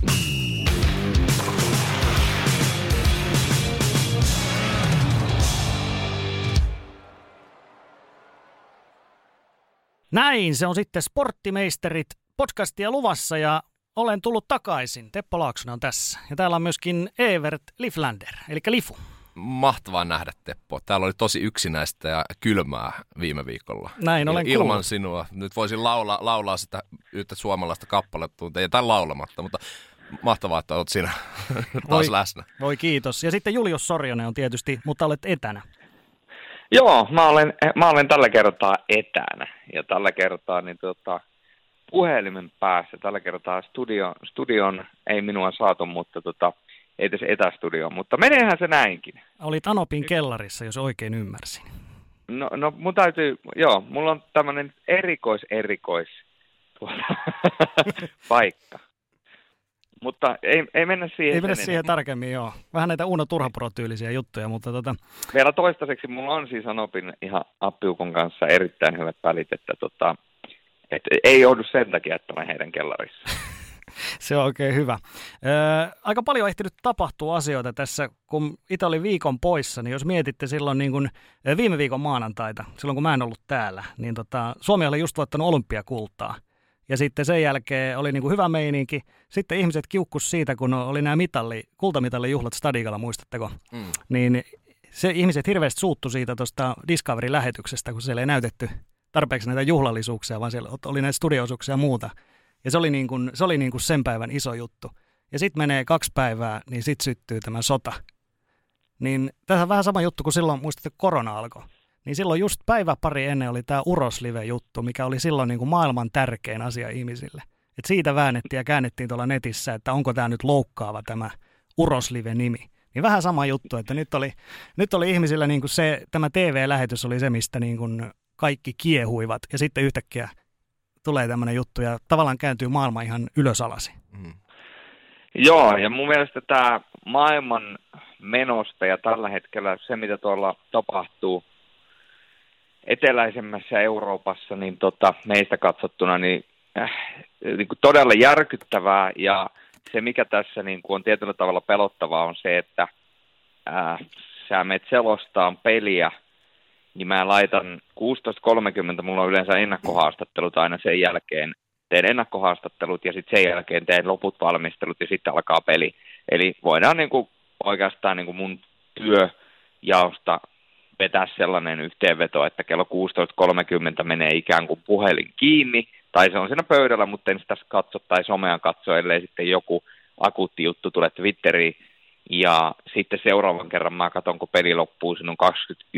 Näin, se on sitten Sporttimeisterit podcastia luvassa ja olen tullut takaisin. Teppo Laaksonen on tässä. Ja täällä on myöskin Evert Liflander, eli Lifu. Mahtavaa nähdä, Teppo. Täällä oli tosi yksinäistä ja kylmää viime viikolla. Näin olen ilman kuullut. sinua. Nyt voisin laulaa sitä yhtä suomalaista kappaletta, ei jotain laulamatta, mutta mahtavaa, että olet siinä taas läsnä. Voi kiitos. Ja sitten Julius Sorjonen on tietysti, mutta olet etänä. Joo, mä olen tällä kertaa etänä ja tällä kertaa niin puhelimen päässä. Tällä kertaa studion ei minua saatu, mutta ei tässä etästudioon, mutta meneehän se näinkin. Olit Anopin kellarissa, jos oikein ymmärsin. No mun täytyy, mulla on tämmöinen erikois paikka. Mutta ei mennä siihen. Ei mennä siihen tarkemmin, joo. Vähän näitä Uno Turhapuro-tyylisiä juttuja, mutta Vielä toistaiseksi mulla on siis Anopin ihan appiukon kanssa erittäin hyvät välit, että ei joudu sen takia, että olen heidän kellarissa. Se on oikein hyvä. Aika paljon on ehtinyt tapahtua asioita tässä, kun itse oli viikon poissa, niin jos mietitte silloin niin kuin viime viikon maanantaita, silloin kun mä en ollut täällä, niin Suomi oli just voittanut olympiakultaa. Ja sitten sen jälkeen oli niin kuin hyvä meininki. Sitten ihmiset kiukkus siitä, kun oli nämä kultamitalijuhlat Stadigalla, muistatteko? Niin ihmiset hirveästi suuttu siitä tuosta Discovery-lähetyksestä, kun siellä ei näytetty tarpeeksi näitä juhlallisuuksia, vaan siellä oli näitä studio-osuuksia ja muuta. Ja se oli niin kuin sen päivän iso juttu. Ja sitten menee 2 päivää, niin sitten syttyy tämä sota. Niin tässä on vähän sama juttu kuin silloin, muistatte, korona alkoi. Niin silloin just päivä pari ennen oli tämä Uroslive-juttu, mikä oli silloin niin kuin maailman tärkein asia ihmisille. Et siitä väännettiin ja käännettiin tuolla netissä, että onko tämä nyt loukkaava tämä Uroslive-nimi. Niin vähän sama juttu, että nyt oli ihmisillä niin kuin tämä TV-lähetys oli se, mistä niin kuin kaikki kiehuivat. Ja sitten yhtäkkiä tulee tämmöinen juttu ja tavallaan kääntyy maailma ihan ylösalasi. Joo, ja mun mielestä tämä maailman menosta ja tällä hetkellä se, mitä tuolla tapahtuu eteläisemmässä Euroopassa, niin meistä katsottuna niin kuin todella järkyttävää, ja se, mikä tässä niin kuin on tietyllä tavalla pelottavaa, on se, että sä menet selostaan peliä, niin mä laitan 16.30, mulla on yleensä ennakkohaastattelut aina sen jälkeen, teen ennakkohaastattelut ja sitten sen jälkeen teen loput valmistelut ja sitten alkaa peli. Eli voidaan niin kuin oikeastaan niin kuin mun työjaosta vetää sellainen yhteenveto, että kello 16.30 menee ikään kuin puhelin kiinni, tai se on siinä pöydällä, mutta en sitä katso tai somea katso, ellei sitten joku akuutti juttu tulee Twitteriin, ja sitten seuraavan kerran mä katson, kun peli loppuu, siinä on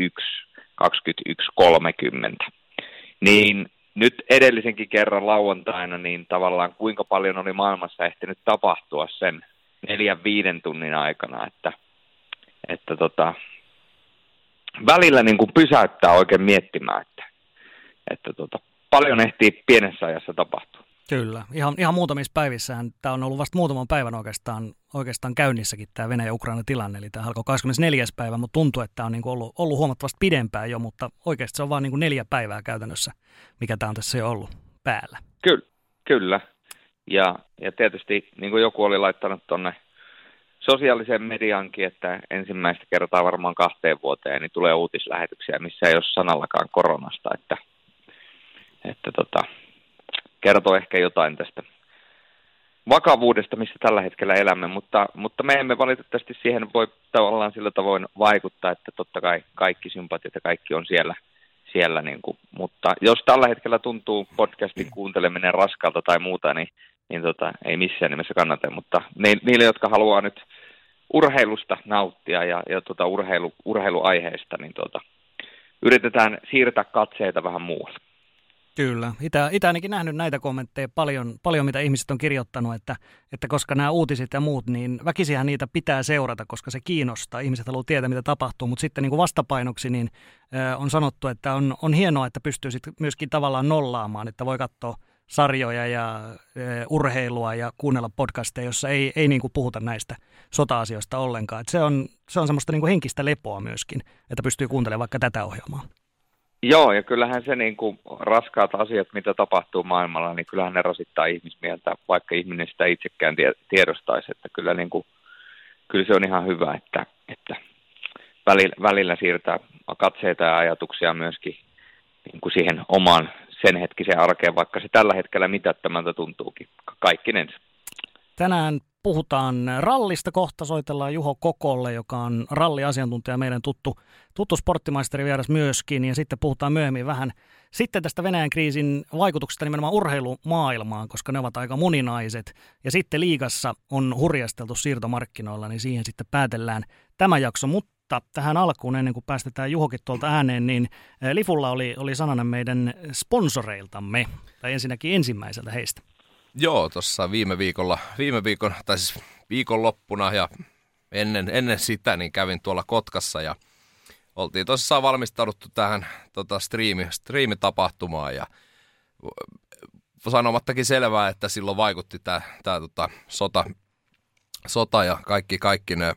21.30. Niin nyt edellisenkin kerran lauantaina, niin tavallaan kuinka paljon oli maailmassa ehtinyt tapahtua sen 4-5 tunnin aikana, että välillä niin kuin pysäyttää oikein miettimään, että paljon ehtii pienessä ajassa tapahtua. Kyllä. Ihan muutamissa päivissähän tämä on ollut vasta muutaman päivän oikeastaan käynnissäkin tämä Venäjä-Ukraina-tilanne. Eli tämä alkoi 24. päivä, mutta tuntuu, että tämä on niin kuin ollut huomattavasti pidempään jo, mutta oikeasti se on vain niin kuin 4 päivää käytännössä, mikä tämä on tässä jo ollut päällä. Kyllä. Ja tietysti niin kuin joku oli laittanut tuonne sosiaaliseen mediaankin, että ensimmäistä kertaa varmaan 2 vuoteen niin tulee uutislähetyksiä, missä ei ole sanallakaan koronasta, että kertoo ehkä jotain tästä vakavuudesta, missä tällä hetkellä elämme, mutta me emme valitettavasti siihen voi tavallaan sillä tavoin vaikuttaa, että totta kai kaikki sympatiat ja kaikki on siellä niin kuin, mutta jos tällä hetkellä tuntuu podcastin kuunteleminen raskalta tai muuta, niin ei missään nimessä kannata, mutta niille, jotka haluaa nyt urheilusta nauttia ja urheiluaiheesta, niin yritetään siirtää katseita vähän muualle. Kyllä. Itse ainakin nähnyt näitä kommentteja paljon, mitä ihmiset on kirjoittanut, että koska nämä uutiset ja muut, niin väkisihän niitä pitää seurata, koska se kiinnostaa. Ihmiset haluaa tietää, mitä tapahtuu, mutta sitten niin kuin vastapainoksi niin on sanottu, että on hienoa, että pystyy sitten myöskin tavallaan nollaamaan, että voi katsoa sarjoja ja urheilua ja kuunnella podcasteja, jossa ei niin kuin puhuta näistä sota-asioista ollenkaan. Että se on semmoista niin kuin henkistä lepoa myöskin, että pystyy kuuntelemaan vaikka tätä ohjelmaa. Joo, ja kyllähän se niin kuin raskaat asiat, mitä tapahtuu maailmalla, niin kyllähän ne rasittaa ihmismieltä, vaikka ihminen sitä itsekään tiedostaisi, että kyllä, niin kuin, kyllä se on ihan hyvä, että välillä siirtää katseita ja ajatuksia myöskin niin kuin siihen omaan sen hetkiseen arkeen, vaikka se tällä hetkellä mitättömältä tuntuukin kaikkinensa. Tänään puhutaan rallista, kohta soitellaan Juho Kokolle, joka on ralliasiantuntija, meidän tuttu sporttimaisteri vieras myöskin, ja sitten puhutaan myöhemmin vähän sitten tästä Venäjän kriisin vaikutuksesta nimenomaan urheilumaailmaan, koska ne ovat aika moninaiset, ja sitten liigassa on hurjasteltu siirtomarkkinoilla, niin siihen sitten päätellään tämä jakso, mutta tähän alkuun, ennen kuin päästetään Juhokin tuolta ääneen, niin Lifulla oli sananen meidän sponsoreiltamme, tai ensinnäkin ensimmäiseltä heistä. Joo, tuossa viime viikonloppuna ja ennen sitä niin kävin tuolla Kotkassa ja oltiin tosissaan valmistauduttu tähän striimitapahtumaan ja sanomattakin selvää, että silloin vaikutti tämä sota ja kaikki ne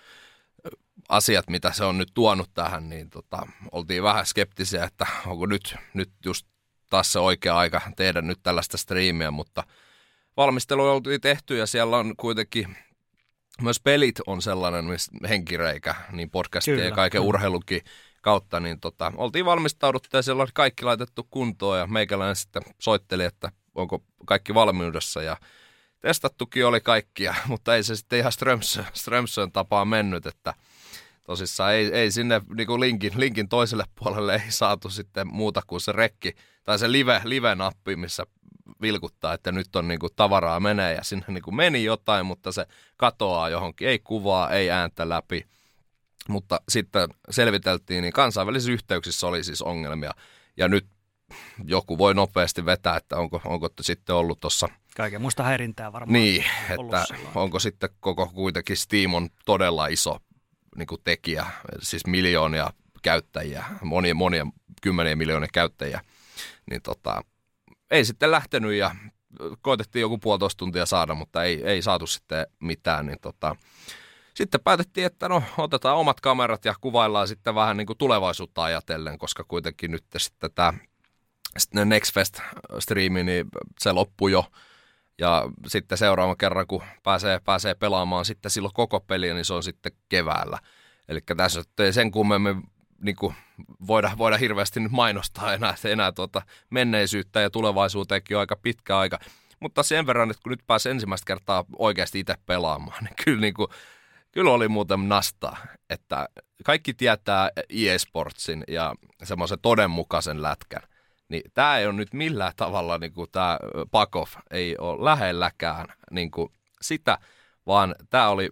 asiat, mitä se on nyt tuonut tähän, niin oltiin vähän skeptisiä, että onko nyt just taas se oikea aika tehdä nyt tällaista striimiä, mutta valmistelu oltiin tehty ja siellä on kuitenkin myös pelit on sellainen henkireikä, niin podcastia ja kaiken urheilunkin kautta, niin oltiin valmistauduttu ja siellä oli kaikki laitettu kuntoon ja meikäläinen sitten soitteli, että onko kaikki valmiudessa ja testattukin oli kaikkia, mutta ei se sitten ihan Strömsön tapaan mennyt, että tosissaan ei sinne niin kuin linkin toiselle puolelle ei saatu sitten muuta kuin se rekki tai se live-nappi, missä vilkuttaa, että nyt on niin kuin tavaraa menee ja sinne niin kuin meni jotain, mutta se katoaa johonkin, ei kuvaa, ei ääntä läpi. Mutta sitten selviteltiin, niin kansainvälisissä yhteyksissä oli siis ongelmia ja nyt joku voi nopeasti vetää, että onko sitten ollut tuossa kaiken muista häirintää varmaan. Niin, että onko sitten koko kuitenkin Steam on todella iso niin kuin tekijä, siis miljoonia käyttäjiä, monia kymmeniä miljoonia käyttäjiä, niin ei sitten lähtenyt ja koitettiin joku 1,5 tuntia saada, mutta ei saatu sitten mitään, niin sitten päätettiin, että no otetaan omat kamerat ja kuvaillaan sitten vähän niin kuin tulevaisuutta ajatellen, koska kuitenkin nyt sitten tämä Next Fest-striimi, niin se loppui jo. Ja sitten seuraavan kerran, kun pääsee pelaamaan sitten silloin koko peliä, niin se on sitten keväällä. Eli tässä ei sen kummemmin niin kuin voida hirveästi nyt mainostaa enää menneisyyttä ja tulevaisuuteenkin on aika pitkä aika. Mutta sen verran, että kun nyt pääsee ensimmäistä kertaa oikeasti itse pelaamaan, niin kyllä oli muuten nastaa, että kaikki tietää eSportsin ja semmoisen todenmukaisen lätkän. Niin tämä ei ole nyt millään tavalla, niin kuin tämä Pakoff ei ole lähelläkään niin kuin sitä, vaan tämä oli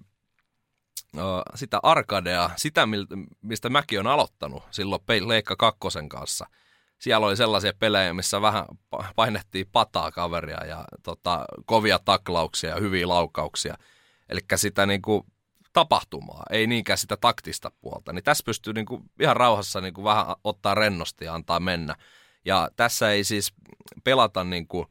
sitä arcadea, sitä mistä mäkin olen aloittanut silloin Leikka 2 kanssa. Siellä oli sellaisia pelejä, missä vähän painettiin pataa kaveria ja kovia taklauksia ja hyviä laukauksia. Eli sitä niin kuin tapahtumaa, ei niinkään sitä taktista puolta. Niin tässä pystyy niin kuin ihan rauhassa niin kuin vähän ottaa rennosti ja antaa mennä. Ja tässä ei siis pelata niin kuin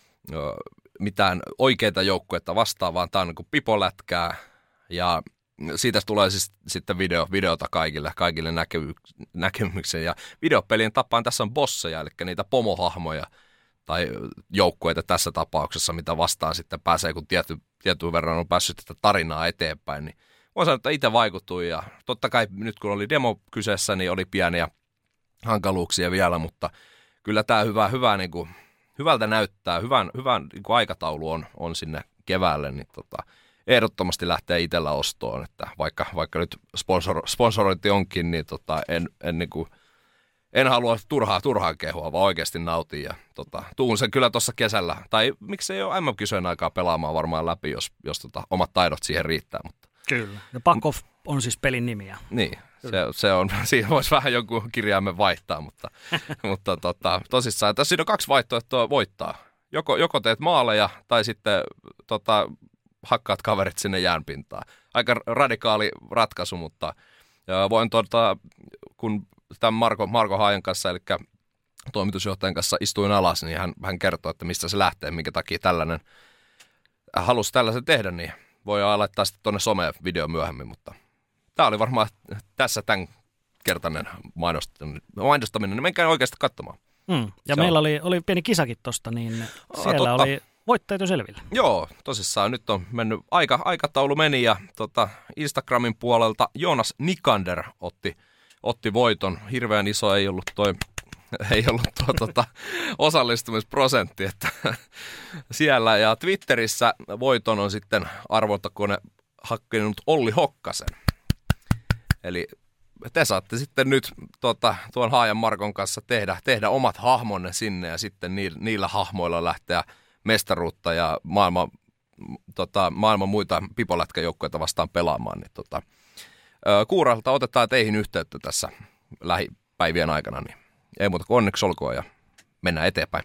mitään oikeita joukkuetta vastaan, vaan tämä on niin kuin pipolätkää ja siitä tulee siis sitten videota kaikille näkemyksen. Ja videopelien tapaan tässä on bosseja, eli niitä pomohahmoja tai joukkueita tässä tapauksessa, mitä vastaan sitten pääsee, kun tietyn verran on päässyt tätä tarinaa eteenpäin. Niin voin sanoa, että itse vaikuttui ja totta kai nyt kun oli demo kyseessä, niin oli pieniä hankaluuksia vielä, mutta kyllä tämä hyvä niin kuin, hyvältä näyttää, hyvän niin kuin aikataulu on sinne keväälle, niin ehdottomasti lähtee itsellä ostoon, että vaikka nyt sponsorointi onkin, niin en halua turhaan kehua, vaan oikeasti nautin ja tuun sen kyllä tuossa kesällä, tai miksei ole MM-kisojen aikaa pelaamaan varmaan läpi, jos omat taidot siihen riittää. Mutta. Kyllä, ja Pakoff on siis pelin nimiä. Niin, se on, siihen voisi vähän jonkun kirjaimen vaihtaa, mutta tosissaan, tässä siinä on 2 vaihtoehtoa voittaa. Joko teet maaleja, tai sitten hakkaat kaverit sinne jäänpintaan. Aika radikaali ratkaisu, mutta voin kun tämän Marko Haajan kanssa, eli toimitusjohtajan kanssa istuin alas, niin hän kertoi, että mistä se lähtee, minkä takia tällainen halusi tällaisen tehdä, niin voi laittaa sitten tuonne someen video myöhemmin, mutta tämä oli varmaan tässä tämän ainutkertainen mainostaminen, niin menkää oikeasti katsomaan. Ja meillä oli pieni kisakin tosta, niin siellä oli voittajat jo selvillä. Joo, tosissaan nyt on mennyt, aikataulu meni ja Instagramin puolelta Joonas Nikander otti voiton. Hirveän iso ei ollut osallistumisprosentti, että siellä. Ja Twitterissä voiton on sitten arvontakone hakkenut Olli Hokkasen. Eli te saatte sitten nyt tuon Haajan Markon kanssa tehdä omat hahmonne sinne ja sitten niillä hahmoilla lähteä mestaruutta ja maailman muita pipolätkäjoukkoita vastaan pelaamaan. Niin Kuuralta otetaan teihin yhteyttä tässä lähipäivien aikana, niin ei muuta kuin onneksi olkoon ja mennään eteenpäin.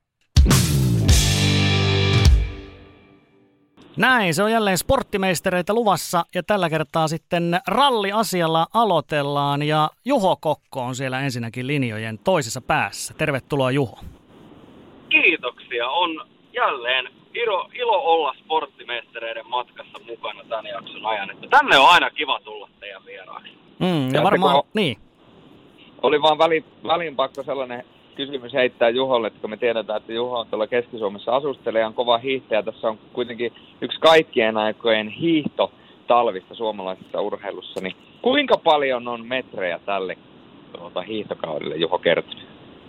Näin, se on jälleen sporttimeistereitä luvassa ja tällä kertaa sitten ralliasialla aloitellaan ja Juho Kokko on siellä ensinnäkin linjojen toisessa päässä. Tervetuloa Juho. Kiitoksia, on jälleen ilo olla sporttimeistereiden matkassa mukana tämän jakson ajan. Että tänne on aina kiva tulla teidän vieraaksi. Ja varmaan, niin. Oli vaan väliin pakko sellainen kysymys heittää Juholle, että kun me tiedetään, että Juho on tuolla Keski-Suomessa asustelee ja on kova hiihtäjä. Tässä on kuitenkin yksi kaikkien aikojen hiihtotalvista suomalaisessa urheilussa. Niin kuinka paljon on metrejä tälle hiihtokaudelle, Juho kertoo?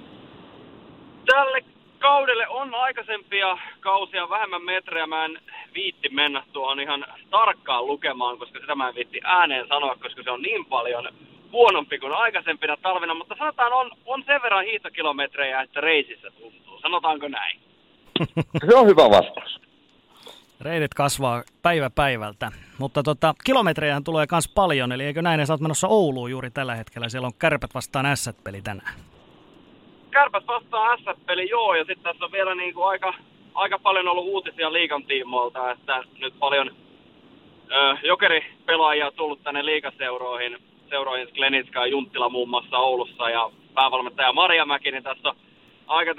Tälle kaudelle on aikaisempia kausia vähemmän metrejä. Mä en viitti mennä tuohon ihan tarkkaan lukemaan, koska sitä mä en viitti ääneen sanoa, koska se on niin paljon huonompi kuin aikaisempina talvina, mutta sanotaan on sen verran hiihtokilometrejä, että reisissä tuntuu. Sanotaanko näin? Se on hyvä vastaus. Reitit kasvaa päivä päivältä, mutta kilometrejähän tulee myös paljon, eli eikö näin, että sä oot menossa Ouluun juuri tällä hetkellä, siellä on Kärpät vastaan Ässät-peli tänään. Kärpät vastaan Ässät-peli, joo, ja sitten tässä on vielä niinku aika paljon ollut uutisia liigan tiimoilta, että nyt paljon jokeripelaajia tullut tänne liigaseuroihin, Sklenitska ja Junttila muun muassa Oulussa ja päävalmentaja Marjamäki, niin tässä on aika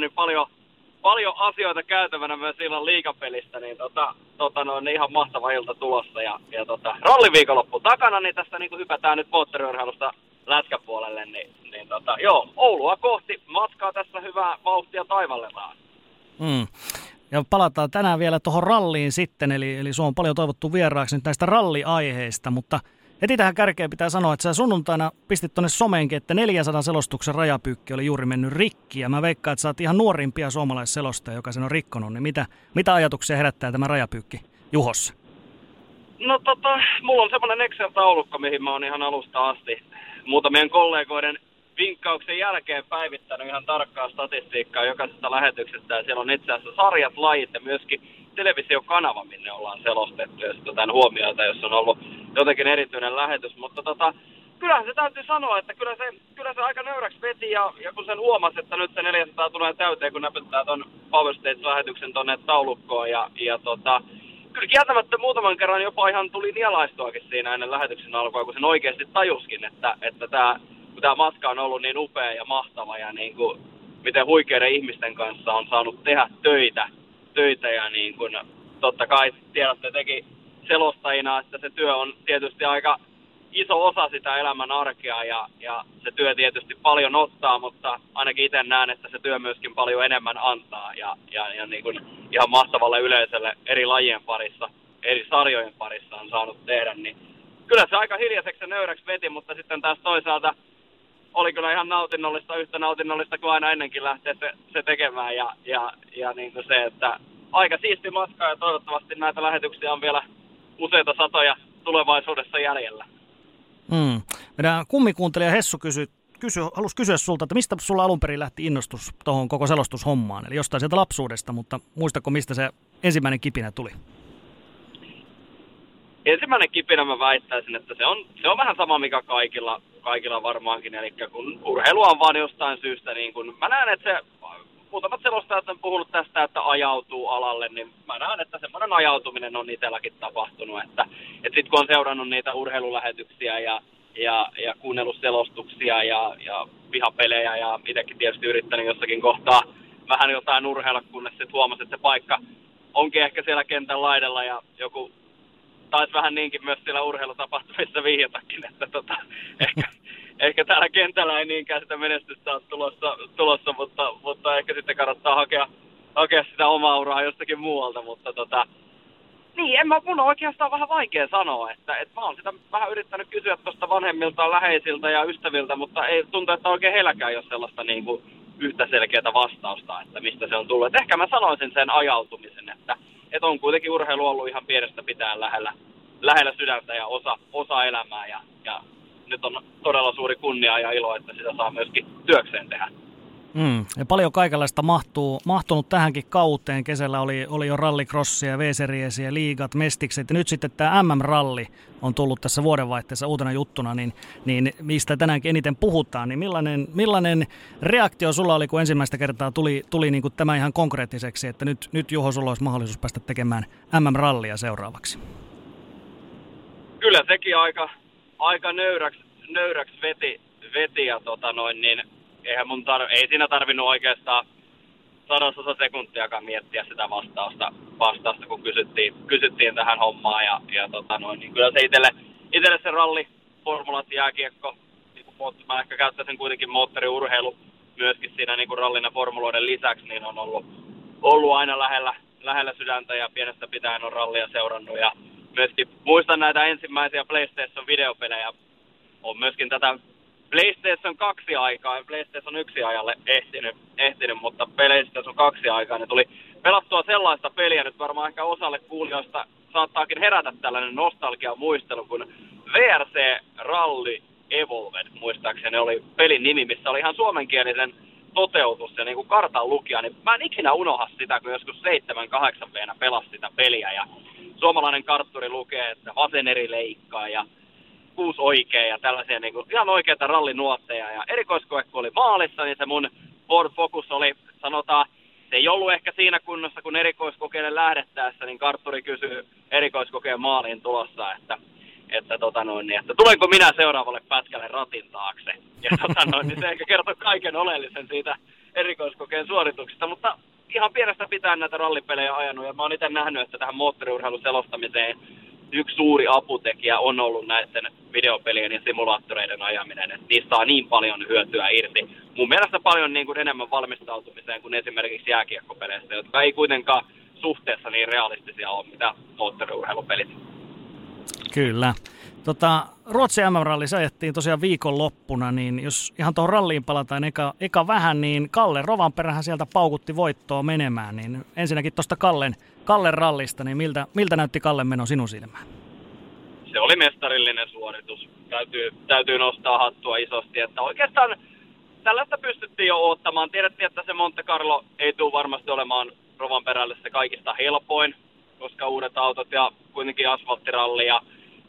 paljon asioita käytävänä myös illan liigapelistä, niin niin ihan mahtava ilta tulossa ja ralliviikonloppu takana, niin tässä niin hypätään nyt moottoriurheilusta lätkäpuolelle, niin joo, Oulua kohti matkaa tässä hyvää vauhtia taivalletaan. Ja palataan tänään vielä tuohon ralliin sitten, eli sua on paljon toivottu vieraaksi nyt näistä ralliaiheista, mutta heti tähän kärkeen pitää sanoa, että sä sunnuntaina pistit tuonne someenkin, että 400 selostuksen rajapyykki oli juuri mennyt rikki, ja mä veikkaan, että sä oot ihan nuorimpia suomalaisselostajia, joka sen on rikkonut, niin mitä ajatuksia herättää tämä rajapyykki Juhossa? No mulla on semmoinen Excel-taulukko, mihin mä oon ihan alusta asti muutamien kollegoiden vinkkauksen jälkeen päivittänyt ihan tarkkaa statistiikkaa jokaisesta lähetyksestä, ja siellä on itse asiassa sarjat, lajit ja myöskin televisiokanava, minne ollaan selostettu, ja sitten huomioita, jos on ollut jotenkin erityinen lähetys, mutta kyllähän se täytyy sanoa, että kyllä se aika nöyräksi veti, ja kun sen huomasi, että nyt se 400 tulee täyteen, kun näpyttää ton Power Stage-lähetyksen tonne taulukkoon, ja kyllä kieltämättä muutaman kerran jopa ihan tuli nielaistuakin siinä ennen lähetyksen alkua, kun sen oikeasti tajuskin, että tämä matka on ollut niin upea ja mahtava, ja niin kuin, miten huikeiden ihmisten kanssa on saanut tehdä töitä ja niin kuin, totta kai tiedätte teki selostajina, että se työ on tietysti aika iso osa sitä elämän arkea ja se työ tietysti paljon ottaa, mutta ainakin itse näen, että se työ myöskin paljon enemmän antaa ja niin kuin ihan mahtavalle yleisölle eri lajien parissa, eri sarjojen parissa on saanut tehdä, niin kyllä se aika hiljaiseksi ja nöyräksi veti, mutta sitten taas toisaalta oli kyllä ihan nautinnollista, yhtä nautinnollista kuin aina ennenkin lähteä se tekemään ja niin kuin se, että aika siisti matka ja toivottavasti näitä lähetyksiä on vielä useita satoja tulevaisuudessa jäljellä. Meidän kummikuuntelija Hessu halusi kysyä sulta, että mistä sulla alun perin lähti innostus tuohon koko selostushommaan? Eli jostain sieltä lapsuudesta, mutta muistatko mistä se ensimmäinen kipinä tuli? Ensimmäinen kipinä mä väittäisin, että se on vähän sama mikä kaikilla varmaankin, eli kun urheilua on vaan jostain syystä, niin kun mä näen, että muutamat selostajat on puhunut tästä, että ajautuu alalle, niin mä näen, että semmoinen ajautuminen on itselläkin tapahtunut, että sit kun on seurannut niitä urheilulähetyksiä ja kuunnellut selostuksia ja pihapelejä ja itsekin tietysti yrittänyt jossakin kohtaa vähän jotain urheilla, kunnes sitten huomasi, että se paikka onkin ehkä siellä kentän laidalla ja joku taisi vähän niinkin myös siellä urheilutapahtumissa vihjatakin, että ehkä täällä kentällä ei niinkään sitä menestystä ole tulossa mutta ehkä sitten kannattaa hakea sitä omaa uraa jostakin muualta, mutta niin, mun on oikeastaan vähän vaikea sanoa, että mä oon sitä vähän yrittänyt kysyä tuosta vanhemmilta, läheisiltä ja ystäviltä, mutta ei tuntuu, että oikein heilläkään ei ole sellaista niin kuin yhtä selkeää vastausta, että mistä se on tullut. Et ehkä mä sanoisin sen ajautumisen, että on kuitenkin urheilu ollut ihan pienestä pitäen lähellä sydäntä ja osa elämää ja nyt on todella suuri kunnia ja ilo, että sitä saa myöskin työkseen tehdä. Ja paljon kaikenlaista mahtunut tähänkin kauteen. Kesällä oli jo rallycrossia, V-seriesiä, liigat, mestikset ja nyt sitten tämä MM-ralli on tullut tässä vuodenvaihteessa uutena juttuna, niin mistä tänäänkin eniten puhutaan, niin millainen reaktio sulla oli, kun ensimmäistä kertaa tuli niin kuin tämä ihan konkreettiseksi, että nyt Juho, sulla olisi mahdollisuus päästä tekemään MM-rallia seuraavaksi? Kyllä sekin aika nöyräksi veti ja niin ei siinä tarvinnut oikeastaan 100 sekuntiakaan miettiä sitä vastausta kun kysyttiin tähän hommaan ja niin kyllä se itselle se ralli, formulat, jääkiekko, niin mä ehkä käyttäisin kuitenkin moottoriurheilu myöskin siinä niin kuin rallin ja formuloiden lisäksi, niin on ollut aina lähellä sydäntä ja pienestä pitäen on rallia seurannut ja myöskin muistan näitä ensimmäisiä PlayStation videopelejä, on myöskin tätä PlayStation 2 aikaa ja PlayStation 1 ajalle ehtinyt, mutta PlayStation 2 aikaa ne tuli pelattua sellaista peliä, nyt varmaan ehkä osalle kuulijoista saattaakin herätä tällainen nostalgia-muistelu, kun VRC Rally Evolved, muistaakseni oli pelin nimi, missä oli ihan suomenkielisen toteutus ja niin kuin kartan lukija, niin mä en ikinä unohda sitä, kun joskus 7-8 pelasi sitä peliä ja suomalainen kartturi lukee, että vasen eri leikkaa ja 6 oikein ja tällaisia niin kuin, ihan oikeita rallinuotteja. Ja erikoiskoe, kun oli maalissa, niin se mun Ford Focus oli, sanotaan, se ei ollut ehkä siinä kunnossa, kun erikoiskokeille lähdettäessä, niin kartturi kysyy erikoiskokeen maaliin tulossa, että tulenko minä seuraavalle pätkälle ratin taakse. Ja niin se ehkä kertoo kaiken oleellisen siitä erikoiskokeen suorituksesta, mutta ihan pienestä pitää näitä rallipelejä ajanut, ja mä oon itse nähnyt, että tähän moottoriurheilun selostamiseen yksi suuri aputekijä on ollut näiden videopelien ja simulaattoreiden ajaminen, että niistä saa niin paljon hyötyä irti. Mun mielestä paljon niin kuin enemmän valmistautumiseen kuin esimerkiksi jääkiekkopeleistä, jotka ei kuitenkaan suhteessa niin realistisia ole, mitä moottoriurheilupelit. Kyllä. Ruotsin MM-ralli se ajettiin tosiaan viikonloppuna, niin jos ihan tuohon ralliin palataan eka vähän, niin Kalle Rovanperähän sieltä paukutti voittoa menemään, niin ensinnäkin tuosta Kallen rallista, niin miltä näytti Kallen meno sinun silmään? Se oli mestarillinen suoritus. Täytyy nostaa hattua isosti, että oikeastaan tällaista pystyttiin jo odottamaan. Tiedettiin, että se Monte Carlo ei tule varmasti olemaan Rovanperälle se kaikista helpoin, koska uudet autot ja kuitenkin asfalttiralli ja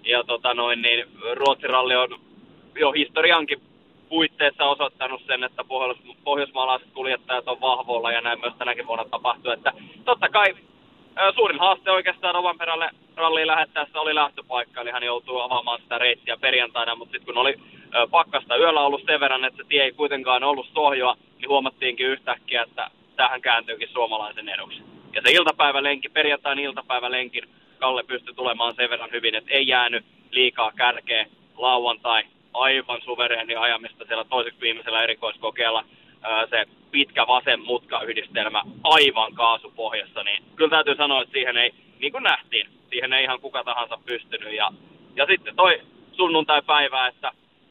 niin Ruotsin ralli on jo historiankin puitteissa osoittanut sen, että pohjoismaalaiset kuljettajat on vahvoilla ja näin myös tänäkin vuonna tapahtui. Että totta kai suurin haaste oikeastaan Rovanperälle ralliin lähettäessä oli lähtöpaikka, eli hän joutuu avaamaan sitä reitsiä perjantaina, mutta sitten kun oli pakkasta yöllä ollut sen verran, että se tie ei kuitenkaan ollut sohjoa, niin huomattiinkin yhtäkkiä, että tähän kääntyykin suomalaisen eduksi. Ja se perjantain iltapäivälenkin Kalle pystyi tulemaan sen verran hyvin, että ei jäänyt liikaa kärkeä lauantai aivan suvereeni ajamista siellä toiseksi viimeisellä erikoiskokeella. Se pitkä vasen mutkayhdistelmä aivan kaasupohjassa, niin kyllä täytyy sanoa, että siihen ei, niin kuin nähtiin, siihen ei ihan kuka tahansa pystynyt. Ja sitten toi sunnuntai-päivä, että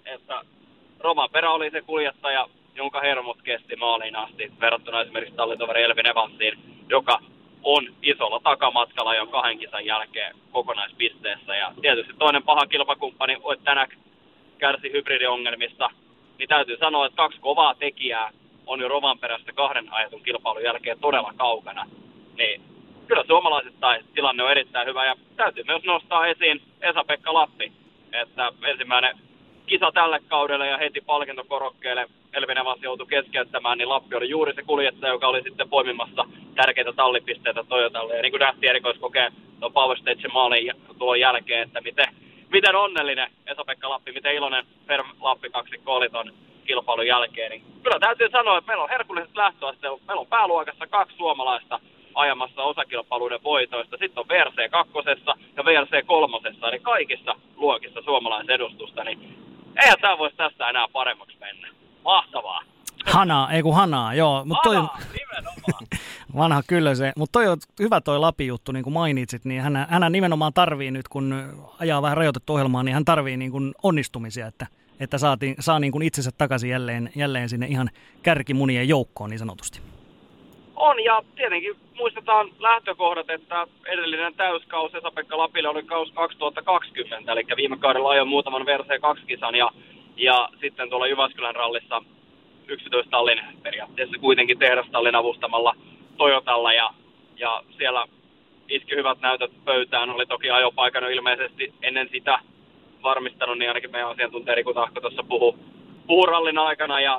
Rovanperä oli se kuljettaja, jonka hermot kesti maaliin asti verrattuna esimerkiksi tallitoveri Elvin Evansiin, joka on isolla takamatkalla jo 2 kisan jälkeen kokonaispisteessä. Ja tietysti toinen paha kilpakumppani, tänään kärsi hybridiongelmista, niin täytyy sanoa, että 2 kovaa tekijää on jo Rovanperästä 2 ajetun kilpailun jälkeen todella kaukana. Niin kyllä suomalaiset tilanne on erittäin hyvä ja täytyy myös nostaa esiin Esa-Pekka Lappi, että ensimmäinen kisa tälle kaudelle ja heti palkintokorokkeelle Elvin Evans joutui keskeyttämään, niin Lappi oli juuri se kuljettaja, joka oli sitten poimimassa tärkeitä tallipisteitä Toyotalle. Ja niin kuin nähtiin erikoiskokeen tuon Power Stage maalin tuon jälkeen, että miten onnellinen Esa-Pekka Lappi, miten iloinen Ferm Lappi kaksikko oli ton kilpailun jälkeen. Niin kyllä täytyy sanoa, että meillä on herkulliset lähtöasteet. Meillä on pääluokassa 2 suomalaista ajamassa osakilpailuiden voitoista. Sitten on VRC 2 ja VRC 3, eli kaikissa luokissa suomalaisedustusta. Niin eihän tämä voisi tästä enää paremmaksi mennä. Mahtavaa. Hanaa, joo. Hanaa, nimenomaan. Vanha kyllä se, mutta toi on hyvä toi Lapin-juttu, niin kuin mainitsit, niin hän nimenomaan tarvii nyt, kun ajaa vähän rajoitettu ohjelmaa, niin hän tarvii niin kuin onnistumisia, että saa niin kuin itsensä takaisin jälleen sinne ihan kärkimunien joukkoon niin sanotusti. On, ja tietenkin muistetaan lähtökohdat, että edellinen täyskausi Esa-Pekka Lapille oli kausi 2020, eli viime kaudella ajoin muutaman VRC2-kisan, ja sitten tuolla Jyväskylän rallissa yksityistallin, periaatteessa kuitenkin tehdastallin avustamalla Toyotalla, ja siellä iski hyvät näytöt pöytään, oli toki ajopaikannut ilmeisesti ennen sitä varmistanut, niin ainakin meidän asiantuntija Riku Tahko tuossa puhui rallin aikana, ja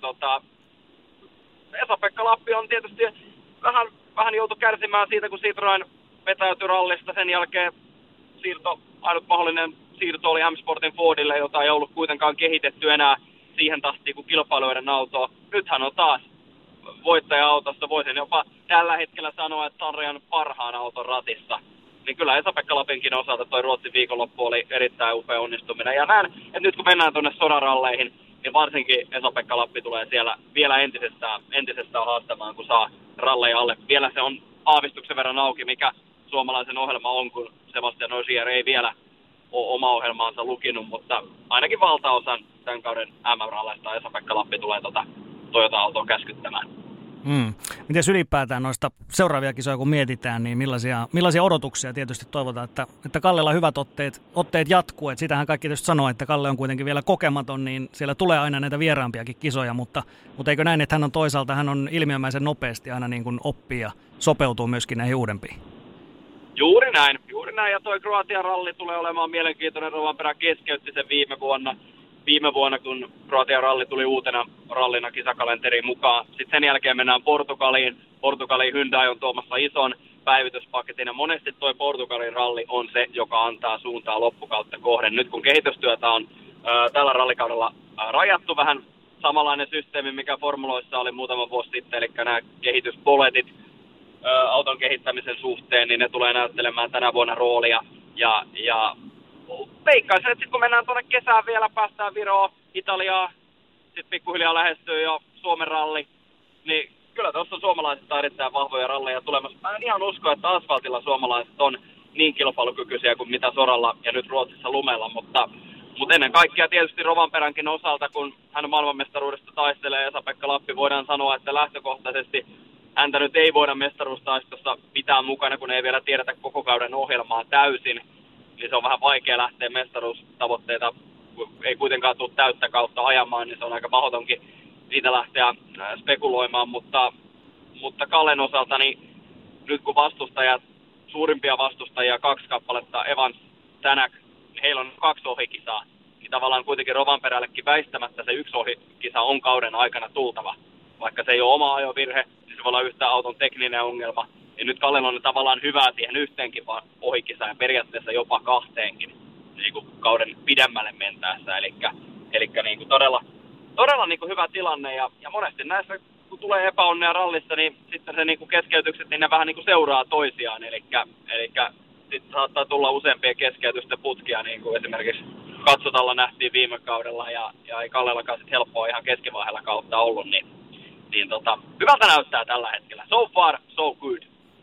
Esa-Pekka Lappi on tietysti vähän joutu kärsimään siitä, kun Citroen vetäytyi rallista. Sen jälkeen ainut mahdollinen siirto oli M-Sportin Fordille, jota ei ollut kuitenkaan kehitetty enää siihen tahtiin kuin kilpailuiden autoa. Nyt hän on taas voittaja-autossa. Voisin jopa tällä hetkellä sanoa, että sarjan parhaan auton ratissa. Niin kyllä Esa-Pekka Lapinkin osalta toi Ruotsin viikonloppu oli erittäin upea onnistuminen. Ja näen, että nyt kun mennään tuonne sodaralleihin, niin varsinkin Esa-Pekka Lappi tulee siellä vielä entisestään haastamaan, kun saa ralleja alle. Vielä se on aavistuksen verran auki, mikä suomalaisen ohjelma on, kun Sebastian Ogier ei vielä ole oma ohjelmaansa lukinut, mutta ainakin valtaosan tämän kauden MM-ralleista Esa-Pekka Lappi tulee Toyota-autoa käskyttämään. Mites ylipäätään noista seuraavia kisoja, kun mietitään, niin millaisia odotuksia tietysti toivotaan, että Kallella hyvät otteet jatkuu. Et sitähän kaikki tietysti sanoo, että Kalle on kuitenkin vielä kokematon, niin siellä tulee aina näitä vieraampiakin kisoja, mutta eikö näin, että hän on ilmiömäisen nopeasti aina niin kuin oppii ja sopeutuu myöskin näihin uudempiin? Juuri näin. Ja toi Kroatian ralli tulee olemaan mielenkiintoinen. Rovanperä keskeytti sen viime vuonna, kun Kroatian ralli tuli uutena rallina kisakalenteriin mukaan. Sitten sen jälkeen mennään Portugaliin. Portugalin Hyundai on tuomassa ison päivityspaketin, ja monesti toi Portugalin ralli on se, joka antaa suuntaa loppukautta kohden. Nyt kun kehitystyötä on tällä rallikaudella rajattu vähän samanlainen systeemi, mikä formuloissa oli muutama vuosi sitten, eli nämä kehityspoletit auton kehittämisen suhteen, niin ne tulee näyttelemään tänä vuonna roolia. Ja veikkaisin, että sitten kun mennään tuonne kesään vielä, päästään Viroon, Italiaan, sitten pikkuhiljaa lähestyy jo Suomen ralli, niin kyllä tuossa suomalaiset on erittäin vahvoja ralleja tulemassa. Mä en ihan usko, että asfaltilla suomalaiset on niin kilpailukykyisiä kuin mitä soralla ja nyt Ruotsissa lumella, mutta ennen kaikkea tietysti Rovanperänkin osalta, kun hän maailmanmestaruudesta taistelee Esa-Pekka Lappi, voidaan sanoa, että lähtökohtaisesti häntä nyt ei voida mestaruustaistossa pitää mukana, kun ei vielä tiedetä koko kauden ohjelmaa täysin. Niin se on vähän vaikea lähteä mestaruustavoitteita, kun ei kuitenkaan tule täyttä kautta ajamaan, niin se on aika mahdotonkin siitä lähteä spekuloimaan. Mutta Kallen osalta, niin nyt kun suurimpia vastustajia 2 kappaletta, Evans, Tänak, niin heillä on 2 ohikisaa, niin tavallaan kuitenkin Rovanperällekin väistämättä se 1 ohikisa on kauden aikana tultava. Vaikka se ei ole oma ajovirhe, niin se voi olla yhtä auton tekninen ongelma. Ja nyt Kallella on tavallaan hyvää siihen yhteenkin vaan ohikisaan ja periaatteessa jopa 2 niin kuin kauden pidemmälle mentäessä. Eli niin kuin todella niin kuin hyvä tilanne. Ja monesti näissä, kun tulee epäonnea rallissa, niin sitten se niin kuin keskeytykset, niin ne vähän niin kuin seuraa toisiaan. Eli sitten saattaa tulla useampia keskeytysten putkia, niin kuin esimerkiksi Katsotalla nähtiin viime kaudella. Ja ei Kallellakaan sitten helppoa ihan keskivaiheella kautta ollut, niin hyvältä näyttää tällä hetkellä. So far, so good.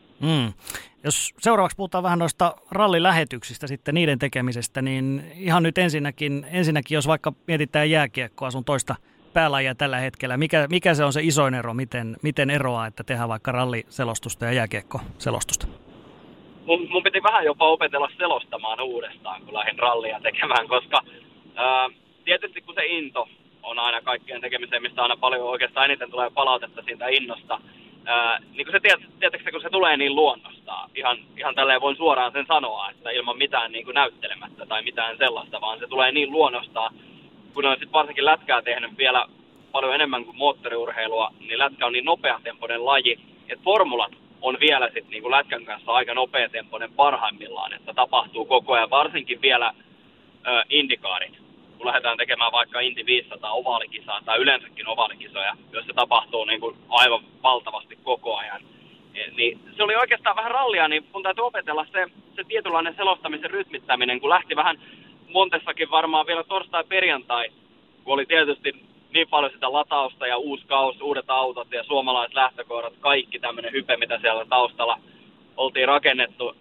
Jos seuraavaksi puhutaan vähän noista rallilähetyksistä sitten niiden tekemisestä, niin ihan nyt ensinnäkin jos vaikka mietitään jääkiekkoa sun toista päälajia tällä hetkellä, mikä se on se isoin ero, miten eroaa, että tehdään vaikka ralliselostusta ja jääkiekkoselostusta? Mun piti vähän jopa opetella selostamaan uudestaan, kun lähdin rallia tekemään, koska tietysti kun se into on aina kaikkien tekemiseen, mistä aina paljon oikeastaan eniten tulee palautetta siitä innosta. Niin kuin se tietysti, kun se tulee niin luonnostaan, ihan tälleen voin suoraan sen sanoa, että ilman mitään niin kuin näyttelemättä tai mitään sellaista, vaan se tulee niin luonnostaan, kun on sitten varsinkin lätkää tehnyt vielä paljon enemmän kuin moottoriurheilua, niin lätkä on niin nopeatempoinen laji, että formulat on vielä sitten niin kuin lätkän kanssa aika nopeatempoinen parhaimmillaan, että tapahtuu koko ajan, varsinkin vielä indikaarit. Kun lähdetään tekemään vaikka Indy 500 ovaalikisaa tai yleensäkin ovaalikisoja, joissa tapahtuu niin kuin aivan valtavasti koko ajan. Niin se oli oikeastaan vähän rallia, niin mun täytyy opetella se tietynlainen selostamisen rytmittäminen, kun lähti vähän Montessakin varmaan vielä torstai-perjantai, kun oli tietysti niin paljon sitä latausta ja uusi kaus, uudet autot ja suomalaiset lähtökohdat, kaikki tämmöinen hype, mitä siellä taustalla oltiin rakennettu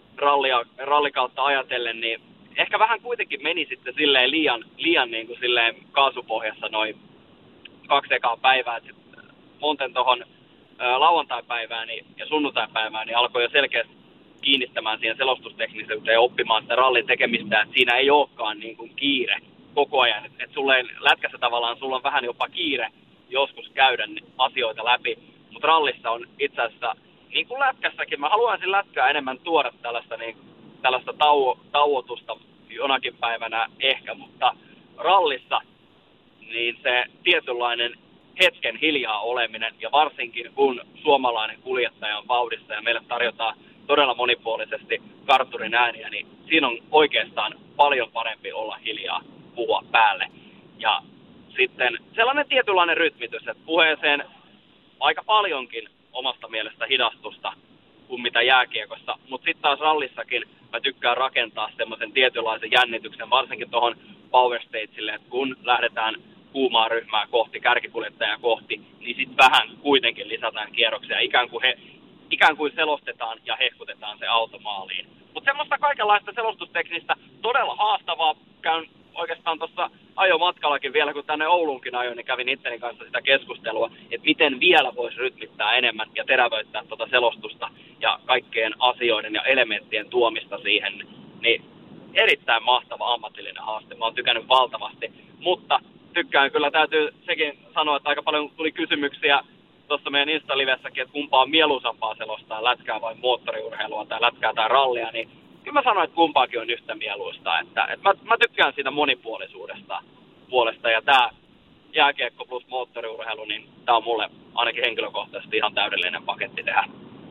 rallikautta ajatellen, niin ehkä vähän kuitenkin meni sitten silleen liian niin kuin silleen kaasupohjassa noin 2 ekaa päivää. Sitten Monten tuohon lauantai-päivään ja sunnuntai-päivään niin alkoi jo selkeästi kiinnittämään siihen selostusteknisyyteen ja oppimaan sitä rallin tekemistä, että siinä ei olekaan niin kuin kiire koko ajan. Että lätkässä tavallaan sulla on vähän jopa kiire joskus käydä asioita läpi, mutta rallissa on itse asiassa, niin kuin lätkässäkin, mä haluaisin lätkää enemmän tuoda tällaista tauotusta jonakin päivänä ehkä, mutta rallissa niin se tietynlainen hetken hiljaa oleminen, ja varsinkin kun suomalainen kuljettaja on vauhdissa ja meille tarjotaan todella monipuolisesti kartturin ääniä, niin siinä on oikeastaan paljon parempi olla hiljaa, puhua päälle. Ja sitten sellainen tietynlainen rytmitys, että puheeseen aika paljonkin omasta mielestä hidastusta kuin mitä jääkiekossa, mutta sitten taas rallissakin mä tykkään rakentaa semmoisen tietynlaisen jännityksen, varsinkin tuohon power stagelle, että kun lähdetään kuumaa ryhmää kohti, kärkikuljettajaa kohti, niin sitten vähän kuitenkin lisätään kierroksia, ikään kuin selostetaan ja hehkutetaan se auto maaliin. Mutta semmoista kaikenlaista selostusteknistä todella haastavaa. Käyn oikeastaan tuossa ajomatkallakin vielä, kun tänne Ouluunkin ajoin, niin kävin itteni kanssa sitä keskustelua, että miten vielä voisi rytmittää enemmän ja terävöittää tuota selostusta ja kaikkeen asioiden ja elementtien tuomista siihen. Niin erittäin mahtava ammatillinen haaste. Mä oon tykännyt valtavasti, mutta tykkään kyllä, täytyy sekin sanoa, että aika paljon tuli kysymyksiä tuossa meidän Insta-livessäkin, että kumpaa on mieluisampaa selostaa, lätkää vai moottoriurheilua tai lätkää tai rallia, niin kyllä mä sanoin, että kumpaakin on yhtä mieluista. Että mä tykkään siitä monipuolisuudesta puolesta, ja tämä jääkiekko plus moottoriurheilu, niin tämä on mulle ainakin henkilökohtaisesti ihan täydellinen paketti tehdä.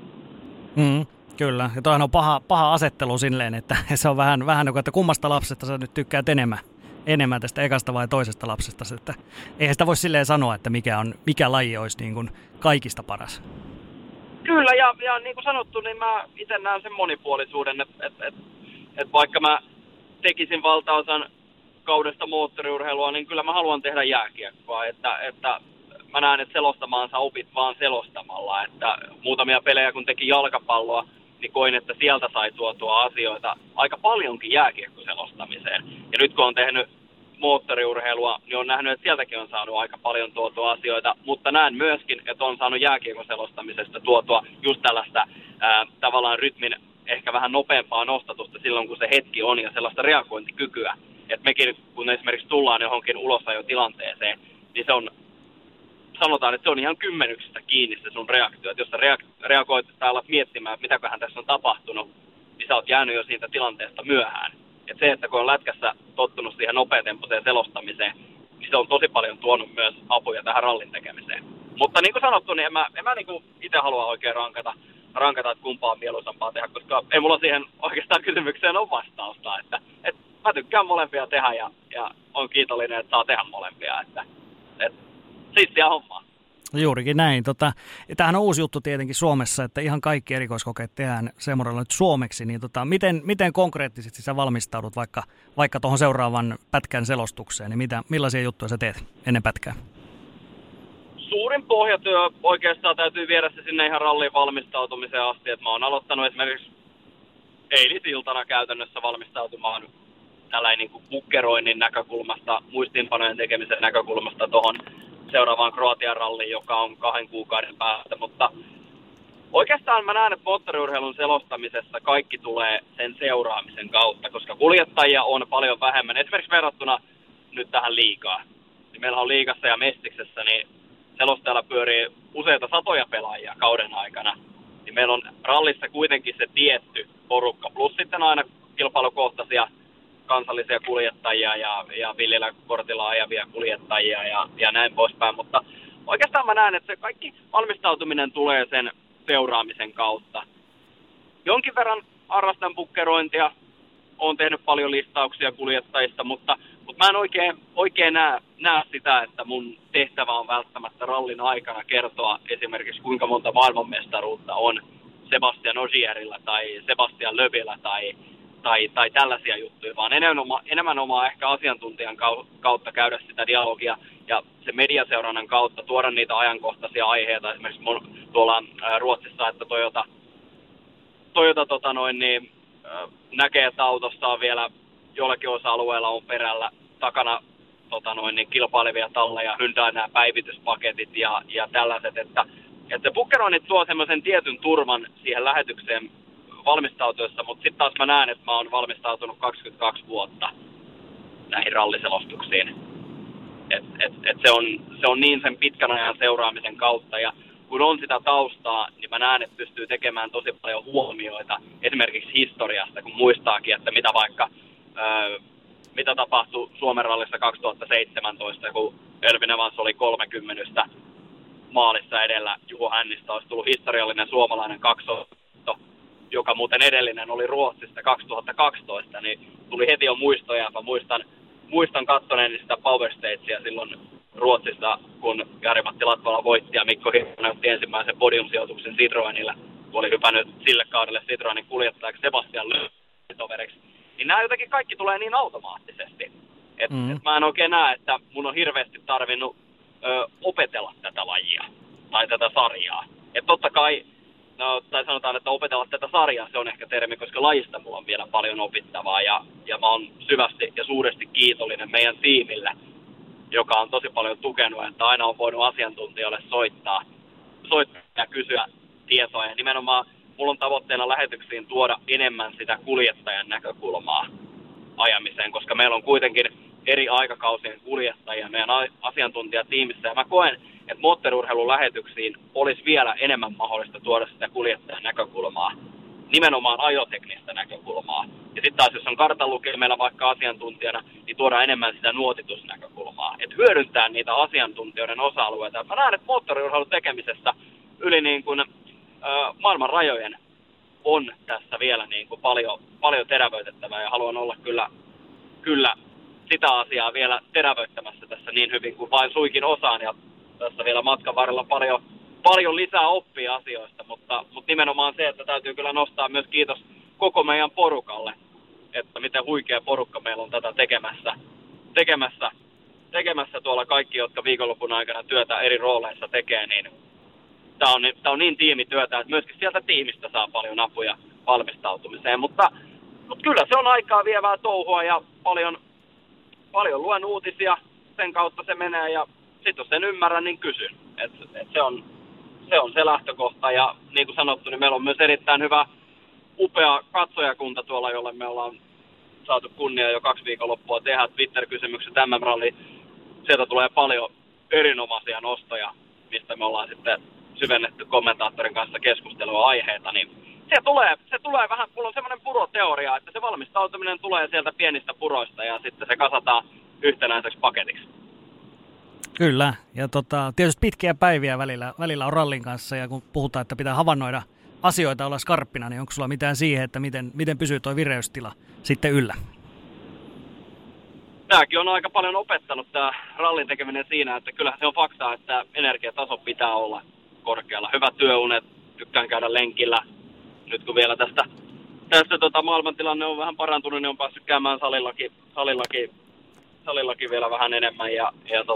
Kyllä, ja toihan on paha asettelu silleen, että se on vähän niin kuin, että kummasta lapsesta sä nyt tykkäät enemmän tästä ekasta vai toisesta lapsesta. Että eihän sitä voi silleen sanoa, että mikä laji olisi niin kuin kaikista paras. Kyllä, ja niin kuin sanottu, niin mä itse näen sen monipuolisuuden, että vaikka mä tekisin valtaosan kaudesta moottoriurheilua, niin kyllä mä haluan tehdä jääkiekkoa, että mä näen, että selostamaan sä opit vaan selostamalla, että muutamia pelejä kun teki jalkapalloa, niin koin, että sieltä sai tuotua asioita aika paljonkin jääkiekkoselostamiseen. Ja nyt kun on tehnyt moottoriurheilua, niin on nähnyt, että sieltäkin on saanut aika paljon tuotua asioita, mutta näen myöskin, että on saanut jääkiekoselostamisesta tuotua just tällaista tavallaan rytmin ehkä vähän nopeampaa nostatusta silloin, kun se hetki on, ja sellaista reagointikykyä. Että mekin, kun esimerkiksi tullaan johonkin ulosajotilanteeseen, niin se on, sanotaan, että se on ihan kymmenyksistä kiinni se sun reaktio. Että jos sä reagoit tai alat miettimään, että mitäköhän tässä on tapahtunut, niin sä oot jäänyt jo siitä tilanteesta myöhään. Et se, että kun on lätkässä tottunut siihen nopeatempoiseen selostamiseen, niin se on tosi paljon tuonut myös apuja tähän rallin tekemiseen. Mutta niin kuin sanottu, niin en mä niin itse halua oikein rankata, että kumpaa on mieluisampaa tehdä, koska ei mulla siihen oikeastaan kysymykseen ole vastausta. Että mä tykkään molempia tehdä ja on kiitollinen, että saa tehdä molempia. Että siistiä hommaa. Juurikin näin. Tämähän on uusi juttu tietenkin Suomessa, että ihan kaikki erikoiskokeet tehdään Semoralla nyt suomeksi. Niin miten konkreettisesti sä valmistaudut vaikka tuohon seuraavan pätkän selostukseen? Niin millaisia juttuja sä teet ennen pätkää? Suurin pohjatyö oikeastaan täytyy viedä se sinne ihan ralliin valmistautumiseen asti. Että mä oon aloittanut esimerkiksi eilisiltana käytännössä valmistautumaan tällainen niin kuin bukkeroinnin näkökulmasta, muistiinpanojen tekemisen näkökulmasta tuohon seuraavaan Kroatian ralliin, joka on 2 kuukauden päästä, mutta oikeastaan mä näen, että moottoriurheilun selostamisessa kaikki tulee sen seuraamisen kautta, koska kuljettajia on paljon vähemmän, esimerkiksi verrattuna nyt tähän liigaan. Niin meillä on liigassa ja mestiksessä, niin selostajalla pyörii useita satoja pelaajia kauden aikana, niin meillä on rallissa kuitenkin se tietty porukka, plus sitten aina kilpailukohtaisia kansallisia kuljettajia ja villillä kortilla ajavia kuljettajia ja näin poispäin, mutta oikeastaan mä näen, että se kaikki valmistautuminen tulee sen seuraamisen kautta. Jonkin verran harrastan bukkerointia, olen tehnyt paljon listauksia kuljettajista, mutta mä en oikein näe sitä, että mun tehtävä on välttämättä rallin aikana kertoa esimerkiksi kuinka monta maailmanmestaruutta on Sebastian Ogierilla tai Sebastian Loebillä tai tai tällaisia juttuja, vaan enemmän omaa ehkä asiantuntijan kautta käydä sitä dialogia ja se mediaseurannan kautta tuoda niitä ajankohtaisia aiheita. Esimerkiksi tuolla Ruotsissa, että Toyota näkee, että autossa on vielä jollakin osa-alueella on perällä takana kilpailevia talleja, Hyundai nämä päivityspaketit ja tällaiset, että se bukkeroinnit tuo semmoisen tietyn turvan siihen lähetykseen valmistautuessa, mutta sitten taas mä näen, että mä oon valmistautunut 22 vuotta näihin ralliselostuksiin. Se on niin sen pitkän ajan seuraamisen kautta, ja kun on sitä taustaa, niin mä näen, että pystyy tekemään tosi paljon huomioita esimerkiksi historiasta, kun muistaakin, että mitä tapahtui Suomen rallissa 2017, kun Elfyn Evans oli 30 maalissa edellä, Juho Hännistä olisi tullut historiallinen suomalainen kaksoitto, joka muuten edellinen oli Ruotsista 2012, niin tuli heti jo muistoja. Mä muistan katsoneeni sitä Power Stagea silloin Ruotsissa, kun Jari-Matti Latvala voitti ja Mikko Hirvonen otti ensimmäisen podiumsijoituksen Citroenille, kun oli hypännyt sille kaudelle Citroenin kuljettajaksi Sebastian Löötoveriksi. Niin nämä jotenkin kaikki tulee niin automaattisesti, että mä en oikein näe, että mun on hirveästi tarvinnut opetella tätä lajia tai tätä sarjaa. Että totta kai, tai sanotaan, että opetella tätä sarjaa, se on ehkä termi, koska lajista mulla on vielä paljon opittavaa ja mä oon syvästi ja suuresti kiitollinen meidän tiimille, joka on tosi paljon tukenut, että aina on voinut asiantuntijoille soittaa ja kysyä tietoa. Ja nimenomaan mulla on tavoitteena lähetyksiin tuoda enemmän sitä kuljettajan näkökulmaa ajamiseen, koska meillä on kuitenkin eri aikakausien kuljettajia meidän asiantuntijatiimissä. Ja mä koen, että moottoriurheilun lähetyksiin olisi vielä enemmän mahdollista tuoda sitä kuljettajan näkökulmaa, nimenomaan ajoteknistä näkökulmaa. Ja sitten taas, jos on kartanlukija meillä vaikka asiantuntijana, niin tuodaan enemmän sitä nuotitusnäkökulmaa. Että hyödyntää niitä asiantuntijoiden osa-alueita. Mä näen, että moottoriurheilun tekemisessä yli niin kuin, maailman rajojen on tässä vielä niin kuin paljon terävöitettävää ja haluan olla kyllä sitä asiaa vielä terävöittämässä tässä niin hyvin kuin vain suikin osaan ja tässä vielä matkan varrella paljon lisää oppia asioista, mutta nimenomaan se, että täytyy kyllä nostaa myös kiitos koko meidän porukalle, että miten huikea porukka meillä on tätä tekemässä tuolla kaikki, jotka viikonlopun aikana työtä eri rooleissa tekee, niin tämä on niin tiimityötä, että myöskin sieltä tiimistä saa paljon apuja valmistautumiseen, mutta kyllä se on aikaa vievää touhua ja paljon luen uutisia, sen kautta se menee ja sitten jos sen ymmärrän, niin kysyn. Se on se lähtökohta ja niin kuin sanottu, niin meillä on myös erittäin hyvä, upea katsojakunta tuolla, jolle me ollaan saatu kunnia jo 2 viikonloppua tehdä Twitter-kysymykset MM-ralli. Sieltä tulee paljon erinomaisia nostoja, mistä me ollaan sitten syvennetty kommentaattorin kanssa keskustelua aiheita, niin se tulee vähän, mulla on semmoinen puroteoria, että se valmistautuminen tulee sieltä pienistä puroista ja sitten se kasataan yhtenäiseksi paketiksi. Kyllä, ja tietysti pitkiä päiviä välillä on rallin kanssa, ja kun puhutaan, että pitää havainnoida asioita, olla skarppina, niin onko sulla mitään siihen, että miten pysyy tuo vireystila sitten yllä? Tämäkin on aika paljon opettanut tämä rallin tekeminen siinä, että kyllähän se on faktaa, että energiataso pitää olla korkealla. Hyvät työunet, tykkään käydä lenkillä. Nyt kun vielä tästä maailmantilanne on vähän parantunut, niin on päässyt käymään salillakin vielä vähän enemmän ja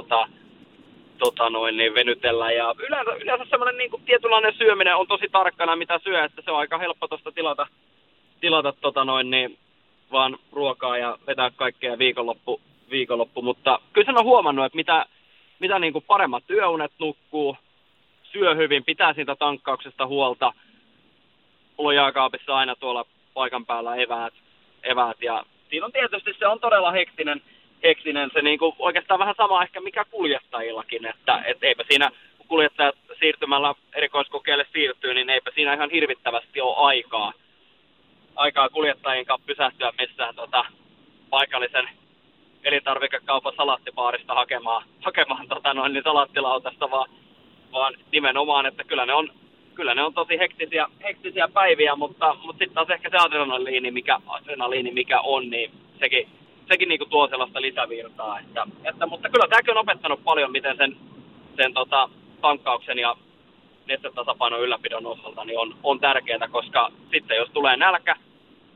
venytellä. Ja yleensä semmoinen niin kuin tietynlainen syöminen on tosi tarkkana, mitä syö, että se on aika helppo tuosta tilata vaan ruokaa ja vetää kaikkea viikonloppu. Mutta kyllä sen on huomannut, että mitä niin kuin paremmat työunet nukkuu, syö hyvin, pitää siitä tankkauksesta huolta. Mulla on jääkaapissa aina tuolla paikan päällä eväät ja siinä on tietysti se on todella hektinen se niinku oikeastaan vähän sama ehkä mikä kuljettajillakin, että eipä siinä kun kuljettajat siirtymällä erikoiskokeelle siirtyy, niin eipä siinä ihan hirvittävästi ole aikaa kuljettajien kanssa pysähtyä missään paikallisen elintarvikekaupan salaattibaarista hakemaan salaattilautasta, vaan nimenomaan, että kyllä ne on tosi hektisiä päiviä, mutta sitten taas ehkä se adrenaliini mikä on, niin sekin niinku tuo sellaista lisävirtaa. Mutta kyllä tämäkin on opettanut paljon, miten sen tankkauksen ja nestetasapainon ylläpidon osalta niin on tärkeää, koska sitten jos tulee nälkä,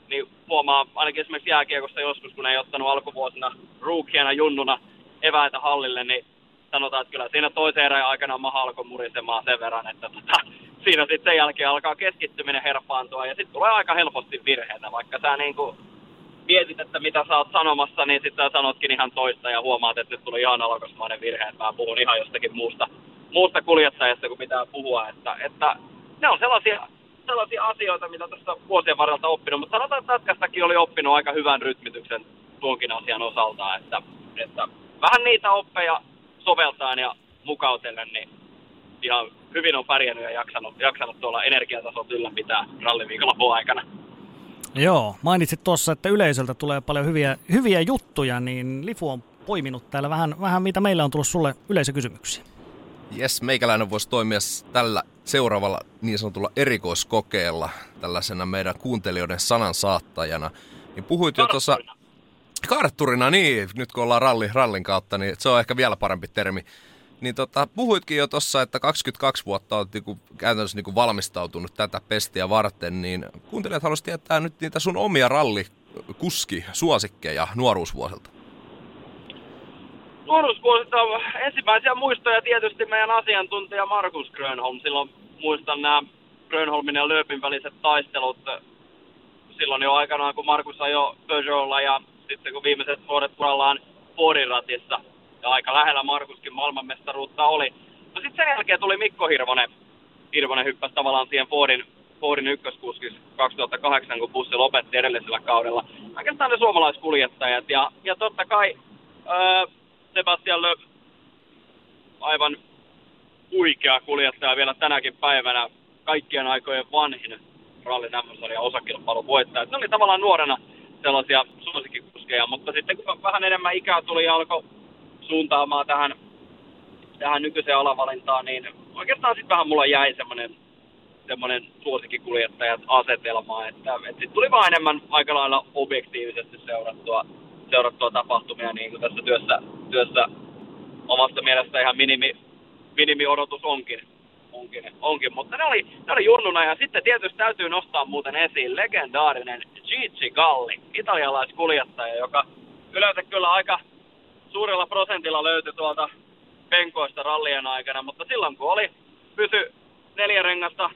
niin huomaa ainakin esimerkiksi jääkiekossa joskus, kun ei ottanut alkuvuosina rookiena junnuna eväitä hallille, niin sanotaan, että kyllä siinä toisen erän aikana maha alkoi murisemaan sen verran, että siinä sitten sen jälkeen alkaa keskittyminen herpaantua ja sitten tulee aika helposti virheitä, vaikka sä niinku mietit, että mitä sä oot sanomassa, niin sitten sä sanotkin ihan toista ja huomaat, että nyt tuli ihan alakosmainen virhe, että mä puhun ihan jostakin muusta kuljettajasta, kun pitää puhua, että ne on sellaisia asioita, mitä tässä vuosien varrelta oppinut, mutta sanotaan, että Tatkastakin oli oppinut aika hyvän rytmityksen tuonkin asian osalta, että vähän niitä oppeja soveltaan ja mukautellen, niin ihan hyvin on pärjännyt ja jaksanut tuolla energiatasot ylläpitää ralliviikonlopun aikana. Joo, mainitsit tuossa, että yleisöltä tulee paljon hyviä juttuja, niin Lifu on poiminut täällä vähän mitä meillä on tullut sulle yleisökysymyksiä. Jes, meikäläinen voisi toimia tällä seuraavalla niin sanotulla erikoiskokeella, tällaisena meidän kuuntelijoiden sanansaattajana. Niin puhuit jo tuossa kartturina, niin nyt kun ollaan rallin kautta, niin se on ehkä vielä parempi termi. Niin puhuitkin jo tuossa, että 22 vuotta olet käytännössä valmistautunut tätä pestiä varten, niin kuuntelijat haluaisi tietää nyt niitä sun omia rallikuski-suosikkeja nuoruusvuosilta. Nuoruusvuosilta ensimmäisiä muistoja tietysti meidän asiantuntija Markus Grönholm. Silloin muistan nämä Grönholmin ja Lööpin väliset taistelut. Silloin jo aikanaan, kun Markus ajoi Peugeotlla ja sitten kun viimeiset vuodet urallaan Fordin ratissa. Ja aika lähellä Markuskin maailmanmestaruutta oli. No sitten sen jälkeen tuli Mikko Hirvonen. Hirvonen hyppäsi tavallaan siihen Fordin ykköskuskissa 2008, kun bussi lopetti edellisellä kaudella. Oikeastaan ne suomalaiskuljettajat. Ja totta kai Sebastian Loeb, aivan huikea kuljettaja vielä tänäkin päivänä. Kaikkien aikojen vanhin rallin MM-sarjan osakilpailun voittaja. Ne oli tavallaan nuorena sellaisia suosikkikuskeja, mutta sitten kun vähän enemmän ikää tuli ja alkoi suuntaamaan tähän nykyiseen alavalintaan, niin oikeastaan sitten vähän mulla jäi semmoinen suosikkikuljettajat asetelma, että sitten tuli vaan enemmän aika lailla objektiivisesti seurattua tapahtumia, niin kuin tässä työssä omasta mielestä ihan minimiodotus onkin, mutta ne oli junnuna, ja sitten tietysti täytyy nostaa muuten esiin legendaarinen Gigi Galli, italialaiskuljettaja, joka yleensä kyllä aika suurella prosentilla löytyi tuolta penkoista rallien aikana, mutta silloin kun pysy 4 rengasta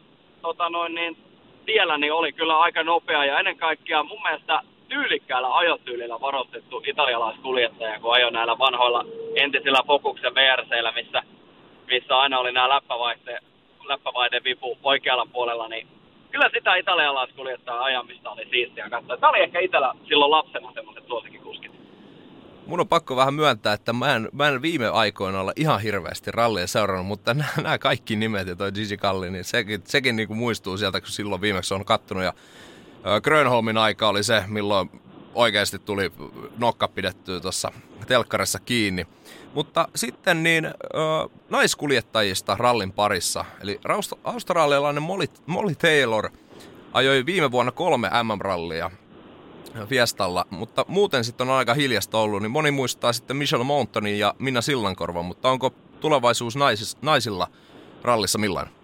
tiellä, niin oli kyllä aika nopea ja ennen kaikkea mun mielestä tyylikkäällä ajotyylillä varustettu italialaiskuljettaja, kun ajoi näillä vanhoilla entisillä Focuksen VRCillä, missä aina oli nämä läppävaihteen vipu oikealla puolella, niin kyllä sitä italialaiskuljettajaa ajamista oli siistiä katsoa. Tämä oli ehkä itsellä silloin lapsena semmoiset suosikkikuskit. Mun on pakko vähän myöntää, että mä en viime aikoina olla ihan hirveästi rallia seurannut, mutta nämä kaikki nimet ja toi Gigi Galli, niin sekin niin kuin muistuu sieltä, kun silloin viimeksi on kattonut. Ja Grönholmin aika oli se, milloin oikeasti tuli nokka pidettyä tuossa telkkarissa kiinni. Mutta sitten naiskuljettajista rallin parissa, eli australialainen Molly Taylor ajoi viime vuonna 3 MM-rallia Fiestalla, mutta muuten sitten on aika hiljasta ollut, niin moni muistaa sitten Michelle Mountonin ja Minna Sillankorvan, mutta onko tulevaisuus naisilla rallissa millainen?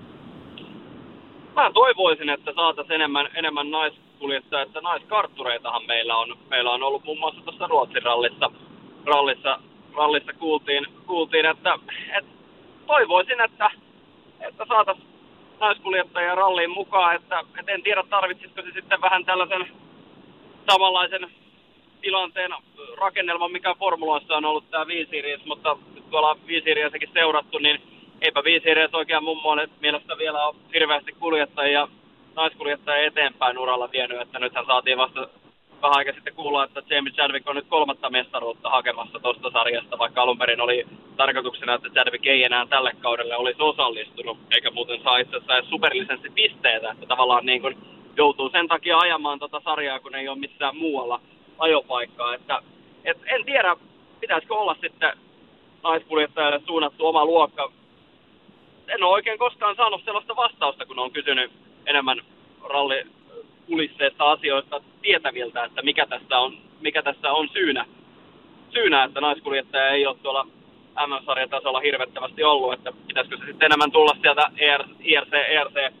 Mä toivoisin, että saataisiin enemmän naiskuljettajia, että naiskarttureitahan meillä on ollut muun muassa tuossa Ruotsin rallissa kuultiin että toivoisin, että saataisiin naiskuljettajia ralliin mukaan, että en tiedä tarvitsisiko se sitten vähän tällaisen samanlaisen tilanteen rakennelman, mikä formuloissa on ollut tämä V-Series, mutta nyt kun ollaan V-Seriesikin seurattu, niin eipä V-Series oikein mun mielestä vielä ole hirveästi kuljettajia, naiskuljettajia eteenpäin uralla vienyt, että nythän saatiin vasta vähän aika sitten kuulla, että Jamie Chadwick on nyt 3. mestaruutta hakemassa tuosta sarjasta, vaikka alun perin oli tarkoituksena, että Chadwick ei enää tälle kaudelle olisi osallistunut, eikä muuten saa itse asiassa edes superlisenssipisteitä, että tavallaan niin kuin joutuu sen takia ajamaan tuota sarjaa, kun ei ole missään muualla ajopaikkaa. Että en tiedä, pitäisikö olla sitten naiskuljettajalle suunnattu oma luokka. En ole oikein koskaan saanut sellaista vastausta, kun on kysynyt enemmän rallikulisseista asioista tietäviltä, että mikä tässä on syynä, että naiskuljettaja ei ole tuolla MM-sarjatasolla hirvettävästi ollut, että pitäisikö se sitten enemmän tulla sieltä IRC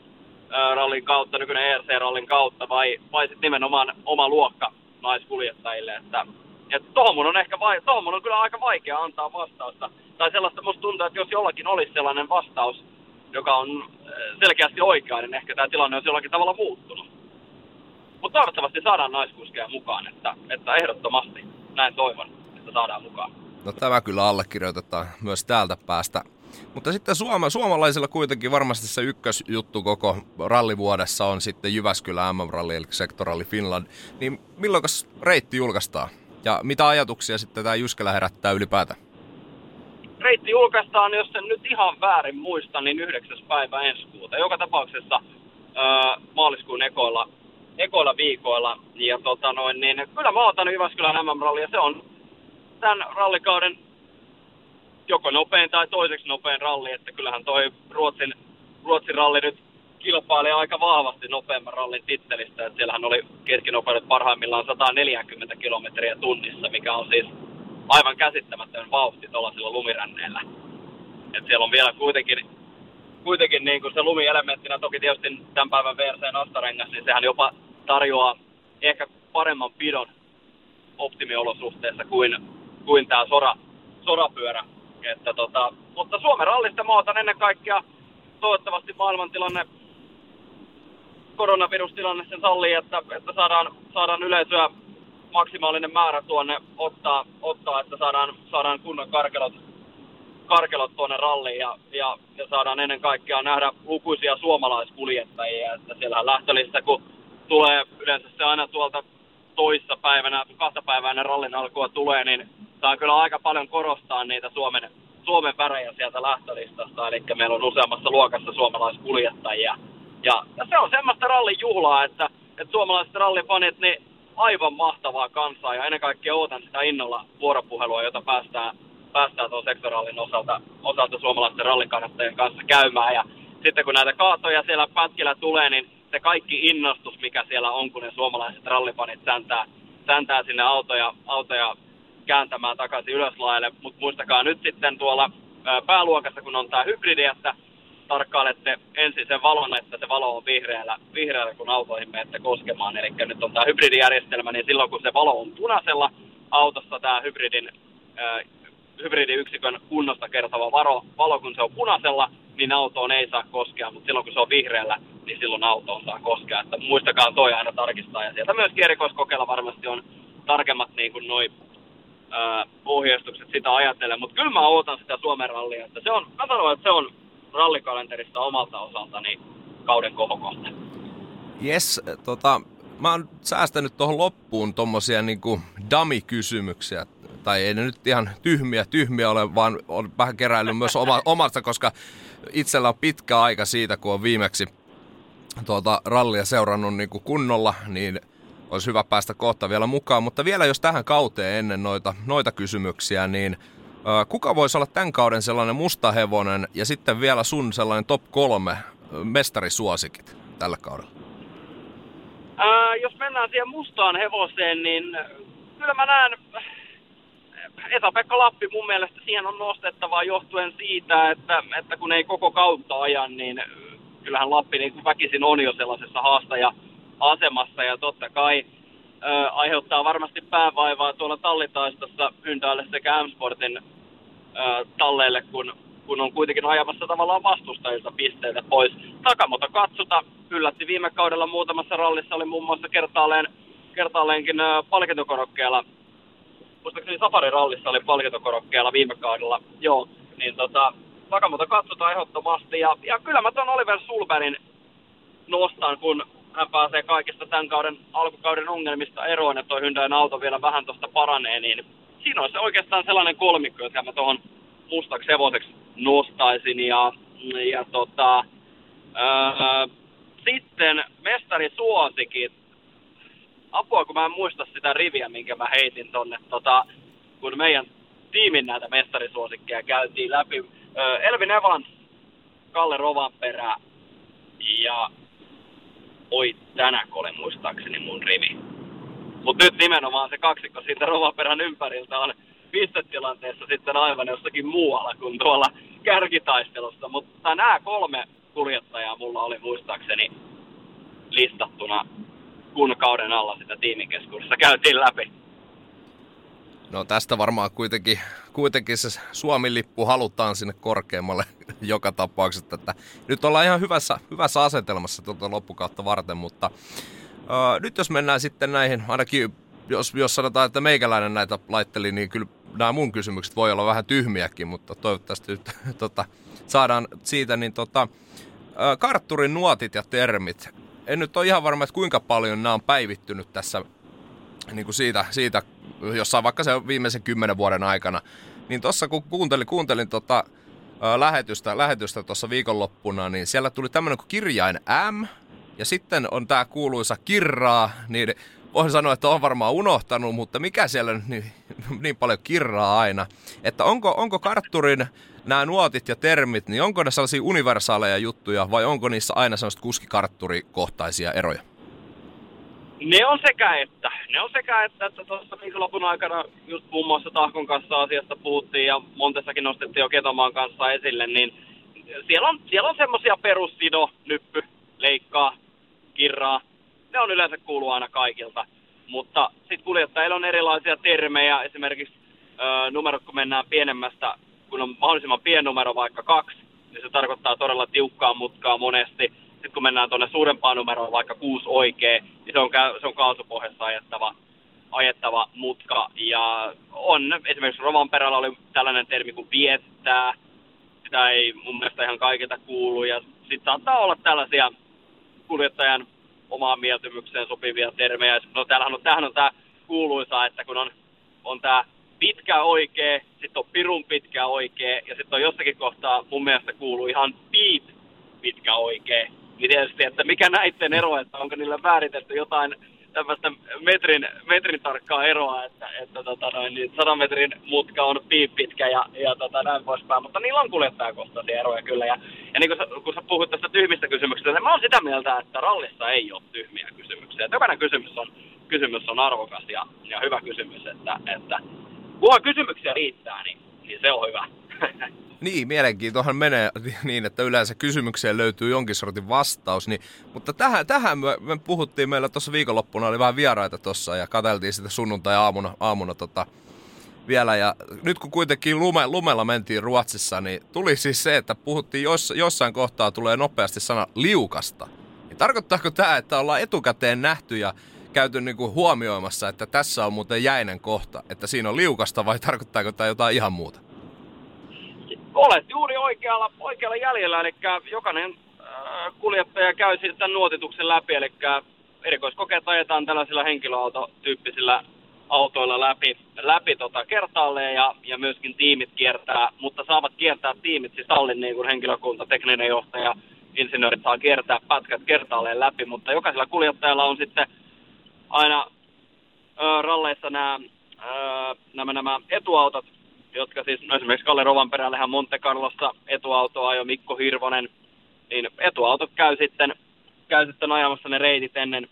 rallin kautta, nykyinen ERC-rallin kautta, vai sitten nimenomaan oma luokka naiskuljettajille. Että tohon mun on kyllä aika vaikea antaa vastausta. Tai sellaista musta tuntuu, että jos jollakin olisi sellainen vastaus, joka on selkeästi oikea, niin ehkä tämä tilanne on jollakin tavalla muuttunut. Mutta toivottavasti saadaan naiskuskeja mukaan, että ehdottomasti näin toivon, että saadaan mukaan. No tämä kyllä allekirjoitetaan myös täältä päästä. Mutta sitten suomalaisilla kuitenkin varmasti se ykkösjuttu koko rallivuodessa on sitten Jyväskylän MM-ralli eli Sektoralli Finland. Niin milloinkas reitti julkaistaan? Ja mitä ajatuksia sitten tämä Jyskälä herättää ylipäätään? Reitti julkaistaan, jos en nyt ihan väärin muista, niin 9. päivä ensi kuuta. Joka tapauksessa maaliskuun ekoilla viikoilla. Ja niin kyllä mä otan Jyväskylän MM-rallia. Se on tämän rallikauden joko nopein tai toiseksi nopein ralli, että kyllähän toi Ruotsin ralli nyt kilpailee aika vahvasti nopeamman rallin tittelistä, että siellähän oli keskinopeudet parhaimmillaan 140 kilometriä tunnissa, mikä on siis aivan käsittämätön vauhti tuollaisilla lumiränneillä. Et siellä on vielä kuitenkin niin kuin se lumielementtinä, toki tietysti tämän päivän VRC-nastarengas, niin sehän jopa tarjoaa ehkä paremman pidon optimiolosuhteessa kuin tämä sorapyörä. Mutta Suomen rallista mä otan ennen kaikkea toivottavasti maailmantilanne, koronavirustilanne sen sallii, että saadaan yleisöä maksimaalinen määrä tuonne ottaa että saadaan kunnon karkelot tuonne ralliin ja saadaan ennen kaikkea nähdä lukuisia suomalaiskuljettajia, että siellä lähtölistä kun tulee yleensä se aina tuolta toissa päivänä, 2 päivää ennen rallin alkua tulee, niin saa kyllä aika paljon korostaa niitä Suomen värejä sieltä lähtölistasta, eli meillä on useammassa luokassa suomalaiskuljettajia. Ja se on semmoista rallin juhlaa, että suomalaiset rallifanit, niin aivan mahtavaa kansaa, ja ennen kaikkea odotan sitä innolla vuoropuhelua, jota päästään tuon sektorallin osalta suomalaisten rallikannattajien kanssa käymään. Ja sitten kun näitä kaatoja siellä pätkillä tulee, niin se kaikki innostus, mikä siellä on, kun ne suomalaiset rallifanit säntää sinne autoja kääntämään takaisin ylöslaelle. Mutta muistakaa nyt sitten tuolla pääluokassa, kun on tämä hybridi, että tarkkailette ensin sen valon, että se valo on vihreällä kun autoihin menette koskemaan. Eli nyt on tämä hybridijärjestelmä, niin silloin kun se valo on punaisella autossa, tämä hybridiyksikön kunnosta kertova valo, kun se on punaisella, niin autoon ei saa koskea, mutta silloin kun se on vihreällä, niin silloin autoon saa koskea. Että muistakaa toi aina tarkistaa. Ja sieltä myöskin erikoiskokeilla varmasti on tarkemmat niin kuin noi ohjeistukset sitä ajatellen. Mutta kyllä mä ootan sitä Suomen rallia. Että mä sanon, että se on rallikalenterista omalta osaltani kauden kohokohta. Jes, mä oon säästänyt tuohon loppuun tommosia niinku dummy-kysymyksiä. Tai ei ne nyt ihan tyhmiä ole, vaan on vähän keräillyt myös omasta, koska itsellä on pitkä aika siitä, kun on viimeksi rallia seurannut niin kuin kunnolla, niin olisi hyvä päästä kohta vielä mukaan. Mutta vielä jos tähän kauteen ennen noita kysymyksiä, niin kuka voisi olla tämän kauden sellainen musta hevonen ja sitten vielä sun sellainen top 3 mestarisuosikit tällä kaudella? Jos mennään siihen mustaan hevoseen, niin kyllä mä näen Esa-Pekka Lappi mun mielestä siihen on nostettavaa johtuen siitä, että kun ei koko kautta ajan, niin kyllähän Lappi niin kuin väkisin on jo sellaisessa haastaja-asemassa ja totta kai aiheuttaa varmasti päävaivaa tuolla tallitaistossa Hyundaille sekä M-Sportin talleille, kun on kuitenkin ajamassa tavallaan vastustajilta pisteitä pois. Takamoto Katsuta yllätti viime kaudella muutamassa rallissa, oli muun muassa kertaalleenkin palkintokorokkeella. Muistaakseni Safari-rallissa oli palkintokorokkeella viime kaudella, joo, niin Takamoto Katsuta ehdottomasti. Ja kyllä mä ton Oliver Sulbergin nostan, kun hän pääsee kaikista tämän alkukauden ongelmista eroon, ja toi Hyundain auto vielä vähän tuosta paranee, niin siinä on se oikeastaan sellainen kolmikko, jota mä tuohon mustaksi hevoseksi nostaisin. Sitten mestarisuosikit. Apua, kun mä en muista sitä riviä, minkä mä heitin tonne, kun meidän tiimin näitä mestarisuosikkeja käytiin läpi. Elvin Evans, Kalle Rovanperä ja Tänäk oli muistaakseni mun rivi. Mut nyt nimenomaan se kaksikko siitä Rovanperän ympäriltä on pistetilanteessa sitten aivan jossakin muualla kuin tuolla kärkitaistelussa. Mutta nämä 3 kuljettajaa mulla oli muistaakseni listattuna, kun kauden alla sitä tiimikeskuudessa käytiin läpi. No tästä varmaan kuitenkin se Suomi-lippu halutaan sinne korkeammalle joka tapauksessa. Että nyt ollaan ihan hyvässä asetelmassa loppukautta varten, mutta nyt jos mennään sitten näihin, ainakin jos sanotaan, että meikäläinen näitä laitteli, niin kyllä nämä mun kysymykset voi olla vähän tyhmiäkin, mutta toivottavasti nyt saadaan siitä, niin kartturin nuotit ja termit. En nyt ole ihan varma, että kuinka paljon nämä on päivittynyt tässä niin kuin siitä jossain vaikka se viimeisen 10 vuoden aikana. Niin tuossa kun kuuntelin lähetystä tuossa viikonloppuna, niin siellä tuli tämmöinen kuin kirjain M, ja sitten on tämä kuuluisa kirraa, niin voin sanoa, että on varmaan unohtanut, mutta mikä siellä nyt niin paljon kirraa aina, että onko kartturin nämä nuotit ja termit, niin onko ne sellaisia universaaleja juttuja, vai onko niissä aina sellaiset kuskikartturikohtaisia eroja? Ne on sekä että tuossa viikonlopun aikana just muun muassa Tahkon kanssa asiasta puhuttiin ja Montessakin nostettiin jo Ketomaan kanssa esille, niin siellä on semmoisia perussido, nyppy, leikkaa, kirraa. Ne on yleensä kuuluu aina kaikilta, mutta sitten kuljettajilla on erilaisia termejä, esimerkiksi numerot kun mennään pienemmästä, kun on mahdollisimman pieni numero vaikka 2, niin se tarkoittaa todella tiukkaa mutkaa monesti. Sitten kun mennään tuonne suurempaan numeroon, vaikka 6 oikea, niin se on kaasupohjassa ajettava mutka. Ja on esimerkiksi Rovanperällä oli tällainen termi kuin viettää. Sitä ei mun mielestä ihan kaikilta kuulu. Ja sitten saattaa olla tällaisia kuljettajan omaan mieltymykseen sopivia termejä. No tämähän on tämä kuuluisa, että kun on tämä pitkä oikea, sitten on pirun pitkä oikea ja sitten on jossakin kohtaa mun mielestä kuuluu ihan piip pitkä oikea. Niin tietysti, että mikä näitten ero, että onko niille määritetty jotain tämmöistä metrin tarkkaa eroa, että niin 100 metrin mutka on pitkä ja näin poispäin, mutta niillä on kuljettajakohtaisia eroja kyllä. Ja niin kun sä puhut tästä tyhmistä kysymyksistä, niin mä oon sitä mieltä, että rallissa ei ole tyhmiä kysymyksiä. Jokainen kysymys on arvokas ja hyvä kysymys, että kunhan kysymyksiä riittää, niin se on hyvä. Niin, mielenkiintohan menee niin, että yleensä kysymykseen löytyy jonkin sortin vastaus. Niin, mutta tähän me puhuttiin, meillä tuossa viikonloppuna oli vähän vieraita tuossa ja katseltiin sitä sunnuntai-aamuna vielä. Ja nyt kun kuitenkin lumella mentiin Ruotsissa, niin tuli siis se, että puhuttiin jossain kohtaa tulee nopeasti sana liukasta. Niin tarkoittaako tämä, että ollaan etukäteen nähty ja käyty niinku huomioimassa, että tässä on muuten jäinen kohta, että siinä on liukasta vai tarkoittaako tämä jotain ihan muuta? Olet juuri oikealla jäljellä, eli jokainen kuljettaja käy sitten tämän nuotituksen läpi, eli erikoiskokeet ajetaan tällaisilla henkilöautotyyppisillä autoilla läpi kertaalleen ja myöskin tiimit kiertää, mutta saavat kiertää tiimit, siis tallin niin kuin henkilökunta, tekninen johtaja, insinöörit saa kiertää pätkät kertaalleen läpi, mutta jokaisella kuljettajalla on sitten aina ralleissa nämä etuautot, jotka siis, no esimerkiksi Kalle Rovanperällähän Monte Carlossa etuautoa ajoi Mikko Hirvonen, niin etuautot käy sitten ajamassa ne reitit ennen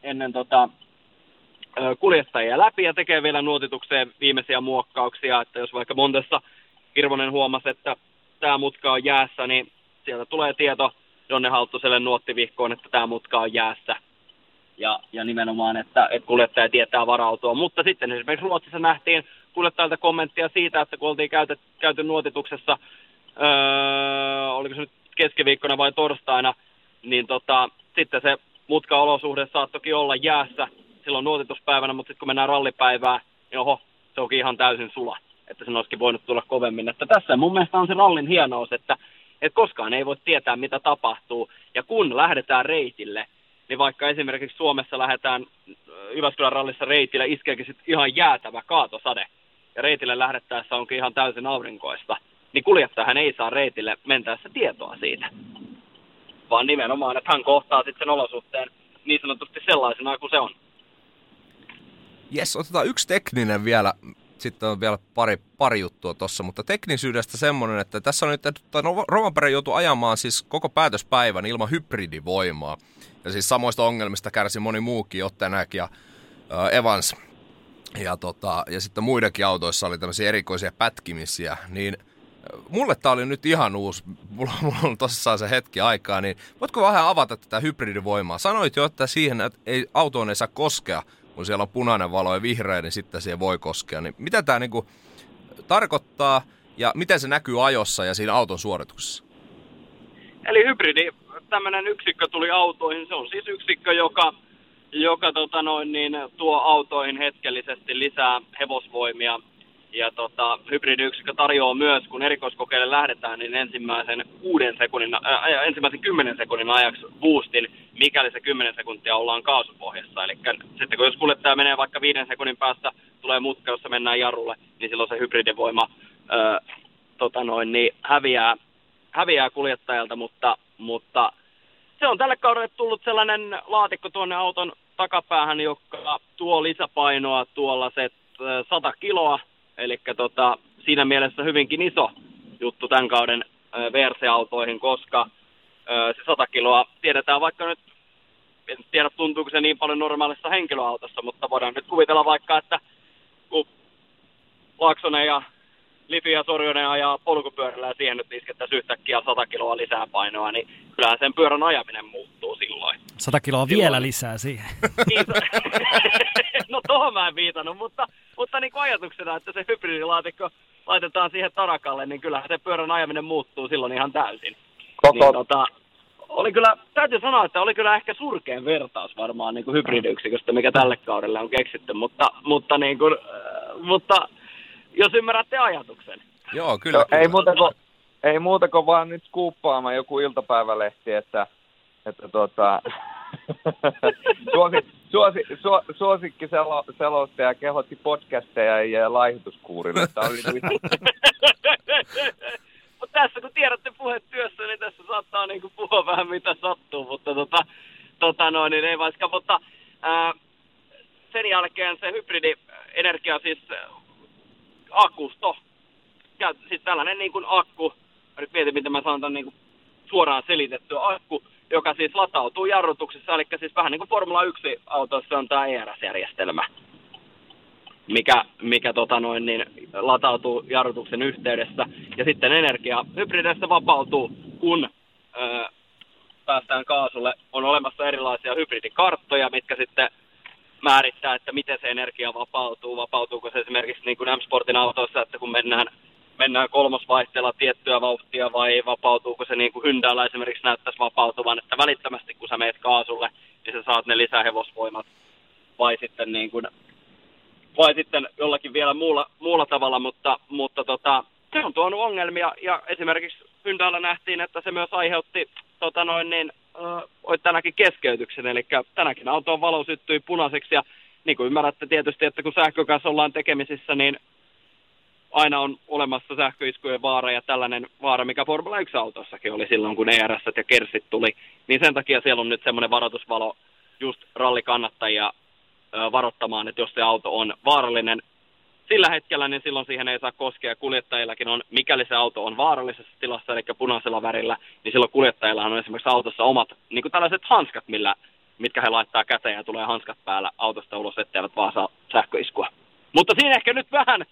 kuljettajia läpi ja tekee vielä nuotitukseen viimeisiä muokkauksia, että jos vaikka Montessa Hirvonen huomasi, että tämä mutka on jäässä, niin sieltä tulee tieto Jonne Halttuselle nuottivihkoon, että tämä mutka on jäässä. Ja nimenomaan, että kuljettaja tietää varautua. Mutta sitten esimerkiksi Ruotsissa nähtiin kuljettajalta kommenttia siitä, että kun oltiin käyty nuotituksessa, oliko se nyt keskiviikkona vai torstaina, niin sitten se mutkaolosuhde saattokin olla jäässä silloin nuotituspäivänä, mutta sitten kun mennään rallipäivään, niin se onkin ihan täysin sula, että sen olisikin voinut tulla kovemmin. Että tässä mun mielestä on se rallin hienous, että koskaan ei voi tietää, mitä tapahtuu. Ja kun lähdetään reitille, niin vaikka esimerkiksi Suomessa lähdetään Jyväskylän rallissa reitille, iskeekin sitten ihan jäätävä kaatosade, ja reitille lähdettäessä onkin ihan täysin aurinkoista, niin kuljettajahan ei saa reitille mentäessä tietoa siitä. Vaan nimenomaan, että hän kohtaa sitten sen olosuhteen niin sanotusti sellaisena kuin se on. Jes, otetaan yksi tekninen vielä. Sitten on vielä pari juttua tuossa, mutta teknisyydestä semmoinen, että tässä on nyt, Rovanperä joutui ajamaan siis koko päätöspäivän ilman hybridivoimaa. Ja siis samoista ongelmista kärsi moni muukin, Jottenäk ja Evans. Ja sitten muidenkin autoissa oli tämmöisiä erikoisia pätkimisiä. Niin mulle tää oli nyt ihan uusi, mulla on tosissaan se hetki aikaa, niin voitko vähän avata tätä hybridivoimaa? Sanoit jo, että siihen että autoon ei saa koskea, kun siellä on punainen valo ja vihreä, niin sitten siihen voi koskea. Niin mitä tää niinku tarkoittaa ja miten se näkyy ajossa ja siinä auton suorituksessa? Eli hybridi, tämmöinen yksikkö tuli autoihin, se on siis yksikkö, joka tuo autoihin hetkellisesti lisää hevosvoimia. Ja hybridiyksikkö tarjoaa myös, kun erikoiskokeille lähdetään, niin ensimmäisen 10 sekunnin ajaksi boostin, mikäli se 10 sekuntia ollaan kaasupohjassa. Eli sitten kun jos kuljettaja menee vaikka 5 sekunnin päästä, tulee mutka, jossa mennään jarrulle, niin silloin se hybridivoima häviää kuljettajalta, mutta se on tälle kaudelle tullut sellainen laatikko tuonne auton takapäähän, joka tuo lisäpainoa tuollaiset 100 kiloa. Eli siinä mielessä hyvinkin iso juttu tämän kauden VRC-autoihin, koska se 100 kiloa tiedetään vaikka nyt, en tiedä tuntuuko se niin paljon normaalissa henkilöautossa, mutta voidaan nyt kuvitella vaikka, että kun Laaksonen ja Lifi ja Sorjonen ajaa polkupyörällä ja siihen nyt iskettäisiin yhtäkkiä 100 kiloa lisää painoa, niin kyllähän sen pyörän ajaminen muuttuu silloin. 100 kiloa vielä lisää siihen. No tohon mä en viitannut, mutta niin kuin ajatuksena, että se hybridilaatikko laitetaan siihen tarakalle, niin kyllähän se pyörän ajaminen muuttuu silloin ihan täysin. Niin, oli kyllä, täytyy sanoa, että oli kyllä ehkä surkein vertaus varmaan niin kuin hybridiyksiköstä, mikä tälle kaudelle on keksitty, mutta jos ymmärrätte ajatuksen. Joo, kyllä. No, ei muuta kuin vaan nyt skuuppaamaan joku iltapäivälehti, että suosikki selostaja kehotti podcasteja ja laihituskuurille. Mutta tässä kun tiedätte puhetyössä, niin tässä saattaa niinku puhua vähän mitä sattuu, mutta niin ei vaikka, mutta sen jälkeen se hybridienergia siis akkusto, siis tällainen niin kuin akku, nyt mietin miten mä sanon niin kuin suoraan selitettyä akku, joka siis latautuu jarrutuksessa, eli siis vähän niin kuin Formula 1-autossa on tämä ERS-järjestelmä, mikä latautuu jarrutuksen yhteydessä, ja sitten energia hybrideistä vapautuu, kun päästään kaasulle. On olemassa erilaisia hybridikarttoja, mitkä sitten määrittää, että miten se energia vapautuu. Vapautuuko se esimerkiksi niin kuin M-Sportin autossa, että kun mennään kolmosvaihteella tiettyä vauhtia, vai vapautuuko se niin kuin Hyundaiilla esimerkiksi näyttäisi vapautuvan, että välittömästi kun sä meet kaasulle, niin sä saat ne lisähevosvoimat, vai sitten jollakin vielä muulla tavalla, mutta se on tuonut ongelmia, ja esimerkiksi Hyundailla nähtiin, että se myös aiheutti tänäkin keskeytyksen, eli tänäkin auton valo syttyi punaiseksi, ja niin kuin ymmärrätte tietysti, että kun sähkön kanssa ollaan tekemisissä, niin aina on olemassa sähköiskujen vaara, ja tällainen vaara, mikä Formula 1-autossakin oli silloin, kun ERS ja kersit tuli, niin sen takia siellä on nyt semmoinen varoitusvalo just rallikannattajia varoittamaan, että jos se auto on vaarallinen sillä hetkellä, niin silloin siihen ei saa koskea. Kuljettajillakin on, mikäli se auto on vaarallisessa tilassa, eli punaisella värillä, niin silloin kuljettajilla on esimerkiksi autossa omat niin kuin tällaiset hanskat, mitkä he laittaa käteen ja tulee hanskat päällä autosta ulos, etteivät vaan saa sähköiskua. Mutta siinä ehkä nyt vähän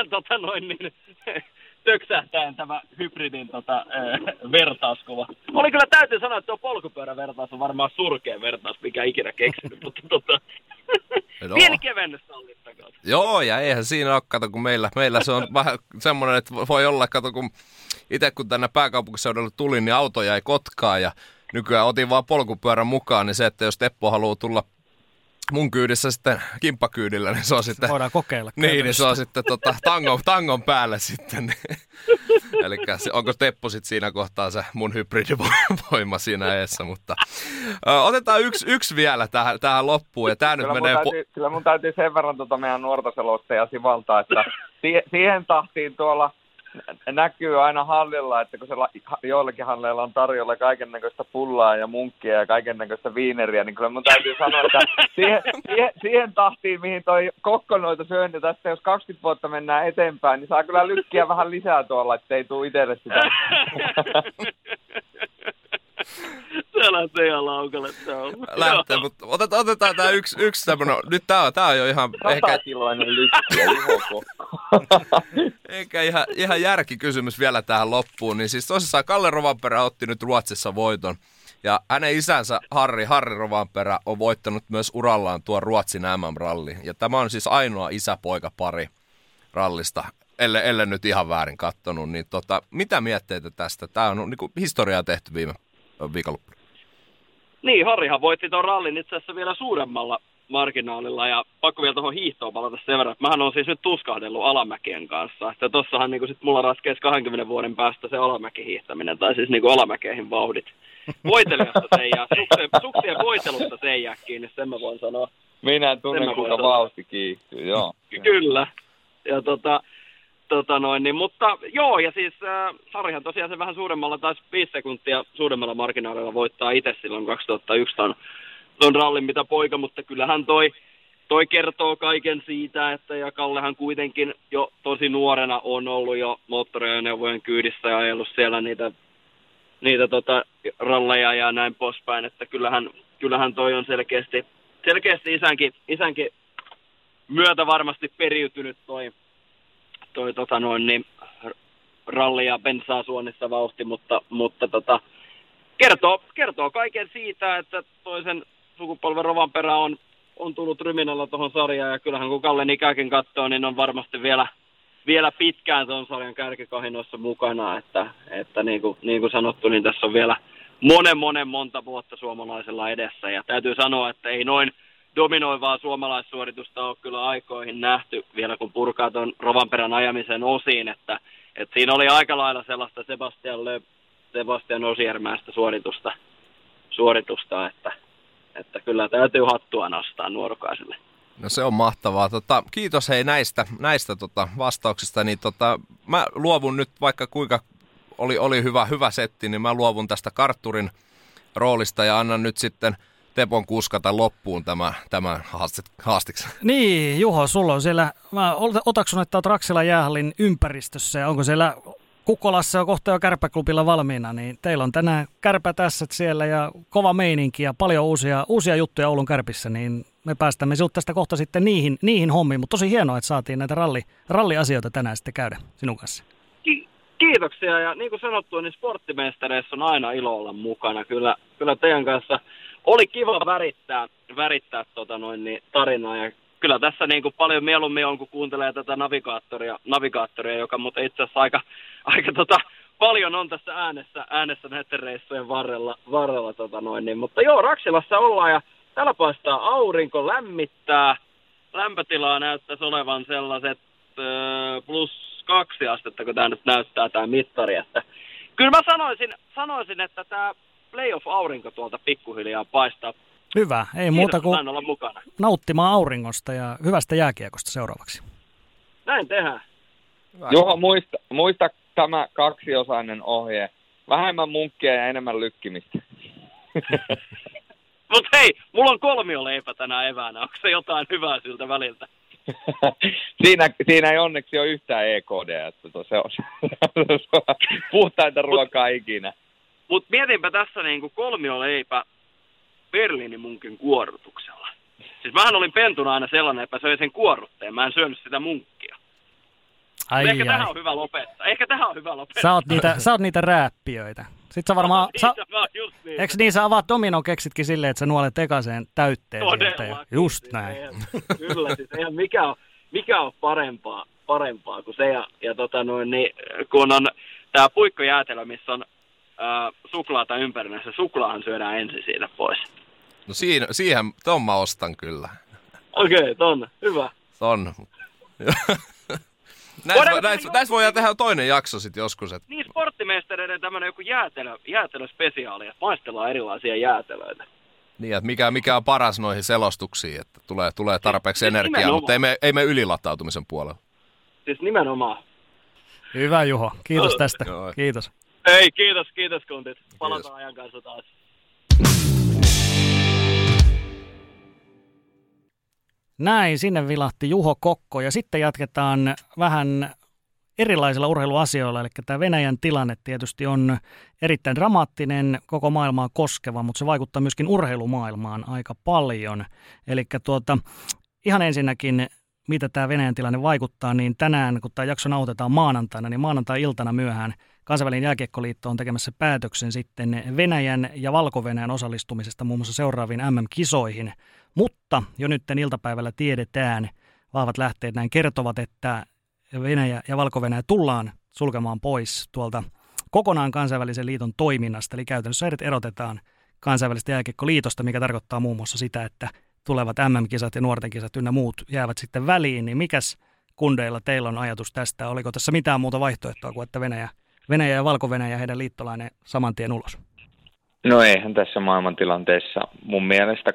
töksähtäen tämä hybridin vertauskuva. Oli kyllä täytyy sanoa, että tuo polkupyörän vertaus on varmaan surkea vertaus, mikä ikinä keksinyt, mutta pieni kevennys sallittakoon. Joo, ja eihän siinä ole, kato, kun meillä se on vähän semmoinen, että voi olla, kato, kun itse kun tänne pääkaupunkiseudulle tulin, niin auto jäi Kotkaan, ja nykyään otin vaan polkupyörän mukaan, niin se, että jos Teppo haluaa tulla mun kyydissä sitten kimppakyydillä, niin se on sitten... Voidaan kokeilla. Niin se on sitten tangon päällä sitten. Eli onko Teppo sitten siinä kohtaa se mun hybridivoima siinä eessä, mutta otetaan yksi vielä tähän loppuun. Ja tää nyt menee... Kyllä mun täytyy sen verran meidän nuortoselostajaa sivaltaa, että siihen tahtiin tuolla näkyy aina hallilla, että kun joillakin halleilla on tarjolla kaikennäköistä pullaa ja munkkia ja kaikennäköistä viineriä, niin kyllä mun täytyy sanoa, että siihen tahtiin, mihin toi kokkonoita syönti tästä, jos 20 vuotta mennään eteenpäin, niin saa kyllä lykkiä vähän lisää tuolla, ettei tule itselle sitä. Se lähtee ihan laukalle. Lähtee, mutta otetaan tää yksi tämmönen, nyt tää on jo ihan... 100-kiloinen lykkiä, ihokokko. Eikä ihan järkikysymys vielä tähän loppuun. Niin siis tosissaan Kalle Rovanperä otti nyt Ruotsissa voiton. Ja hänen isänsä Harri Rovanperä on voittanut myös urallaan tuon Ruotsin MM-ralli. Ja tämä on siis ainoa isä-poika-pari rallista, ellei nyt ihan väärin katsonut. Niin mitä mietteitä tästä? Tämä on niin kuin historiaa tehty viime viikonloppuna. Niin, Harrihan voitti tuon rallin itse asiassa vielä suuremmalla marginaalilla, ja pakko vielä tuohon hiihtoon palata sen verran, että mähän on siis nyt tuskahdellut alamäkien kanssa, että tossahan niin sit mulla raskeisi 20 vuoden päästä se alamäkihiihtäminen, tai siis niin alamäkeihin vauhdit. Voitelijasta se ei jää, suksien voitelusta se ei jää kiinni, sen mä voin sanoa. Minä tunnen, kuinka vauhti kiihtyy, joo. Kyllä, ja niin, mutta joo, ja siis Harrihan tosiaan se vähän suuremmalla, taisi 5 sekuntia suuremmalla marginaalilla voittaa itse silloin 2001 ton rallin mitä poika, mutta kyllähän toi kertoo kaiken siitä, että ja Kallehan kuitenkin jo tosi nuorena on ollut jo moottoriajoneuvojen kyydissä ja ajellut siellä niitä ralleja ja näin poispäin, että kyllähän toi on selkeästi isänkin myötä varmasti periytynyt toi ralli ja bensaa suonnissa vauhti, mutta kertoo kaiken siitä, että toisen sukupolven Rovanperä on tullut ryminällä tuohon sarjaan, ja kyllähän kun Kallen ikäkin katsoo, niin on varmasti vielä pitkään tuon sarjan kärkikahinoissa mukana, että niin kuin sanottu, niin tässä on vielä monta vuotta suomalaisella edessä, ja täytyy sanoa, että ei noin dominoivaa suomalaissuoritusta ole kyllä aikoihin nähty vielä, kun purkaa tuon Rovanperän ajamisen osiin, että siinä oli aika lailla sellaista Sebastian Osiermäistä suoritusta, että kyllä täytyy hattua nostaa nuorukaiselle. No se on mahtavaa. Kiitos hei näistä vastauksista. Niin mä luovun nyt, vaikka kuinka oli hyvä setti, niin mä luovun tästä kartturin roolista ja annan nyt sitten Tepon kuskata loppuun tämä haastiksi. Niin, Juho, sulla on siellä, mä otaksun, että olet Raksilan jäähallin ympäristössä ja onko siellä Kukkolassa on kohta jo Kärppäklubilla valmiina, niin teillä on tänään kärpätässät siellä ja kova meininki ja paljon uusia juttuja Oulun Kärpissä, niin me päästämme sinut tästä kohta sitten niihin hommiin, mutta tosi hienoa, että saatiin näitä ralliasioita tänään sitten käydä sinun kanssa. Kiitoksia, ja niin kuin sanottu, niin sporttimestareissa on aina ilo olla mukana. Kyllä teidän kanssa oli kiva värittää tarinaa, ja kyllä tässä niin kuin paljon mieluummin on, kun kuuntelee tätä navigaattoria, joka mutta itse asiassa aika paljon on tässä äänessä näiden reissujen varrella mutta joo, Raksilassa ollaan, ja täällä paistaa aurinko, lämmittää, lämpötilaa näyttäisi olevan sellaiset +2 astetta, kun tämä nyt näyttää tämä mittari, että kyllä mä sanoisin, että tämä playoff-aurinko tuolta pikkuhiljaa paistaa. Hyvä, ei muuta kuin olla mukana. Nauttimaan auringosta ja hyvästä jääkiekosta seuraavaksi. Näin tehdään. Hyvä. Juha, muista tämä 2-osainen ohje. Vähemmän munkkia ja enemmän lykkimistä. Mutta hei, mulla on 3 leipä tänään eväänä. Onko se jotain hyvää siltä väliltä? siinä ei onneksi ole yhtään EKD, että se on puhtainta ruokaa ikinä. Mutta mietinpä tässä niinku 3 leipä Berliinin munkin kuorrutuksella. Siis mähän olin pentuna aina sellainen, että söin sen kuorrutteen. Mä en syönyt sitä munkkia. Ehkä tähän on hyvä lopettaa. Sä oot niitä rääppiöitä. Sitten sä varmaan... Niin. Eikö niin sä avaat dominokeksitkin silleen, että sä nuolet ekaseen täytteen? Todella. Just näin. Kyllä, siis eihän mikä on parempaa kuin se. Ja niin, kun on tää puikkojäätelö, missä on suklaata ympärillä, se suklaahan syödään ensin siitä pois. No siihen ton mä ostan kyllä. Okei, ton. Hyvä. Ton. Näistä voidaan tehdä toinen jakso sitten joskus. Et... Niin, sporttimestareiden tämmönen joku jäätelöspesiaali, että maistellaan erilaisia jäätelöitä. Niin, että mikä on paras noihin selostuksiin, että tulee tarpeeksi energiaa, mutta ei me ylilatautumisen puolella. Siis nimenomaan. Hyvä Juho, kiitos tästä. Kiitos. Hei, kiitos kuntit. Palataan ajan kanssa taas. Näin, sinne vilahti Juho Kokko ja sitten jatketaan vähän erilaisilla urheiluasioilla. Eli tämä Venäjän tilanne tietysti on erittäin dramaattinen, koko maailmaa koskeva, mutta se vaikuttaa myöskin urheilumaailmaan aika paljon. Eli ihan ensinnäkin mitä tämä Venäjän tilanne vaikuttaa, niin tänään, kun tämä jakso nauhoitetaan maanantaina, niin maanantai-iltana myöhään Kansainvälinen jääkiekkoliitto on tekemässä päätöksen sitten Venäjän ja Valko-Venäjän osallistumisesta muun muassa seuraaviin MM-kisoihin. Mutta jo nyt iltapäivällä tiedetään, vahvat lähteet näin kertovat, että Venäjä ja Valko-Venäjä tullaan sulkemaan pois tuolta kokonaan kansainvälisen liiton toiminnasta. Eli käytännössä heidät erotetaan kansainvälistä jääkiekkoliitosta, mikä tarkoittaa muun muassa sitä, että tulevat MM-kisat ja nuorten kisat ynnä muut jäävät sitten väliin. Niin mikäs kundeilla teillä on ajatus tästä? Oliko tässä mitään muuta vaihtoehtoa kuin, että Venäjä ja Valko-Venäjä heidän liittolainen saman tien ulos? No eihän tässä maailmantilanteessa mun mielestä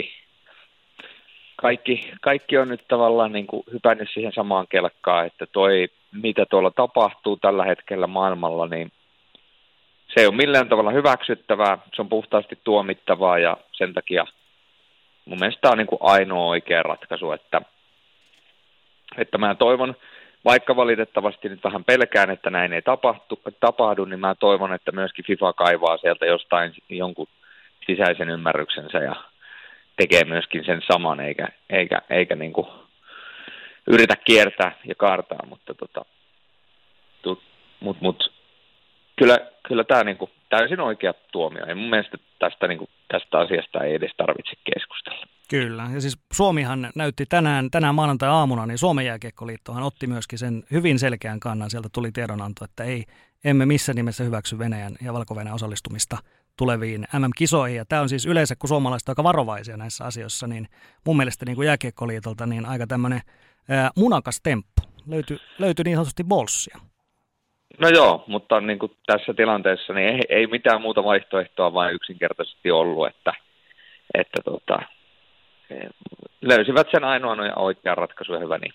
kaikki on nyt tavallaan niin kuin hypännyt siihen samaan kelkkaan, että mitä tuolla tapahtuu tällä hetkellä maailmalla, niin se ei ole millään tavalla hyväksyttävää, se on puhtaasti tuomittavaa ja sen takia mun mielestä tämä on niin kuin ainoa oikea ratkaisu, että mä toivon, vaikka valitettavasti nyt vähän pelkään, että näin ei tapahdu, niin mä toivon, että myöskin FIFA kaivaa sieltä jostain jonkun sisäisen ymmärryksensä ja tekee myöskin sen saman, eikä niin kuin yritä kiertää ja kaartaa, mutta kyllä tämä niin kuin täysin oikea tuomio. Ja mun mielestä tästä asiasta ei edes tarvitse keskustella. Kyllä, ja siis Suomihan näytti tänään maanantai-aamuna, niin Suomen jääkiekkoliittohan otti myöskin sen hyvin selkeän kannan. Sieltä tuli tiedonanto, että emme missään nimessä hyväksy Venäjän ja Valko-Venäjän osallistumista tuleviin MM-kisoihin. Ja tämä on siis yleensä, kun suomalaiset on aika varovaisia näissä asioissa, niin mun mielestä niin kuin jääkiekkoliitolta niin aika tämmöinen munakas temppu. Löytyi niin sanotusti bolssia. No joo, mutta niin kuin tässä tilanteessa niin ei mitään muuta vaihtoehtoa vain yksinkertaisesti ollut, että löysivät sen ainoan ja oikean ratkaisun ja hyvä niin.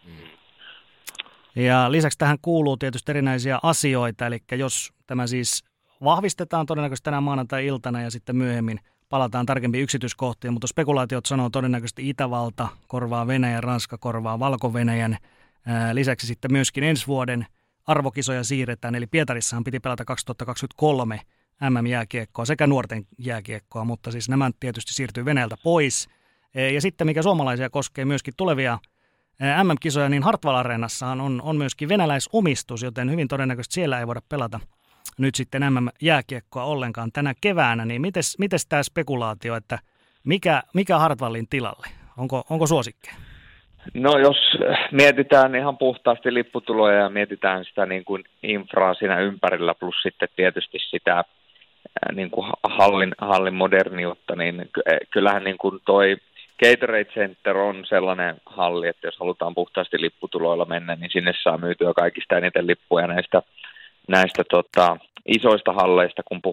Ja lisäksi tähän kuuluu tietysti erinäisiä asioita, eli jos tämä siis vahvistetaan todennäköisesti tänään maanantai-iltana ja sitten myöhemmin palataan tarkempiin yksityiskohtiin, mutta spekulaatiot sanoo todennäköisesti Itävalta korvaa Venäjän, Ranska korvaa Valko-Venäjän. Lisäksi sitten myöskin ensi vuoden arvokisoja siirretään, eli Pietarissahan piti pelata 2023 MM-jääkiekkoa sekä nuorten jääkiekkoa, mutta siis nämä tietysti siirtyy Venäjältä pois. Ja sitten mikä suomalaisia koskee myöskin tulevia MM-kisoja, niin Hartwall Areenassahan on myöskin venäläisomistus, joten hyvin todennäköisesti siellä ei voida pelata nyt sitten MM-jääkiekkoa ollenkaan tänä keväänä. Niin mites tämä spekulaatio, että mikä Hartwallin tilalle? Onko suosikkeja? No jos mietitään ihan puhtaasti lipputuloja ja mietitään sitä niin kuin infraa siinä ympärillä plus sitten tietysti sitä niin kuin hallin moderniutta, niin kyllähän niin kuin toi Gatorade Center on sellainen halli, että jos halutaan puhtaasti lipputuloilla mennä, niin sinne saa myytyä kaikista eniten lippuja näistä isoista halleista, kun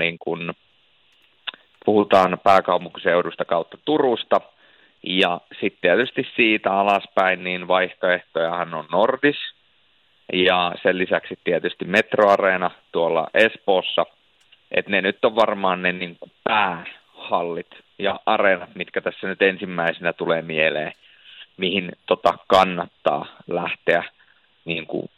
puhutaan pääkaupunkiseudusta kautta Turusta. Ja sitten tietysti siitä alaspäin, niin vaihtoehtojahan on Nordis ja sen lisäksi tietysti Metro Areena tuolla Espoossa. Että ne nyt on varmaan ne niin kuin päähallit ja areenat, mitkä tässä nyt ensimmäisenä tulee mieleen, mihin kannattaa lähteä niin kuin,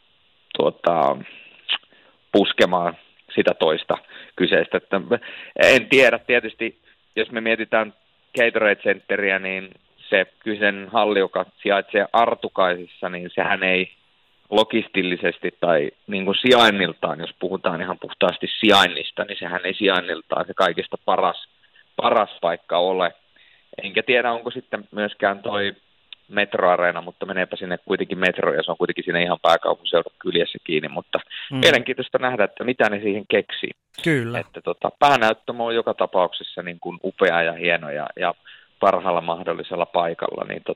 puskemaan sitä toista kyseistä. Että en tiedä, tietysti jos me mietitään Gatorade Centeriä, niin se kyseinen halli, joka sijaitsee Artukaisissa, niin sehän ei logistillisesti tai niin kuin sijainniltaan, jos puhutaan ihan puhtaasti sijainnista, niin sehän ei sijainniltaan se kaikista paras paikka ole. Enkä tiedä, onko sitten myöskään toi Metro-areena, mutta meneepä sinne kuitenkin metro, ja se on kuitenkin siinä ihan pääkaupunkiseudun kyljessä kiinni, mutta mielenkiintoista nähdä, että mitä ne siihen keksii. Kyllä. Että päänäyttämö on joka tapauksessa niin kuin upea ja hieno ja parhaalla mahdollisella paikalla, niin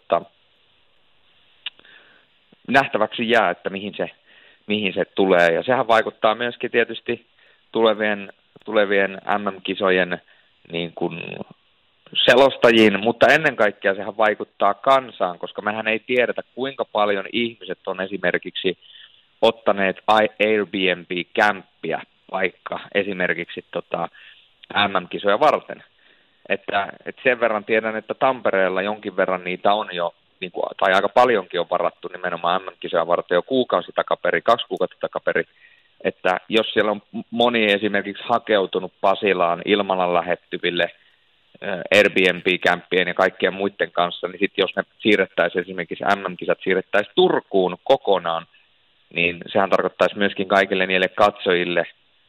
nähtäväksi jää, että mihin se tulee, ja sehän vaikuttaa myöskin tietysti tulevien MM-kisojen niin kuin selostajiin, mutta ennen kaikkea sehän vaikuttaa kansaan, koska mehän ei tiedetä, kuinka paljon ihmiset on esimerkiksi ottaneet Airbnb-kämppiä vaikka esimerkiksi MM-kisoja varten. Että sen verran tiedän, että Tampereella jonkin verran niitä on jo, niin kuin, tai aika paljonkin on varattu nimenomaan MM-kisoja varten jo 2 kuukautta takaperi, että jos siellä on moni esimerkiksi hakeutunut Pasilaan Ilmalan lähettyville Airbnb-kämppien ja kaikkien muiden kanssa, niin sitten jos ne siirrettäisiin esimerkiksi MM-kisat siirrettäisiin Turkuun kokonaan, niin sehän tarkoittaisi myöskin kaikille niille katsojille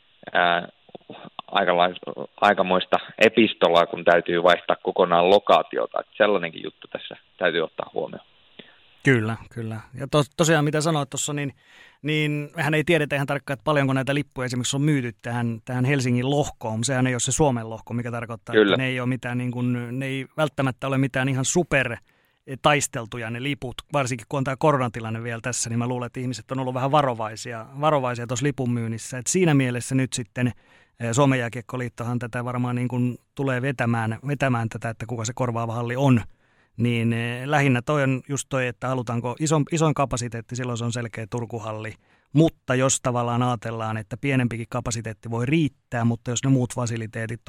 aikamoista epistolaa, kun täytyy vaihtaa kokonaan lokaatiota. Että sellainenkin juttu tässä täytyy ottaa huomioon. Kyllä. Ja tosiaan mitä sanoit tuossa, niin mehän ei tiedetä ihan tarkkaan, että paljonko näitä lippuja esimerkiksi on myyty tähän Helsingin lohkoon. Sehän ei ole se Suomen lohko, mikä tarkoittaa, Kyllä. että ne ei ole mitään, niin kuin, ne ei välttämättä ole mitään ihan super taisteltuja ne liput, varsinkin kun on tämä koronatilanne vielä tässä, niin mä luulen, että ihmiset on ollut vähän varovaisia tuossa lipun myynnissä. Et siinä mielessä nyt sitten Suomen Jääkiekkoliittohan tätä varmaan niin kuin tulee vetämään tätä, että kuka se korvaava halli on. Niin lähinnä toi on just toi, että halutaanko isoin kapasiteetti, silloin se on selkeä Turkuhalli, mutta jos tavallaan ajatellaan, että pienempikin kapasiteetti voi riittää, mutta jos ne muut fasiliteetit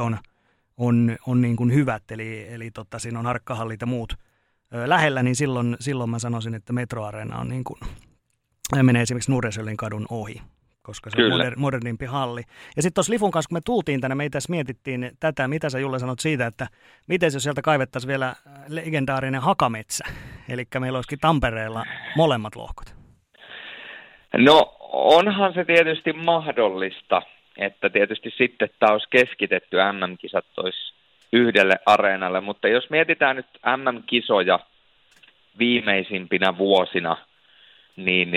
on niin kuin hyvät, eli siinä on harkkahallit ja muut lähellä, niin silloin mä sanoisin, että Metro-areena on niin kuin, menee esimerkiksi Nurresölin kadun ohi, koska se Kyllä. on modernimpi halli. Ja sitten tuossa Lifun kanssa, kun me tultiin tänne, me itse mietittiin tätä, mitä sä Julle sanot siitä, että miten jos sieltä kaivettaisiin vielä legendaarinen Hakametsä, eli meillä olisikin Tampereella molemmat lohkot. No onhan se tietysti mahdollista, että tietysti sitten tämä olisi keskitetty MM-kisat olisi yhdelle areenalle, mutta jos mietitään nyt MM-kisoja viimeisimpinä vuosina, niin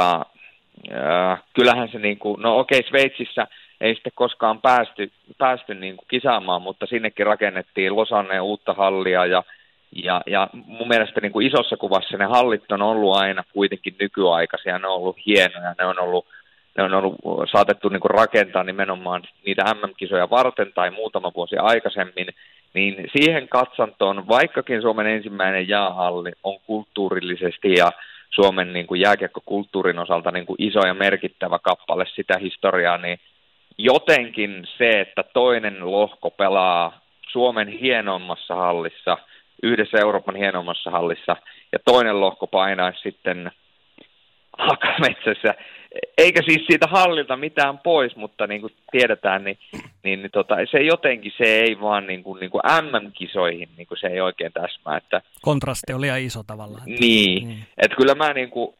kyllähän se Sveitsissä ei sitten koskaan päästy niin kuin kisaamaan, mutta sinnekin rakennettiin Losanneen uutta hallia ja mun mielestä niin kuin isossa kuvassa ne hallit on ollut aina kuitenkin nykyaikaisia, ne on ollut hienoja, ne on ollut saatettu niin kuin rakentaa nimenomaan niitä MM-kisoja varten tai muutama vuosi aikaisemmin, niin siihen katsantoon, vaikkakin Suomen ensimmäinen jäähalli on kulttuurillisesti ja Suomen niin kuin jääkiekkokulttuurin osalta niin kuin iso ja merkittävä kappale sitä historiaa, niin jotenkin se, että toinen lohko pelaa Suomen hienoimmassa hallissa, yhdessä Euroopan hienoimmassa hallissa, ja toinen lohko painaisi sitten Hakametsässä, eikä siis siitä hallilta mitään pois, mutta niin kuin tiedetään, se jotenkin se ei vaan niin kuin MM-kisoihin, niin kuin se ei oikein täsmää. Että, kontrasti on liian iso tavallaan. Niin, että kyllä mä niin kuin,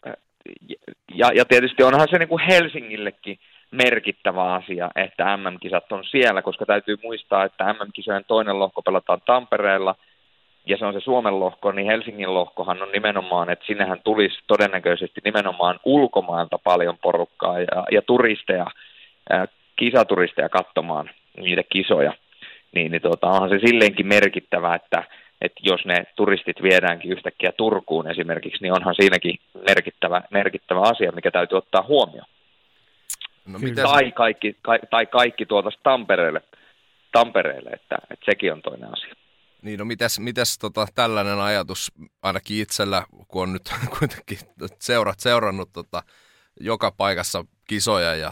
ja tietysti onhan se niin kuin Helsingillekin merkittävä asia, että MM-kisat on siellä, koska täytyy muistaa, että MM-kisojen toinen lohko pelataan Tampereella, ja se on se Suomen lohko, niin Helsingin lohkohan on nimenomaan, että sinnehän tulisi todennäköisesti nimenomaan ulkomailta paljon porukkaa ja turisteja, kisaturisteja katsomaan niitä kisoja. Onhan se silleenkin merkittävä, että jos ne turistit viedäänkin yhtäkkiä Turkuun esimerkiksi, niin onhan siinäkin merkittävä asia, mikä täytyy ottaa huomioon. No, tai kaikki tuotaisiin Tampereelle, että sekin on toinen asia. Niin, no mites tällainen ajatus ainakin itsellä, kun on nyt kuitenkin seurannut joka paikassa kisoja ja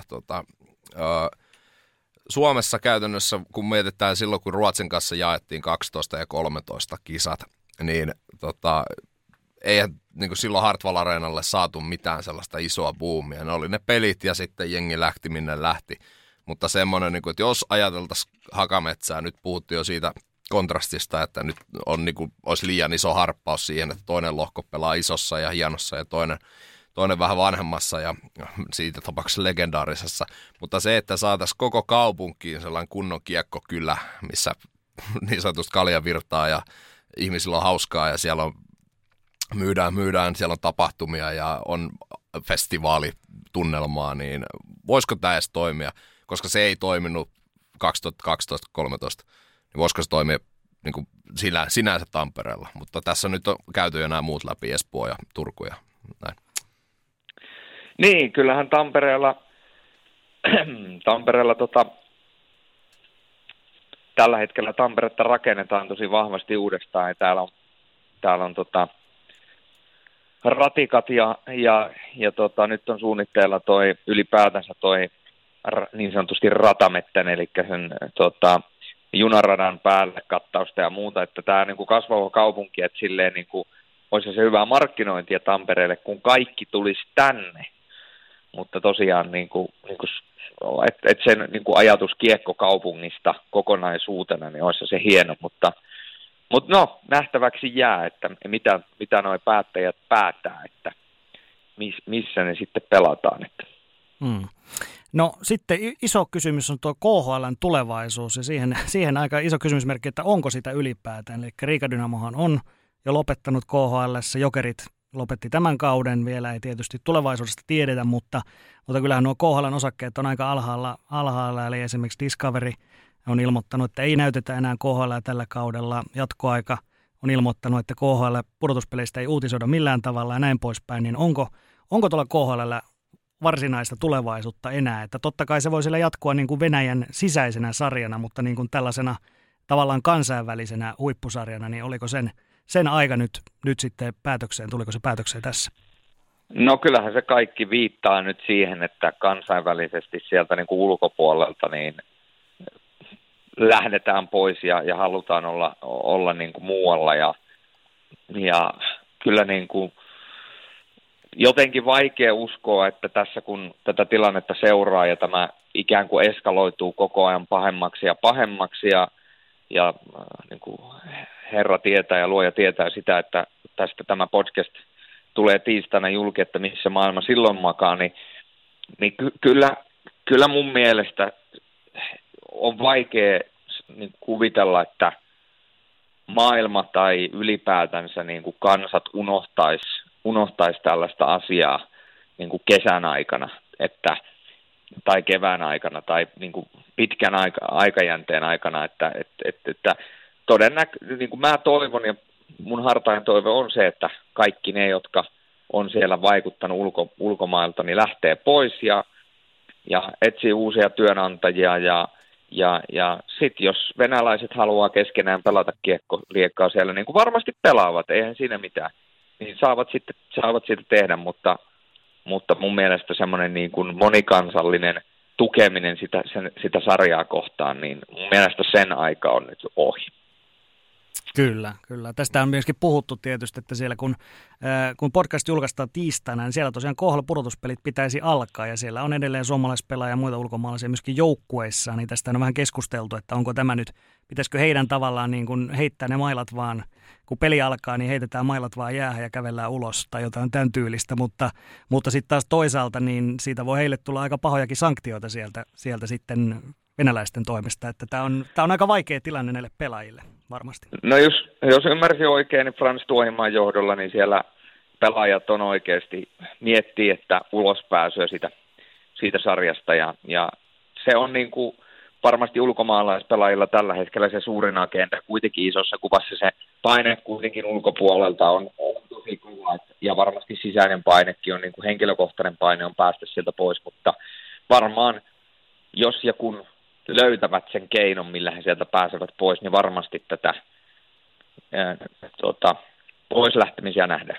Suomessa käytännössä, kun mietitään silloin, kun Ruotsin kanssa jaettiin 12 ja 13 kisat, niin eihän niin kuin silloin Hartwall Areenalle saatu mitään sellaista isoa boomia. Ne oli ne pelit ja sitten jengi lähti minne lähti. Mutta semmoinen, niin kuin, että jos ajateltaisiin Hakametsää, nyt puhuttiin jo siitä kontrastista, että nyt on, niin kuin, olisi liian iso harppaus siihen, että toinen lohko pelaa isossa ja hienossa ja toinen vähän vanhemmassa ja siitä tapauksessa legendaarisessa. Mutta se, että saataisiin koko kaupunkiin sellainen kunnon kiekkokylä, missä niin sanotusti kalja virtaa ja ihmisillä on hauskaa ja siellä on myydään, siellä on tapahtumia ja on festivaalitunnelmaa, niin voisiko tämä edes toimia? Koska se ei toiminut 2012-2013, niin voisiko se toimia niin kuin sinänsä Tampereella? Mutta tässä nyt on käyty jo nämä muut läpi, Espoo ja Turku ja näin. Niin, kyllähän Tampereella tällä hetkellä Tamperetta rakennetaan tosi vahvasti uudestaan ja täällä on ratikat ja nyt on suunnitteilla ylipäätänsä niin sanotusti ratametten, eli sen junaradan päälle kattausta ja muuta, että tämä niin kuin kasvava kaupunki, että silleen niin kuin olisi se hyvää markkinointia Tampereelle, kun kaikki tulisi tänne. Mutta tosiaan että sen niin kuin ajatus kiekkokaupungista kokonaisuutena, niin olisi se hieno, mutta Mutta no, nähtäväksi jää, että mitä nuo päättäjät päättää, että missä ne sitten pelataan. Että. No sitten iso kysymys on tuo KHL:n tulevaisuus ja siihen aika iso kysymysmerkki, että onko sitä ylipäätään. Eli Riika Dynamohan on jo lopettanut KHL:ssä, Jokerit lopetti tämän kauden, vielä ei tietysti tulevaisuudesta tiedetä, mutta kyllähän nuo KHL:n osakkeet on aika alhaalla, eli esimerkiksi Discovery on ilmoittanut, että ei näytetä enää KHL tällä kaudella, jatkoaika on ilmoittanut, että KHL pudotuspeleistä ei uutisoida millään tavalla ja näin poispäin, niin onko tuolla KHL:llä varsinaista tulevaisuutta enää, että totta kai se voi siellä jatkua niin kuin Venäjän sisäisenä sarjana, mutta niin kuin tällaisena tavallaan kansainvälisenä huippusarjana, niin oliko sen aika nyt sitten päätökseen, tuliko se päätökseen tässä? No kyllähän se kaikki viittaa nyt siihen, että kansainvälisesti sieltä niin kuin ulkopuolelta niin lähdetään pois ja halutaan olla niin kuin muualla ja kyllä niin kuin jotenkin vaikea uskoa, että tässä kun tätä tilannetta seuraa ja tämä ikään kuin eskaloituu koko ajan pahemmaksi ja niin kuin Herra tietää ja Luoja tietää sitä, että tästä tämä podcast tulee tiistaina julki, että missä maailma silloin makaa, niin kyllä mun mielestä on vaikea niin kuvitella, että maailma tai ylipäätänsä niin kuin kansat unohtaisi tällaista asiaa niin kuin kesän aikana, tai kevään aikana, tai niin kuin pitkän aikajänteen aikana, että niin kuin mä toivon, ja mun hartain toive on se, että kaikki ne, jotka on siellä vaikuttanut ulkomailta, niin lähtee pois ja etsii uusia työnantajia, ja sitten jos venäläiset haluaa keskenään pelata liekkaa siellä, niin kuin varmasti pelaavat, eihän siinä mitään, niin saavat sitten tehdä, mutta mun mielestä semmoinen niin kuin monikansallinen tukeminen sitä sarjaa kohtaan, niin mun mielestä sen aika on nyt ohi. Kyllä. Tästä on myöskin puhuttu tietysti, että siellä kun podcast julkaistaan tiistaina, niin siellä tosiaan KHL-pudotuspelit pitäisi alkaa, ja siellä on edelleen suomalaispelaajia ja muita ulkomaalaisia myöskin joukkueissa, niin tästä on vähän keskusteltu, että onko tämä nyt, pitäisikö heidän tavallaan niin kuin heittää ne mailat vaan, kun peli alkaa, niin heitetään mailat vaan jäähän ja kävellään ulos, tai jotain tämän tyylistä, mutta sitten taas toisaalta, niin siitä voi heille tulla aika pahojakin sanktioita sieltä sitten venäläisten toimesta, että tämä on aika vaikea tilanne näille pelaajille varmasti. No jos ymmärsin oikein, niin Frans Tuohimaan johdolla, niin siellä pelaajat on oikeasti miettii, että ulospääsyä siitä sarjasta, ja se on niin kuin varmasti ulkomaalaispelaajilla tällä hetkellä se suurin agenda, kuitenkin isossa kuvassa se paine kuitenkin ulkopuolelta on tosi kova, ja varmasti sisäinen painekin on niin kuin henkilökohtainen paine on päästä sieltä pois, mutta varmaan jos ja kun löytävät sen keinon, millä he sieltä pääsevät pois, niin varmasti tätä poislähtemisiä nähdään.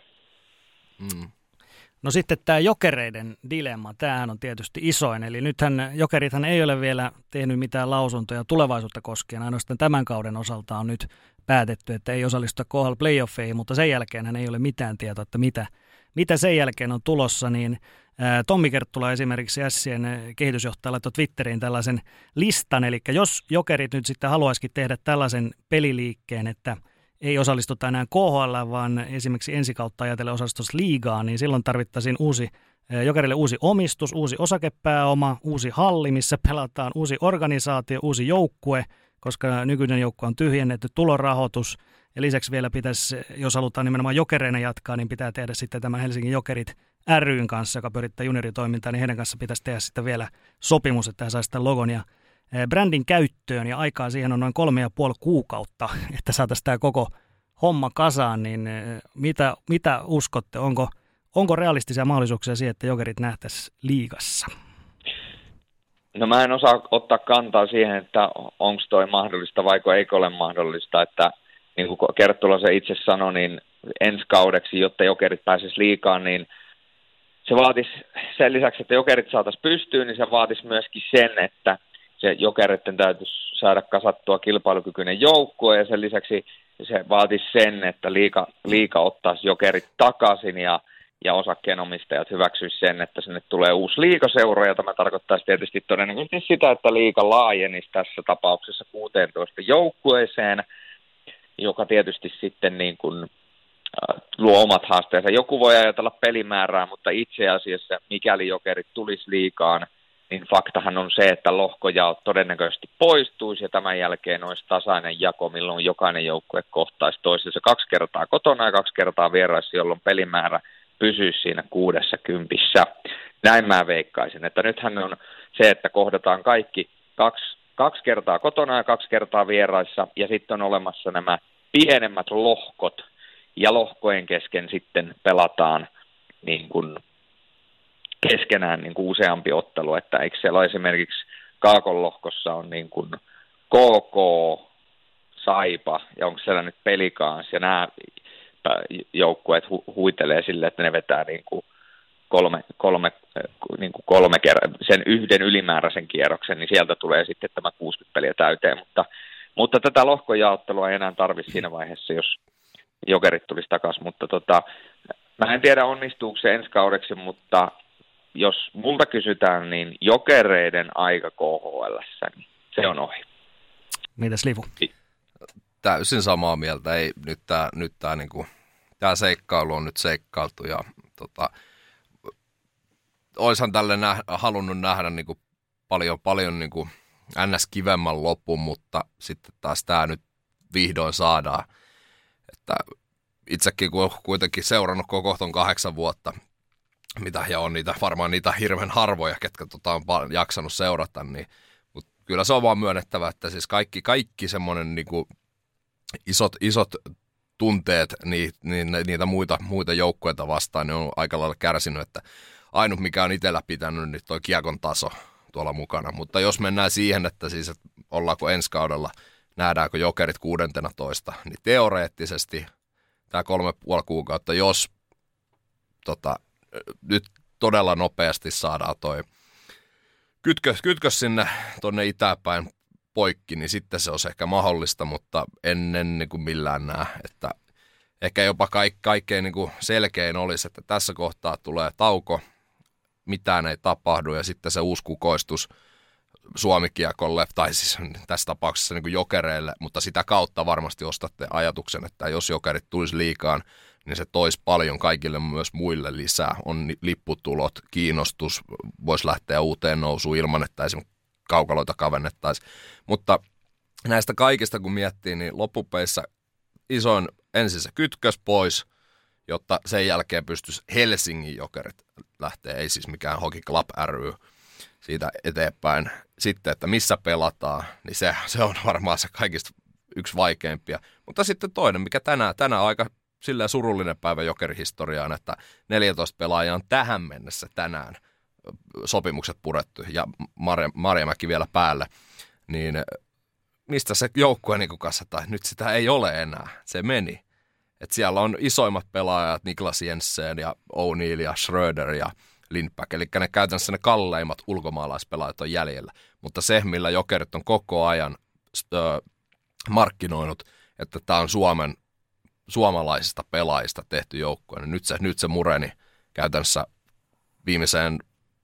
No sitten tämä Jokereiden dilemma, tämähän on tietysti isoin, eli nythän Jokerithan ei ole vielä tehnyt mitään lausuntoja tulevaisuutta koskien, ainoastaan tämän kauden osalta on nyt päätetty, että ei osallistuta KHL playoffeihin, mutta sen jälkeen ei ole mitään tietoa, että mitä sen jälkeen on tulossa, niin Tommi Kerttula esimerkiksi Ässien kehitysjohtaja laittoi Twitteriin tällaisen listan, eli jos Jokerit nyt sitten haluaisikin tehdä tällaisen peliliikkeen, että ei osallistuta enää KHL, vaan esimerkiksi ensi kautta ajatellen osallistuisi liigaan, niin silloin tarvittaisiin Jokerille uusi omistus, uusi osakepääoma, uusi halli, missä pelataan, uusi organisaatio, uusi joukkue, koska nykyinen joukkue on tyhjennetty, tulorahoitus, ja lisäksi vielä pitäisi, jos halutaan nimenomaan Jokereina jatkaa, niin pitää tehdä sitten tämä Helsingin Jokerit ry:n kanssa, joka pyörittää junioritoimintaa, niin heidän kanssa pitäisi tehdä sitten vielä sopimus, että he saisivat tämän logon ja brändin käyttöön, ja aikaa siihen on noin 3,5 kuukautta, että saataisiin tämä koko homma kasaan, niin mitä uskotte, onko realistisia mahdollisuuksia siihen, että Jokerit nähtäisiin liigassa? No mä en osaa ottaa kantaa siihen, että onko toi mahdollista vaiko eikö ole mahdollista, että niin kuin Kerttula se itse sanoi, niin ensi kaudeksi, jotta Jokerit pääsisi liigaan, niin se vaatisi sen lisäksi, että Jokerit saataisiin pystyyn, niin se vaatisi myöskin sen, että se Jokeritten täytyisi saada kasattua kilpailukykyinen joukkue, ja sen lisäksi se vaatisi sen, että liiga ottaisi Jokerit takaisin, ja osakkeenomistajat hyväksyisi sen, että sinne tulee uusi liigaseura, ja tämä tarkoittaisi tietysti todennäköisesti sitä, että liiga laajenisi tässä tapauksessa 16 joukkueeseen, joka tietysti sitten niin kuin luo omat haasteensa. Joku voi ajatella pelimäärää, mutta itse asiassa mikäli Jokerit tulisi liigaan, niin faktahan on se, että lohkojaot todennäköisesti poistuisi ja tämän jälkeen olisi tasainen jako, milloin jokainen joukkue kohtaisi toisensa 2 kertaa kotona ja 2 kertaa vieraissa, jolloin pelimäärä pysyisi siinä 60. Näin mä veikkaisin, että nythän on se, että kohdataan kaikki 2 kertaa kotona ja 2 kertaa vieraissa ja sitten on olemassa nämä pienemmät lohkot ja lohkojen kesken sitten pelataan niin kuin keskenään niin kuin useampi ottelu, että eikö siellä esimerkiksi Kaakon lohkossa on niin kuin KK, Saipa ja onko siellä nyt Pelikans ja nämä joukkueet huitelee sille, että ne vetää niin kuin kolme kertaa sen yhden ylimääräisen kierroksen, niin sieltä tulee sitten tämä 60 peliä täyteen, mutta tätä lohkojaottelua ei enää tarvitse siinä vaiheessa, jos Jokerit tulisi takaisin, mutta mä en tiedä onnistuuko se ensi kaudeksi, mutta jos multa kysytään, niin Jokereiden aika KHL:ssä, niin se on ohi. Mitäs Livu? Täysin samaa mieltä. Ei, nyt tää niinku, tää seikkailu on nyt seikkailtu ja oishan tälle halunnut nähdä niinku paljon niinku NS-kivemmän lopun, mutta sitten taas tää nyt vihdoin saadaan. Että itsekin kun kuitenkin seurannut koko ton 8 vuotta, ja on varmaan niitä hirveän harvoja, ketkä on jaksanut seurata, niin mutta kyllä se on vaan myönnettävä, että siis kaikki semmoinen niinku isot tunteet niitä muita joukkueita vastaan, ne on aika lailla kärsinyt, että ainut mikä on itsellä pitänyt, niin toi kiekon taso tuolla mukana. Mutta jos mennään siihen, että siis että ollaanko ensi kaudella, nähdäänkö Jokerit 16, niin teoreettisesti tämä 3,5 kuukautta, jos nyt todella nopeasti saadaan toi kytkös sinne tuonne itäpäin poikki, niin sitten se olisi ehkä mahdollista, mutta ennen niin kuin millään näe, että ehkä jopa kaikkein niin kuin selkein olisi, että tässä kohtaa tulee tauko, mitään ei tapahdu ja sitten se uusi kukoistus Suomi-kiekolle, tai siis tässä tapauksessa niin kuin Jokereille, mutta sitä kautta varmasti ostatte ajatuksen, että jos Jokerit tulisi liikaan, niin se toisi paljon kaikille myös muille lisää. On lipputulot, kiinnostus, voisi lähteä uuteen nousuun ilman, että esimerkiksi kaukaloita kavennettaisiin. Mutta näistä kaikista kun miettii, niin loppupeissä isoin ensin se kytkös pois, jotta sen jälkeen pystyisi Helsingin Jokerit lähteä, ei siis mikään Hockey Club ry siitä eteenpäin. Sitten, että missä pelataan, niin se on varmaan se kaikista yksi vaikeimpia. Mutta sitten toinen, mikä tänään aika silleen surullinen päivä Jokerihistoriaan, että 14 pelaajaa on tähän mennessä tänään sopimukset purettu ja Marjamäki vielä päälle, niin mistä se joukkue niin kassataan? Nyt sitä ei ole enää, se meni. Et siellä on isoimmat pelaajat, Niklas Jensen ja O'Neill ja Schröder ja Lindback, eli ne käytännössä ne kalleimmat ulkomaalaispelaajat on jäljellä. Mutta se, millä Jokerit on koko ajan markkinoinut, että tämä on suomalaisista pelaajista tehty joukkue, niin nyt se mureni käytännössä viimeiseen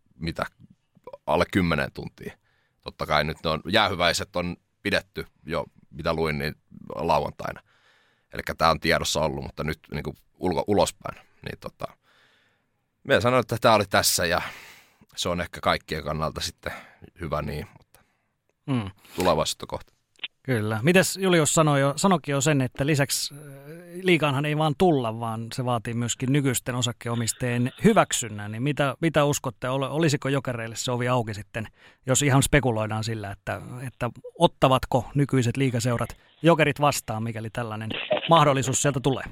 alle 10 tuntia. Totta kai nyt jäähyväiset on pidetty jo, mitä luin, niin lauantaina. Eli tämä on tiedossa ollut, mutta nyt niin kuin ulospäin. Niin minä sanoin, että tämä oli tässä ja se on ehkä kaikkien kannalta sitten hyvä niin, mutta tulevaisuutta kohta. Kyllä. Mites Julius sanoikin jo sen, että lisäksi liigaanhan ei vaan tulla, vaan se vaatii myöskin nykyisten osakkeenomistajien hyväksynnän. Niin mitä uskotte, olisiko Jokereille se ovi auki sitten, jos ihan spekuloidaan sillä, että ottavatko nykyiset liigaseurat Jokerit vastaan, mikäli tällainen mahdollisuus sieltä tulee?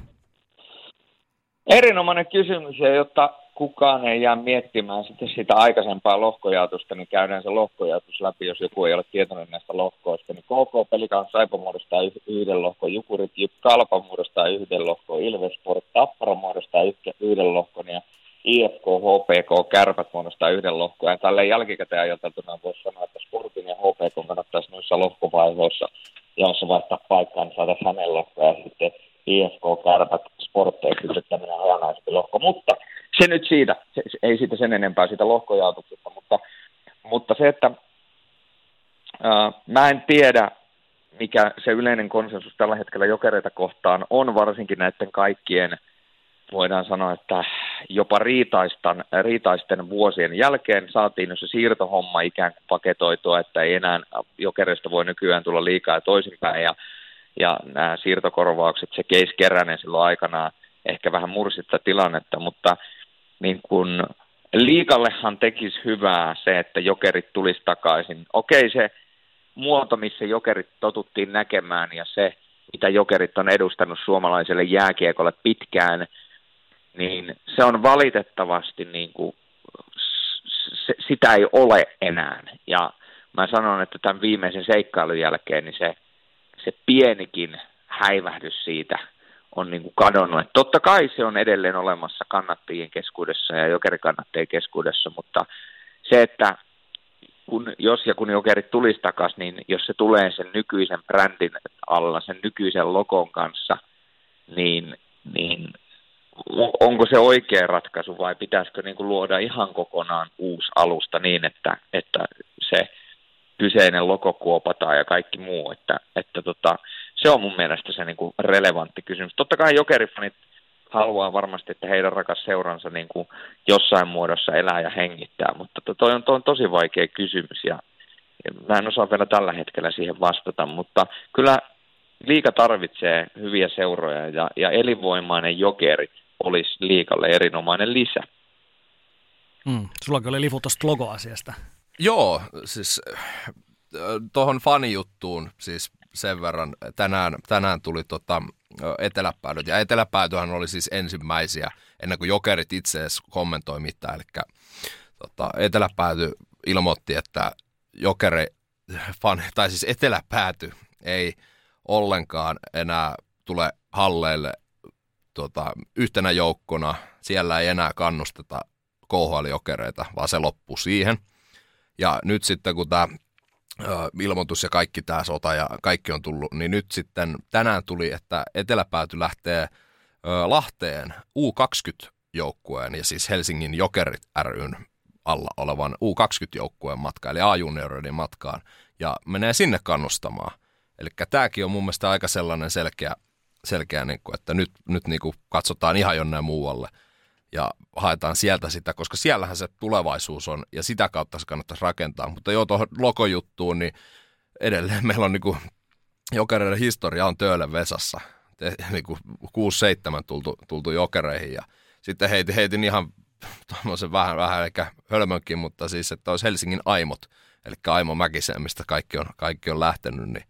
Erinomainen kysymys, ja jotta kukaan ei jää miettimään sitten sitä aikaisempaa lohkojaotusta, niin käydään se lohkojaotus läpi, jos joku ei ole tietoinen näistä lohkoista. Niin KK Pelikans Saipa muodostaa yhden lohkon, Jukurit Kalpa muodostaa yhden lohkon, Ilvesport Tappara muodostaa yhden lohkon ja IFK HPK Kärpät muodostaa yhden lohkon. Ja tälleen jälkikäteen ajateltuna voisi sanoa, että Sportin ja HPK kannattaisi noissa lohkovaiheissa, joissa vaihtaa paikkaan, niin saataisiin hänen lohkoa ja sitten IFK Kärpät Sportteeksi tämmöinen hajanaisempi lohko, mutta se nyt siitä, ei siitä sen enempää siitä lohkojaotuksesta, mutta se, että mä en tiedä, mikä se yleinen konsensus tällä hetkellä Jokereita kohtaan on, varsinkin näiden kaikkien, voidaan sanoa, että jopa riitaisten vuosien jälkeen saatiin se siirtohomma ikään kuin paketoitua, että ei enää Jokereista voi nykyään tulla liikaa ja toisinpäin, ja nämä siirtokorvaukset, se Case Keränen silloin aikanaan ehkä vähän mursitta tilannetta, mutta niin kun liigallehan tekisi hyvää se, että Jokerit tulisi takaisin. Okei, se muoto, missä Jokerit totuttiin näkemään ja se, mitä Jokerit on edustanut suomalaiselle jääkiekolle pitkään, niin se on valitettavasti niin kuin, sitä ei ole enää. Ja mä sanon, että tämän viimeisen seikkailun jälkeen niin se pienikin häivähdys siitä on niin kuin kadonnut. Että totta kai se on edelleen olemassa kannattajien keskuudessa ja Jokerikannattajien keskuudessa, mutta se, että jos ja kun Jokerit tulisi takaisin, niin jos se tulee sen nykyisen brändin alla, sen nykyisen logon kanssa, niin onko se oikea ratkaisu vai pitäisikö niin kuin luoda ihan kokonaan uusi alusta niin, että se kyseinen logo kuopataan ja kaikki muu, että se on mun mielestä se niin kuin relevantti kysymys. Totta kai Jokerifanit haluaa varmasti, että heidän rakas seuransa niin kuin jossain muodossa elää ja hengittää, mutta toi on tosi vaikea kysymys ja mä en osaa vielä tällä hetkellä siihen vastata, mutta kyllä liiga tarvitsee hyviä seuroja ja elinvoimainen Jokeri olisi liigalle erinomainen lisä. Sullakin oli lifu tuosta logoasiasta. Joo, siis tuohon fanijuttuun siis sen verran, tänään tuli eteläpäädyt, ja eteläpäätyhän oli siis ensimmäisiä, ennen kuin Jokerit itse asiassa kommentoi mitään, eli eteläpääty ilmoitti, että tai siis eteläpääty ei ollenkaan enää tule halleille yhtenä joukkona, siellä ei enää kannusteta KHL-Jokereita, vaan se loppui siihen. Ja nyt sitten kun tämä ilmoitus ja kaikki tämä sota ja kaikki on tullut, niin nyt sitten tänään tuli, että eteläpääty lähtee Lahteen U20-joukkueen ja siis Helsingin Jokerit ryn alla olevan U20-joukkueen matkaan, eli A-junioreiden matkaan, ja menee sinne kannustamaan. Eli tämäkin on mun mielestä aika sellainen selkeä niin kuin, että nyt niin kuin katsotaan ihan jonnein muualle ja haetaan sieltä sitä, koska siellähän se tulevaisuus on ja sitä kautta se kannattaisi rakentaa. Mutta joo, tuohon logojuttuun, niin edelleen meillä on niin kuin Jokereiden historia on Töölön Vesassa. Niin kuin 6-7 tultu Jokereihin ja sitten heitin ihan tuommoisen vähän ehkä hölmönkin, mutta siis, että olisi Helsingin Aimot, eli Aimo Mäkiseen, mistä kaikki on lähtenyt, niin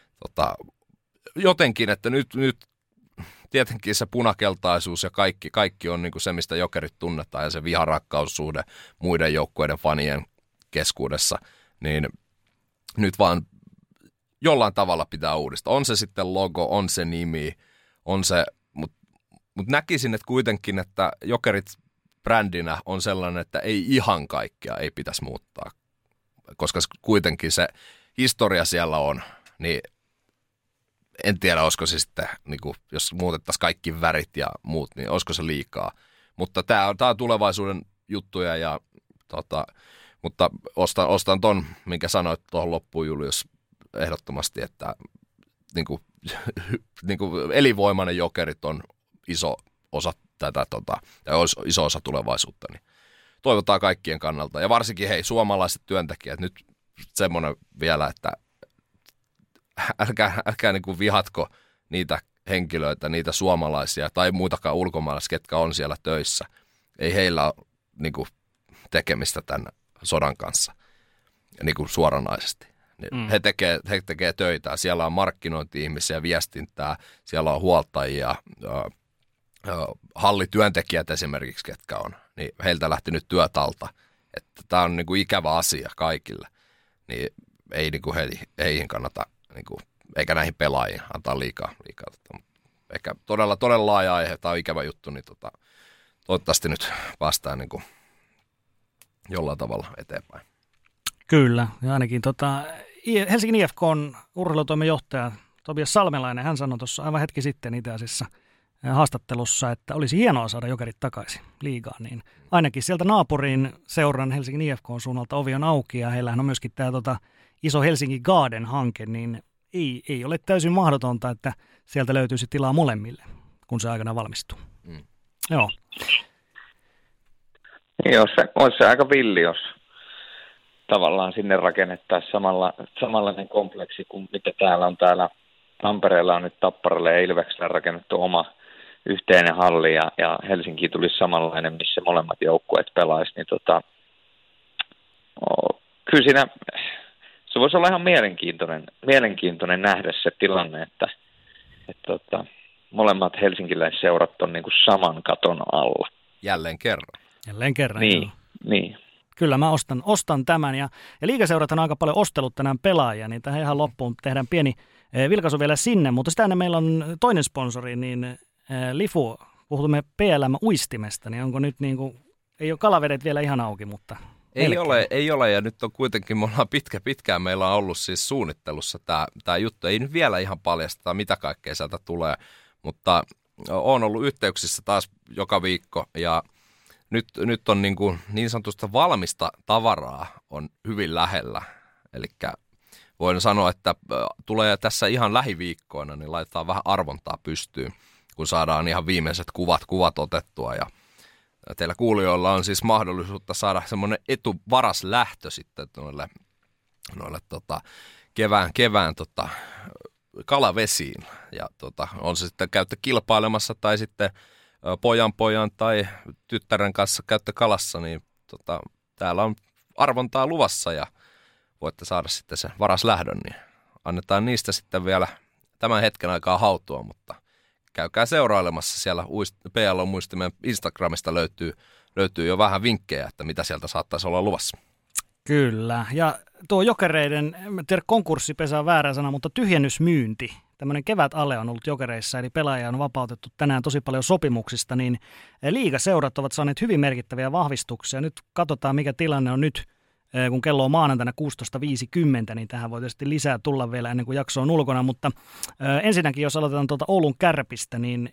jotenkin, että nyt tietenkin se punakeltaisuus ja kaikki on niin kuin se, mistä Jokerit tunnetaan ja se viharakkaussuhde muiden joukkueiden fanien keskuudessa, niin nyt vaan jollain tavalla pitää uudistaa. On se sitten logo, on se nimi, on se, mutta näkisin, että kuitenkin, että Jokerit brändinä on sellainen, että ei ihan kaikkea ei pitäisi muuttaa, koska kuitenkin se historia siellä on, niin en tiedä, olisiko se sitten, niin kuin, jos muutettaisiin kaikki värit ja muut, niin olisiko se liikaa. Mutta tämä on tulevaisuuden juttuja, mutta ostan ton, minkä sanoit tuohon loppuun, Julius, ehdottomasti, että niin kuin elinvoimainen Jokerit on iso osa tätä, ja olisi iso osa tulevaisuutta, niin toivotaan kaikkien kannalta. Ja varsinkin, suomalaiset työntekijät, nyt semmoinen vielä, että älkää niin kuin vihatko niitä henkilöitä, niitä suomalaisia tai muitakaan ulkomaalaisia, ketkä on siellä töissä. Ei heillä ole niin kuin tekemistä tämän sodan kanssa niin kuin suoranaisesti. He tekee töitä. Siellä on markkinointi-ihmisiä, viestintää, siellä on huoltajia, hallityöntekijät esimerkiksi, ketkä on. Niin heiltä lähti nyt työt alta. Että tämä on niin kuin ikävä asia kaikille. Niin ei niin kuin heihin kannata niin kuin, eikä näihin pelaajiin antaa liikaa. Ehkä todella laaja aihe, tämä on ikävä juttu, niin toivottavasti nyt päästään niin kuin jollain tavalla eteenpäin. Kyllä, ja ainakin Helsingin IFK:n urheilutoimenjohtaja Tobias Salmelainen, hän sanoi tuossa aivan hetki sitten itse asiassa haastattelussa, että olisi hienoa saada Jokerit takaisin liigaan, niin ainakin sieltä naapurin seuran Helsingin IFK:n suunnalta ovi on auki, ja heillähän on myöskin tämä iso Helsingin Garden-hanke, niin ei ole täysin mahdotonta, että sieltä löytyisi tilaa molemmille, kun se aikana valmistuu. Joo. Niin, olisi se aika villi, jos tavallaan sinne rakennettaisiin samanlainen kompleksi kuin mitä täällä Tampereella on nyt Tapparalle ja Ilveksellä rakennettu oma yhteinen halli ja Helsinkiin tulisi samanlainen, missä molemmat joukkueet pelaisi, niin kyllä siinä se voisi olla ihan mielenkiintoinen nähdä se tilanne, että molemmat helsinkiläisseurat on niin kuin saman katon alla. Jälleen kerran. Niin. Kyllä mä ostan tämän ja liigaseurat on aika paljon ostellut tänään pelaajia, niin tähän ihan loppuun tehdään pieni vilkaisu vielä sinne, mutta sitä ennen meillä on toinen sponsori, niin Lifu, puhumme PLM-uistimesta, niin onko nyt niin kuin, ei ole kalavedet vielä ihan auki, mutta... Ei ole, ja nyt on kuitenkin, me ollaan pitkään meillä on ollut siis suunnittelussa tämä juttu. Ei nyt vielä ihan paljasteta, mitä kaikkea sieltä tulee, mutta olen ollut yhteyksissä taas joka viikko, ja nyt on niin sanotusta valmista tavaraa on hyvin lähellä. Eli voin sanoa, että tulee tässä ihan lähiviikkoina, niin laitetaan vähän arvontaa pystyyn, kun saadaan ihan viimeiset kuvat otettua, ja teillä kuulijoilla on siis mahdollisuutta saada semmoinen etuvaras lähtö sitten noille kevään kalavesiin. Ja on se sitten käytte kilpailemassa tai sitten pojan tai tyttären kanssa käytte kalassa, niin täällä on arvontaa luvassa ja voitte saada sitten sen varas lähdön, niin annetaan niistä sitten vielä tämän hetken aikaa hautua, mutta käykää seurailemassa siellä PL-muistimen Instagramista löytyy jo vähän vinkkejä, että mitä sieltä saattaisi olla luvassa. Kyllä, ja tuo Jokereiden, en tiedä konkurssipesä on väärä sana, mutta tyhjennysmyynti, tämmöinen kevätale on ollut Jokereissa, eli pelaajia on vapautettu tänään tosi paljon sopimuksista, niin liigaseurat ovat saaneet hyvin merkittäviä vahvistuksia. Nyt katsotaan, mikä tilanne on nyt, kun kello on maanantaina 16.50, niin tähän voi tietysti lisää tulla vielä ennen kuin jakso on ulkona, mutta ensinnäkin, jos aloitetaan tuolta Oulun Kärpistä, niin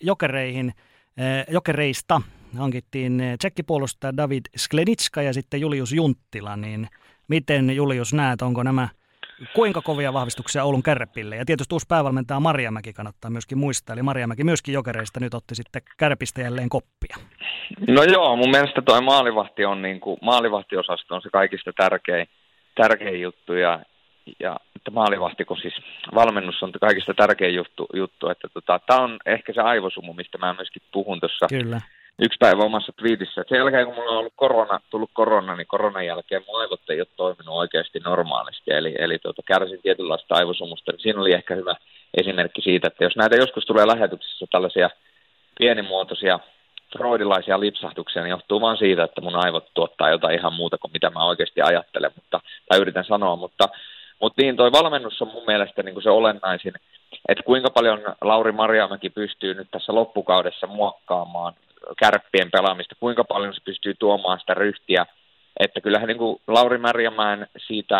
Jokereista hankittiin tsekkipuolustaja David Sklenitska ja sitten Julius Junttila, niin miten Julius näet, onko nämä kuinka kovia vahvistuksia Oulun Kärpille? Ja tietysti uusi päävalmentaja Marjamäki kannattaa myöskin muistaa, eli Marjamäki myöskin Jokereista nyt otti sitten Kärpistä jälleen koppia. No joo, mun mielestä toi maalivahtiosasto on se kaikista tärkein juttu ja että maalivahti, kun siis valmennus on kaikista tärkein juttu että tämä on ehkä se aivosumu, mistä mä myöskin puhun tuossa yksi päivä omassa twiitissä. Sen jälkeen, kun mulla on ollut tullut korona, niin koronan jälkeen mun aivot ei ole toiminut oikeasti normaalisti, eli kärsin tietynlaista aivosumusta, niin siinä oli ehkä hyvä esimerkki siitä, että jos näitä joskus tulee lähetyksessä tällaisia pienimuotoisia freudilaisia lipsahtuksia, niin johtuu vaan siitä, että mun aivot tuottaa jotain ihan muuta kuin mitä mä oikeasti ajattelen, tai yritän sanoa, mutta niin toi valmennus on mun mielestä niin kuin se olennaisin, että kuinka paljon Lauri Marjamäki pystyy nyt tässä loppukaudessa muokkaamaan Kärppien pelaamista, kuinka paljon se pystyy tuomaan sitä ryhtiä, että kyllähän niin kuin Lauri Marjamäen siitä,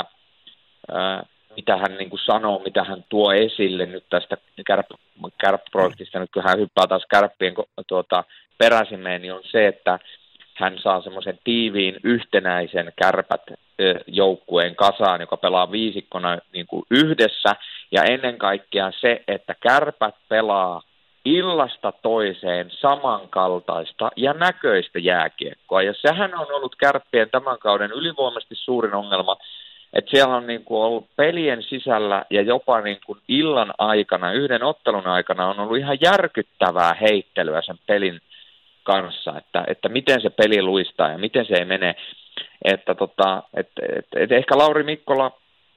mitä hän niin kuin sanoo, mitä hän tuo esille nyt tästä Kärppi-projektista, nyt kun hän hyppää taas Kärppien peräsimeen, niin on se, että hän saa semmoisen tiiviin yhtenäisen Kärpät-joukkueen kasaan, joka pelaa viisikkona niin kuin yhdessä, ja ennen kaikkea se, että Kärpät pelaa illasta toiseen samankaltaista ja näköistä jääkiekkoa, ja sehän on ollut Kärppien tämän kauden ylivoimaisesti suurin ongelma, että siellä on niin kuin ollut pelien sisällä ja jopa niin kuin illan aikana, yhden ottelun aikana on ollut ihan järkyttävää heittelyä sen pelin kanssa, että miten se peli luistaa ja miten se ei mene, että ehkä Lauri Mikkola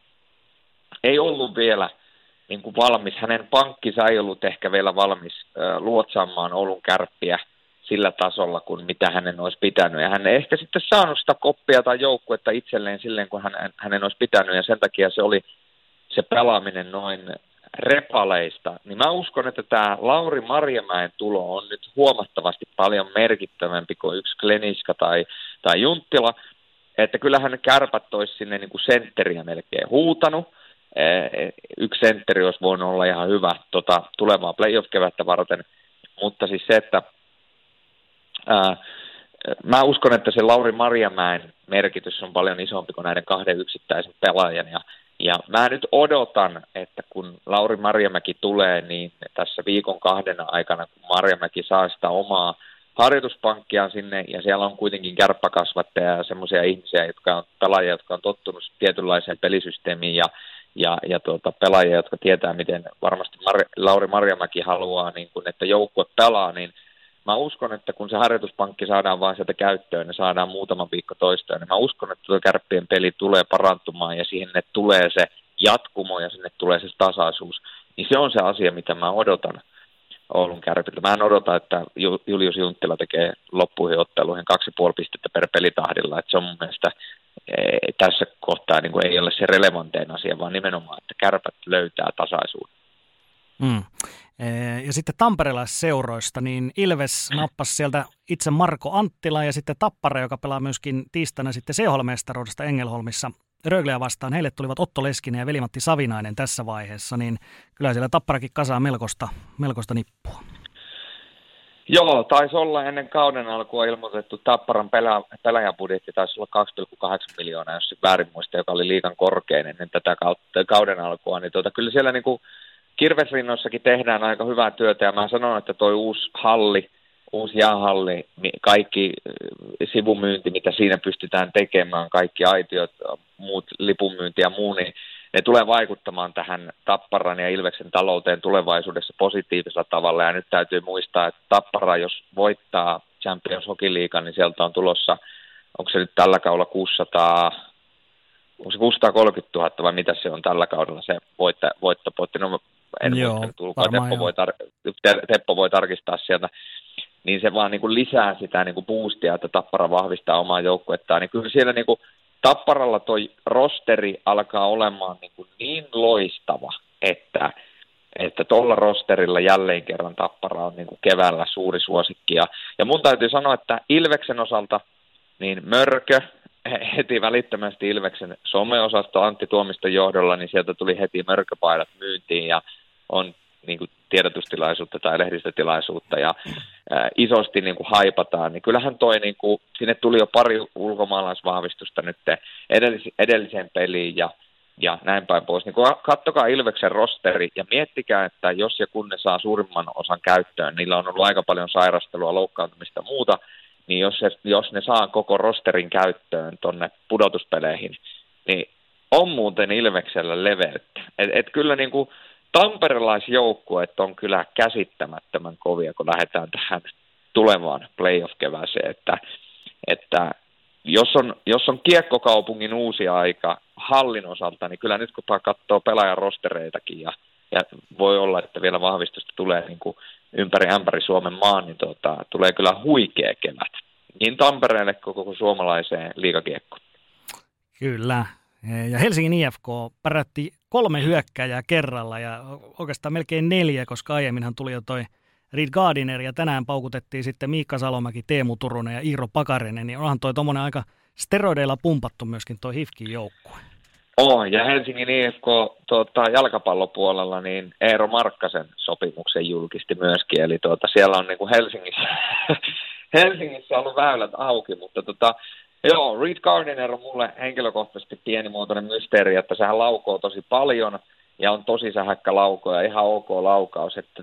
ei ollut vielä niin kuin valmis, hänen pankkinsa ei ollut ehkä vielä valmis luotsaamaan Oulun Kärppiä sillä tasolla kuin mitä hänen olisi pitänyt, ja hän ei ehkä sitten saanut sitä koppia tai joukkuetta itselleen silleen, kun hänen olisi pitänyt, ja sen takia se oli se pelaaminen noin repaleista, niin mä uskon, että tämä Lauri Marjamäen tulo on nyt huomattavasti paljon merkittävämpi kuin yksi Kleniska tai Junttila, että kyllähän Kärpät olisi sinne niin kuin sentteriä melkein huutanut. Yksi sentteri olisi voinut olla ihan hyvä tulevaa playoff-kevättä varten, mutta siis se, että mä uskon, että se Lauri Marjamäen merkitys on paljon isompi kuin näiden kahden yksittäisen pelaajan, Ja mä nyt odotan, että kun Lauri Marjamäki tulee, niin tässä viikon 2 aikana, kun Marjamäki saa sitä omaa harjoituspankkiaan sinne, ja siellä on kuitenkin kärppäkasvattajia ja semmoisia ihmisiä, pelaajia, jotka on tottunut tietynlaiseen pelisysteemiin, ja pelaajia, jotka tietää, miten varmasti Lauri Marjamäki haluaa, niin kun, että joukkue pelaa, niin mä uskon, että kun se harjoituspankki saadaan vaan sieltä käyttöön ja saadaan muutama viikko toistaan, niin mä uskon, että tuo Kärppien peli tulee parantumaan ja sinne tulee se jatkumo ja sinne tulee se tasaisuus. Niin se on se asia, mitä mä odotan Oulun Kärpiltä. Mä en odota, että Julius Junttila tekee loppuihin otteluihin 2,5 pistettä per pelitahdilla. Että se on mun mielestä tässä kohtaa niin kuin ei ole se relevantein asia, vaan nimenomaan, että Kärpät löytää tasaisuuden. Ja sitten tamperelaisseuroista, niin Ilves nappasi sieltä itse Marko Anttila ja sitten Tappara, joka pelaa myöskin tiistaina sitten CHL-mestaruudesta Engelholmissa Rögleä vastaan. Heille tulivat Otto Leskinen ja Veli-Matti Savinainen tässä vaiheessa, niin kyllä siellä Tapparakin kasaa melkoista nippua. Joo, taisi olla ennen kauden alkua ilmoitettu Tapparan pelaajabudjetti, taisi olla 2,8 miljoonaa, jos väärin muista, joka oli liigan korkein ennen tätä kauden alkua, niin kyllä siellä niinku Kirvesrinnoissakin tehdään aika hyvää työtä, ja mä sanon, että toi uusi jäähalli, kaikki sivumyynti, mitä siinä pystytään tekemään, kaikki aitiot, muut lipunmyynti ja muu, niin ne tulee vaikuttamaan tähän Tapparan ja Ilveksen talouteen tulevaisuudessa positiivisella tavalla, ja nyt täytyy muistaa, että Tappara, jos voittaa Champions Hockey League, niin sieltä on tulossa, onko se nyt tällä kaudella 630 000 vai mitä se on tällä kaudella se voittopotti, no en muista, Teppo voi tarkistaa sieltä, niin se vaan niin kuin lisää sitä niin kuin boostia, että Tappara vahvistaa omaa joukkuettaan, niin kyllä siellä niin kuin Tapparalla toi rosteri alkaa olemaan niin loistava, että tuolla rosterilla jälleen kerran Tappara on niin kuin keväällä suuri suosikki. Ja mun täytyy sanoa, että Ilveksen osalta niin Mörkö, heti välittömästi Ilveksen some-osasto Antti Tuomiston johdolla, niin sieltä tuli heti Mörköpaidat myyntiin ja on niin kuin tiedotustilaisuutta tai lehdistötilaisuutta ja isosti niin kuin haipataan, niin kyllähän toi, niin kuin, sinne tuli jo pari ulkomaalaisvahvistusta nyt edelliseen peliin ja näin päin pois. Niin kattokaa Ilveksen rosteri ja miettikää, että jos ja kun ne saa suurimman osan käyttöön, niillä on ollut aika paljon sairastelua, loukkaantumista ja muuta, niin jos ne saa koko rosterin käyttöön tonne pudotuspeleihin, niin on muuten Ilveksellä leveyttä. Et kyllä niin kuin tamperelaisjoukkueet on kyllä käsittämättömän kovia, kun lähdetään tähän tulevaan playoff-kevääseen, että jos on kiekkokaupungin uusi aika hallin osalta, niin kyllä nyt kun katsoo pelaajan rostereitakin ja voi olla, että vielä vahvistusta tulee niin kuin ympäri Suomen maan, niin tulee kyllä huikea kevät. Niin Tampereelle kuin koko suomalaiseen liigakiekkoon. Kyllä. Ja Helsingin IFK pärätti 3 hyökkääjää kerralla ja oikeastaan melkein 4, koska aiemminhan tuli jo toi Reed Gardiner ja tänään paukutettiin sitten Miikka Salomäki, Teemu Turunen ja Iiro Pakarinen, niin onhan toi tommonen aika steroideilla pumpattu myöskin toi HIFKin joukkue. Ja Helsingin IFK jalkapallopuolella niin Eero Markkasen sopimuksen julkisti myöskin, eli siellä on niinku Helsingissä ollut väylät auki, mutta Reed Gardiner on mulle henkilökohtaisesti pienimuotoinen mysteeri, että sehän laukoo tosi paljon ja on tosi sähäkkä lauko ja ihan ok laukaus, että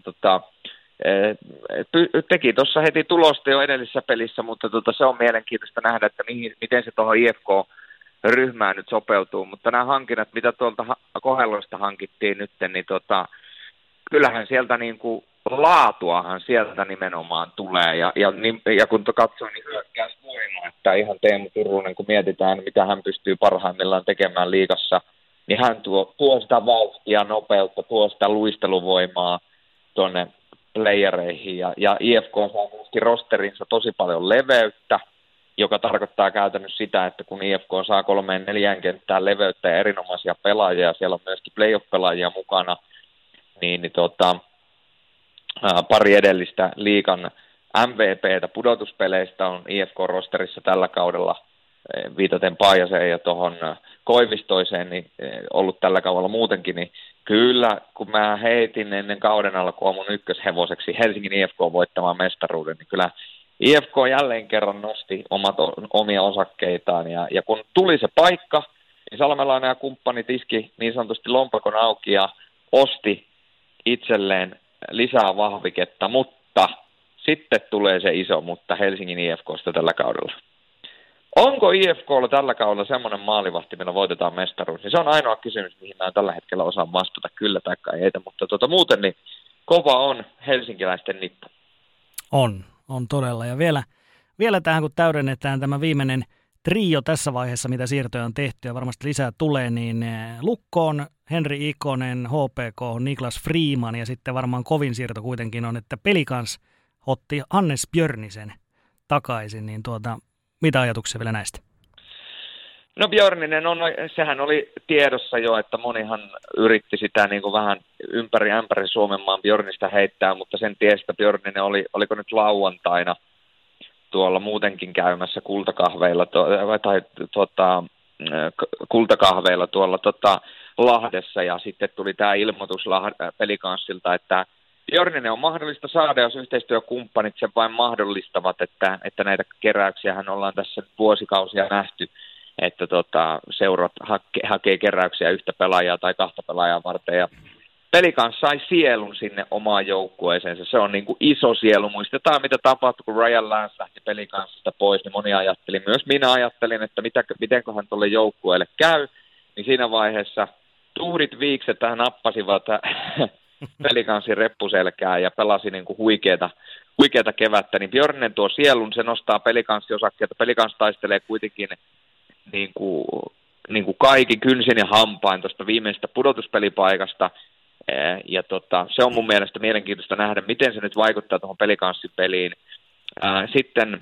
teki tuossa heti tulosta jo edellisessä pelissä, mutta se on mielenkiintoista nähdä, että miten se tuohon IFK-ryhmään nyt sopeutuu, mutta nämä hankinnat, mitä tuolta Kohellosta hankittiin nyt, niin kyllähän sieltä niin kuin laatuahan sieltä nimenomaan tulee, ja kun katsoin, niin hyökkäysvoima, että ihan Teemu Turunen, kun mietitään, mitä hän pystyy parhaimmillaan tekemään liigassa, niin hän tuo sitä vauhtia, nopeutta, tuo sitä luisteluvoimaa tuonne playereihin, ja IFK saa myöskin rosterinsa tosi paljon leveyttä, joka tarkoittaa käytännössä sitä, että kun IFK saa 3-4 kenttään leveyttä ja erinomaisia pelaajia, siellä on myöskin playoff-pelaajia mukana, niin pari edellistä liigan MVP:tä pudotuspeleistä on IFK-rosterissa tällä kaudella, viitaten Paajaseen ja tuohon Koivistoiseen, niin ollut tällä kaudella muutenkin, niin kyllä, kun mä heitin ennen kauden alkua mun ykköshevoseksi Helsingin IFK voittamaan mestaruuden, niin kyllä IFK jälleen kerran nosti omia osakkeitaan, ja kun tuli se paikka, niin Salmelainen ja kumppanit iski niin sanotusti lompakon auki ja osti itselleen lisää vahviketta, mutta sitten tulee se iso mutta Helsingin IFK:sta tällä kaudella. Onko IFK:lla tällä kaudella semmoinen maalivahti, millä voitetaan mestaruus? Niin se on ainoa kysymys, mihin mä en tällä hetkellä osaa vastata kyllä tai ei, mutta muuten niin kova on helsinkiläisten nippu. On todella. Ja vielä tähän, kun täydennetään tämä viimeinen trio tässä vaiheessa, mitä siirtoja on tehty ja varmasti lisää tulee, niin Lukkoon Henri Ikonen, HPK, Niklas Freeman ja sitten varmaan kovin siirto kuitenkin on, että Pelikans otti Hannes Björnisen takaisin, niin mitä ajatuksia vielä näistä? No Björninen, sehän oli tiedossa jo, että monihan yritti sitä niin kuin vähän ympäri Suomenmaan Björnistä heittää, mutta sen tiestä Björninen oliko nyt lauantaina tuolla muutenkin käymässä kultakahveilla kultakahveilla tuolla Lahdessa ja sitten tuli tämä ilmoitus Pelikanssilta, että Björninen on mahdollista saada, jos yhteistyökumppanit sen vain mahdollistavat, että näitä keräyksiähän ollaan tässä vuosikausia nähty, että seurat hakee keräyksiä yhtä pelaajaa tai kahta pelaajaa varten ja Pelikans sai sielun sinne omaan joukkueeseensa. Se on niin kuin iso sielu. Muistetaan, mitä tapahtui, kun Ryan Lance lähti Pelikansista pois, niin moni ajatteli. Myös minä ajattelin, että mitenköhän tuolle joukkueelle käy. Niin siinä vaiheessa tuhdit viikset tähän nappasivat Pelikansin reppuselkää ja pelasi niin kuin huikeata kevättä. Niin Björninen tuo sielun, se nostaa Pelikanssi-osakkeita. Pelikans taistelee kuitenkin niin kuin kaikki kynsin ja hampain tuosta viimeisestä pudotuspelipaikasta. Ja se on mun mielestä mielenkiintoista nähdä, miten se nyt vaikuttaa tuohon Pelikanssin peliin. Sitten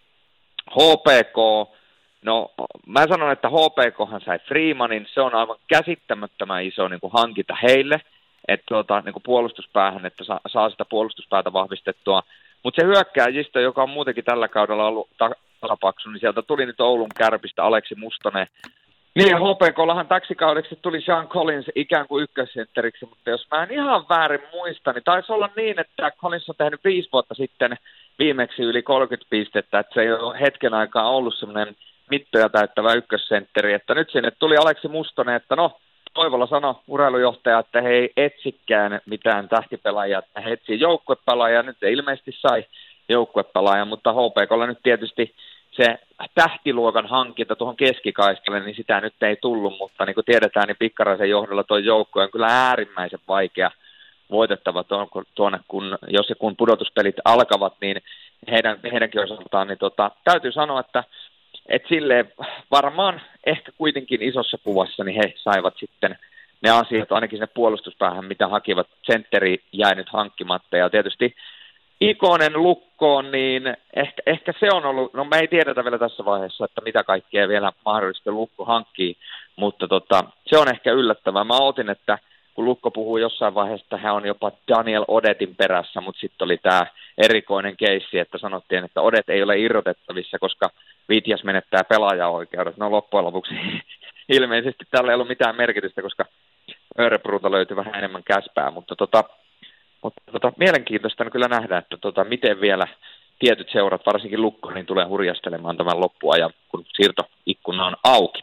HPK, no mä sanon, että HPKhan sai Freemanin, se on aivan käsittämättömän iso niin kuin hankinta heille, että niin kuin puolustuspäähän, että saa sitä puolustuspäätä vahvistettua. Mutta se hyökkääjistö, joka on muutenkin tällä kaudella ollut takapaksu, niin sieltä tuli nyt Oulun Kärpistä Aleksi Mustonen. Niin, HPK:llahan täksi kaudeksi tuli Sean Collins ikään kuin ykkössentteriksi, mutta jos mä en ihan väärin muista, niin taisi olla niin, että Collins on tehnyt 5 vuotta sitten viimeksi yli 30 pistettä, että se ei ole hetken aikaa ollut semmoinen mittoja täyttävä ykkössentteri, että nyt sinne tuli Aleksi Mustonen, että no, Toivola sanoi urheilujohtaja, että he ei etsikään mitään tähtipelaajia, että he etsii joukkuepelaajia, nyt ei ilmeisesti sai joukkuepelaajia, mutta HPK:lla nyt tietysti se tähtiluokan hankinta tuohon keskikaistalle, niin sitä nyt ei tullut, mutta niin kuin tiedetään, niin Pikkaraisen johdolla tuo joukko on kyllä äärimmäisen vaikea voitettava tuonne, jos ja kun pudotuspelit alkavat, niin heidänkin osaltaan, niin täytyy sanoa, että silleen varmaan ehkä kuitenkin isossa kuvassa, niin he saivat sitten ne asiat, ainakin sinne puolustuspäähän, mitä hakivat, sentteri jäi nyt hankkimatta, ja tietysti Ikonen Lukkoon, niin ehkä se on ollut, no me ei tiedetä vielä tässä vaiheessa, että mitä kaikkea vielä mahdollisesti Lukko hankkii, mutta se on ehkä yllättävää. Mä ootin, että kun Lukko puhuu jossain vaiheessa, että hän on jopa Daniel Odetin perässä, mutta sitten oli tämä erikoinen keissi, että sanottiin, että Odet ei ole irrotettavissa, koska Vitjas menettää pelaajaoikeudet. No loppujen lopuksi ilmeisesti tällä ei ollut mitään merkitystä, koska Örebruta löytyi vähän enemmän käspää, mutta mielenkiintoista on kyllä nähdä, että miten vielä tietyt seurat, varsinkin Lukko, niin tulee hurjastelemaan tämän loppuajan, kun siirtoikkuna on auki.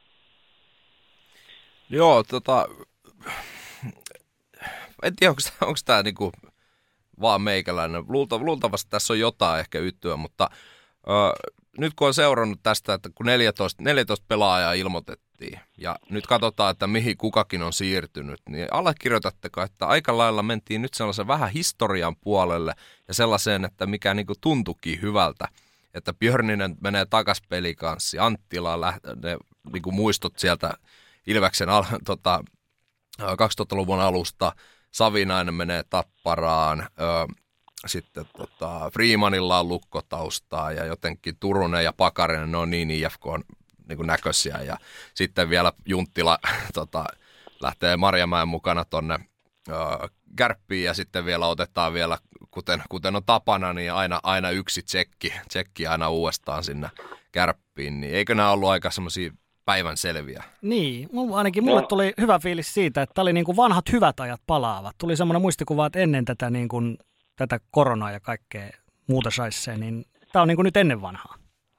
Joo, en tiedä, onko tämä niinku vaan meikäläinen. Luultavasti tässä on jotain ehkä yttyä, mutta nyt kun on seurannut tästä, että kun 14 pelaajaa ilmoitettiin ja nyt katsotaan, että mihin kukakin on siirtynyt, niin allekirjoitatteko, että aika lailla mentiin nyt sellaisen vähän historian puolelle ja sellaiseen, että mikä niinku tuntuikin hyvältä, että Björninen menee takas Pelikanssiin, Anttila ne niinku muistot sieltä Ilveksen 2000-luvun alusta, Savinainen menee Tapparaan, sitten Freemanilla on Lukkotaustaa ja jotenkin Turunen ja Pakarinen, ne on niin IFK on niin kuin näköisiä ja sitten vielä Junttila lähtee Marjamäen mukana tonne Kärppiin ja sitten vielä otetaan vielä, kuten on tapana, niin aina yksi tsekki aina uudestaan sinne Kärppiin, niin eikö nämä ollut aika semmoisia päivän selviä? Niin, mulle tuli hyvä fiilis siitä, että oli niin kuin vanhat hyvät ajat palaavat. Tuli semmoinen muistikuva, että ennen tätä, niin kuin, tätä koronaa ja kaikkea muuta saisseen, niin tämä on niin kuin nyt ennen vanhaa.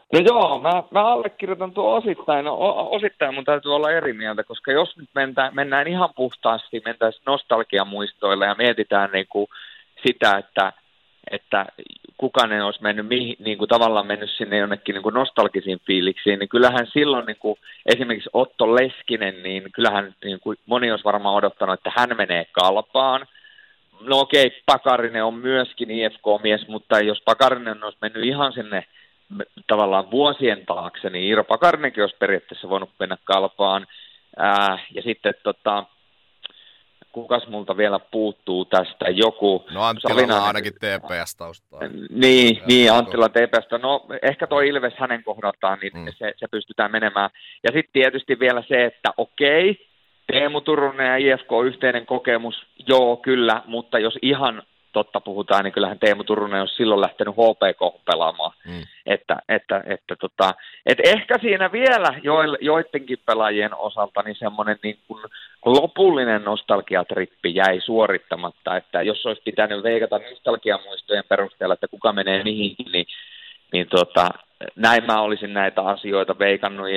No joo, mä allekirjoitan tuo osittain. No, osittain mun täytyy olla eri mieltä, koska jos nyt mennään ihan puhtaasti, mentäisiin nostalgiamuistoille ja mietitään niin kuin sitä, että kukaan olisi mennyt, niin kuin tavallaan mennyt sinne jonnekin niin kuin nostalgisiin fiiliksiin, niin kyllähän silloin niin kuin esimerkiksi Otto Leskinen, niin kyllähän niin kuin moni olisi varmaan odottanut, että hän menee Kalpaan. No okei, Pakarinen on myöskin IFK-mies, mutta jos Pakarinen olisi mennyt ihan sinne tavallaan vuosien taakse, niin Iiro Pakarinenkin olisi periaatteessa voinut mennä Kalpaan. Ja sitten kukas multa vielä puuttuu tästä, joku... No Anttilalla on ainakin TPS-taustaa. Niin, Anttila TPS:stä. No ehkä tuo Ilves hänen kohdaltaan, niin se pystytään menemään. Ja sitten tietysti vielä se, että okei, Teemu Turunen ja IFK yhteinen kokemus, joo kyllä, mutta jos ihan totta puhutaan, niin kyllähän Teemu Turunen olisi silloin lähtenyt HPK pelaamaan. Että ehkä siinä vielä joidenkin pelaajien osalta niin semmoinen niin kuin lopullinen nostalgiatrippi jäi suorittamatta, että jos olisi pitänyt veikata nostalgiamuistojen perusteella, että kuka menee mihinkin, niin näin mä olisin näitä asioita veikannut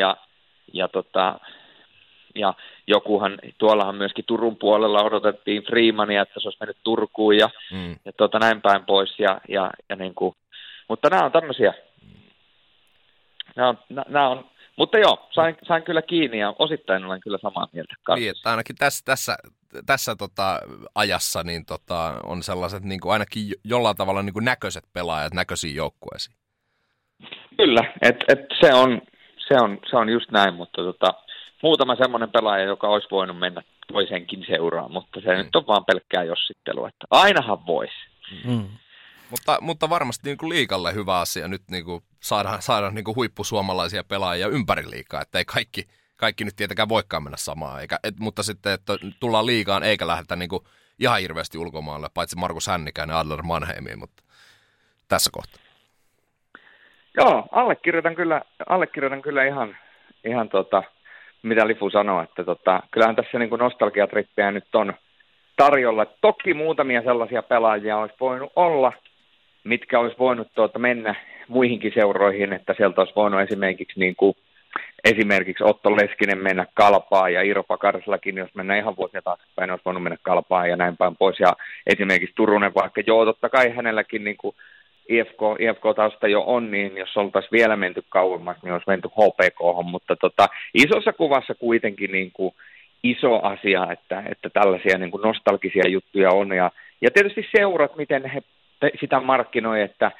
ja jokuhan, tuollahan myöskin Turun puolella odotettiin Freemania, että se olisi mennyt Turkuun ja näin päin pois. Ja niin kuin, mutta nämä on tämmöisiä. Nämä on, mutta joo, sain kyllä kiinni ja osittain olen kyllä samaa mieltä kanssa. Niin, että ainakin tässä ajassa niin on sellaiset niin kuin ainakin jollain tavalla niin kuin näköiset pelaajat näköisiin joukkueisiin. Kyllä, se on just näin, mutta muutama semmoinen pelaaja, joka olisi voinut mennä toisenkin seuraan, mutta se nyt on vaan pelkkää jossittelua, että ainahan voisi. Mutta varmasti niin kuin liigalle hyvä asia nyt niin kuin saada niin kuin huippusuomalaisia pelaajia ympäri liigaa, että ei kaikki nyt tietenkään voikaan mennä samaan, mutta sitten, että tullaan liigaan eikä lähdetä niin kuin ihan hirveästi ulkomaalle, paitsi Markus Hännikäinen ja Adler Mannheimiin, mutta tässä kohtaa. Joo, allekirjoitan kyllä ihan mitä Lifu sanoi, että kyllähän tässä niin kuin nostalgiatrippejä nyt on tarjolla. Toki muutamia sellaisia pelaajia olisi voinut olla, mitkä olisi voinut mennä muihinkin seuroihin, että sieltä olisi voinut esimerkiksi Otto Leskinen mennä Kalpaan ja Iiro Pakarisellakin, jos mennään ihan vuosia taaksepäin, olisi voinut mennä Kalpaan ja näin päin pois. Ja esimerkiksi Turunen, vaikka joo, totta kai hänelläkin niin kuin IFK-tausta jo on, niin jos oltaisiin vielä menty kauemmas, niin olisi menty HPK:hon, mutta isossa kuvassa kuitenkin niin kuin iso asia, että tällaisia niin kuin nostalgisia juttuja on, ja tietysti seurat, miten he sitä markkinoi, että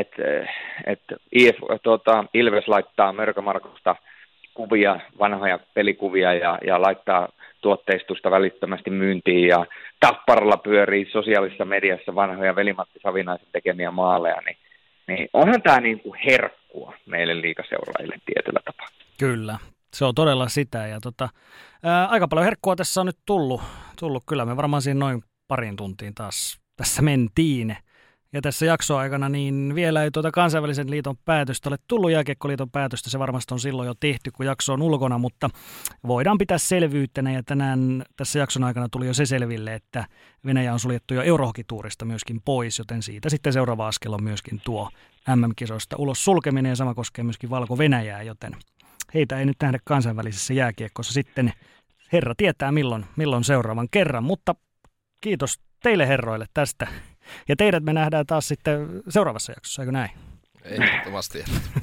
Ilves laittaa Mörkömarkusta kuvia, vanhoja pelikuvia ja laittaa tuotteistusta välittömästi myyntiin ja Tapparalla pyörii sosiaalisessa mediassa vanhoja Veli-Matti Savinaisen tekemiä maaleja, niin onhan tämä niin kuin herkkua meille liigaseuraajille tietyllä tapaa. Kyllä, se on todella sitä ja aika paljon herkkua tässä on nyt tullut. Kyllä me varmaan siinä noin parin tuntiin taas tässä mentiin. Ja tässä jaksoaikana niin vielä ei kansainvälisen liiton päätöstä ole tullut, Jääkiekkoliiton päätöstä, se varmasti on silloin jo tehty, kun jakso on ulkona, mutta voidaan pitää selvyytenä, ja tänään tässä jakson aikana tuli jo se selville, että Venäjä on suljettu jo Eurohokituurista myöskin pois, joten siitä sitten seuraava askel on myöskin tuo MM-kisoista ulos sulkeminen, ja sama koskee myöskin Valko-Venäjää, joten heitä ei nyt nähdä kansainvälisessä jääkiekkossa sitten, herra tietää milloin seuraavan kerran, mutta kiitos teille herroille tästä. Ja teidät me nähdään taas sitten seuraavassa jaksossa, eikö näin? Ehdottomasti.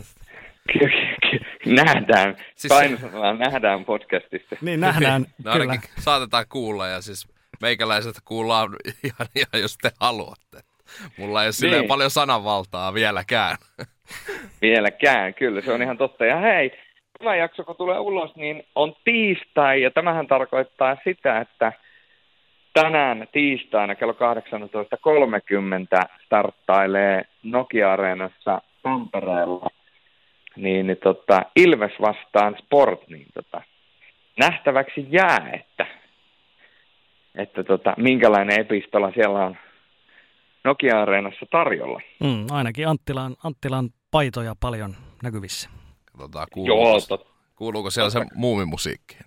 Nähdään. Siis nähdään podcastista. Niin, nähdään. No ainakin saatetaan kuulla ja siis meikäläiset kuullaan ihan jos te haluatte. Mulla ei ole silleen paljon sananvaltaa vieläkään. Vieläkään, kyllä se on ihan totta. Ja hei, tämä jakso kun tulee ulos, niin on tiistai ja tämähän tarkoittaa sitä, että tänään tiistaina kello 18.30 starttailee Nokia-areenassa Tampereella niin Ilves vastaan Sport, niin nähtäväksi jää, että minkälainen epistola siellä on Nokia-areenassa tarjolla. Ainakin Anttilan paitoja paljon näkyvissä. Katsotaan, kuuluuko siellä se muumimusiikki?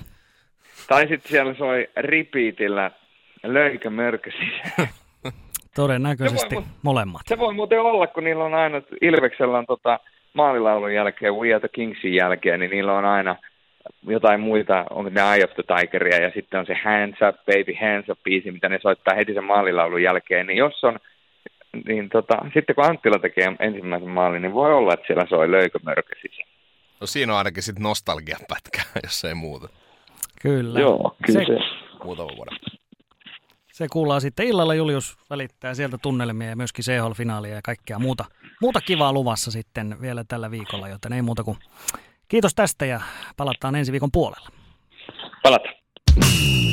Tai sitten siellä soi repeatillä löikö mörkö sisään. Todennäköisesti molemmat. Se voi muuten olla, kun niillä on aina, Ilveksellä on maalilaulun jälkeen, We Are the Kingsin jälkeen, niin niillä on aina jotain muita, onko ne Eye of the Tigeria, ja sitten on se Hands Up, Baby Hands Up -biisi, mitä ne soittaa heti sen maalilaulun jälkeen, niin jos on, niin sitten kun Anttila tekee ensimmäisen maalin, niin voi olla, että siellä soi Löykö-mörkö sisään. No siinä on ainakin sitten nostalgiapätkä, jos ei muuta. Kyllä. Joo, kyllä se. Muutama vuoden. Se kuullaan sitten illalla. Julius välittää sieltä tunnelmia ja myöskin CHL-finaalia ja kaikkea muuta kivaa luvassa sitten vielä tällä viikolla, joten ei muuta kuin kiitos tästä ja palataan ensi viikon puolella. Palataan.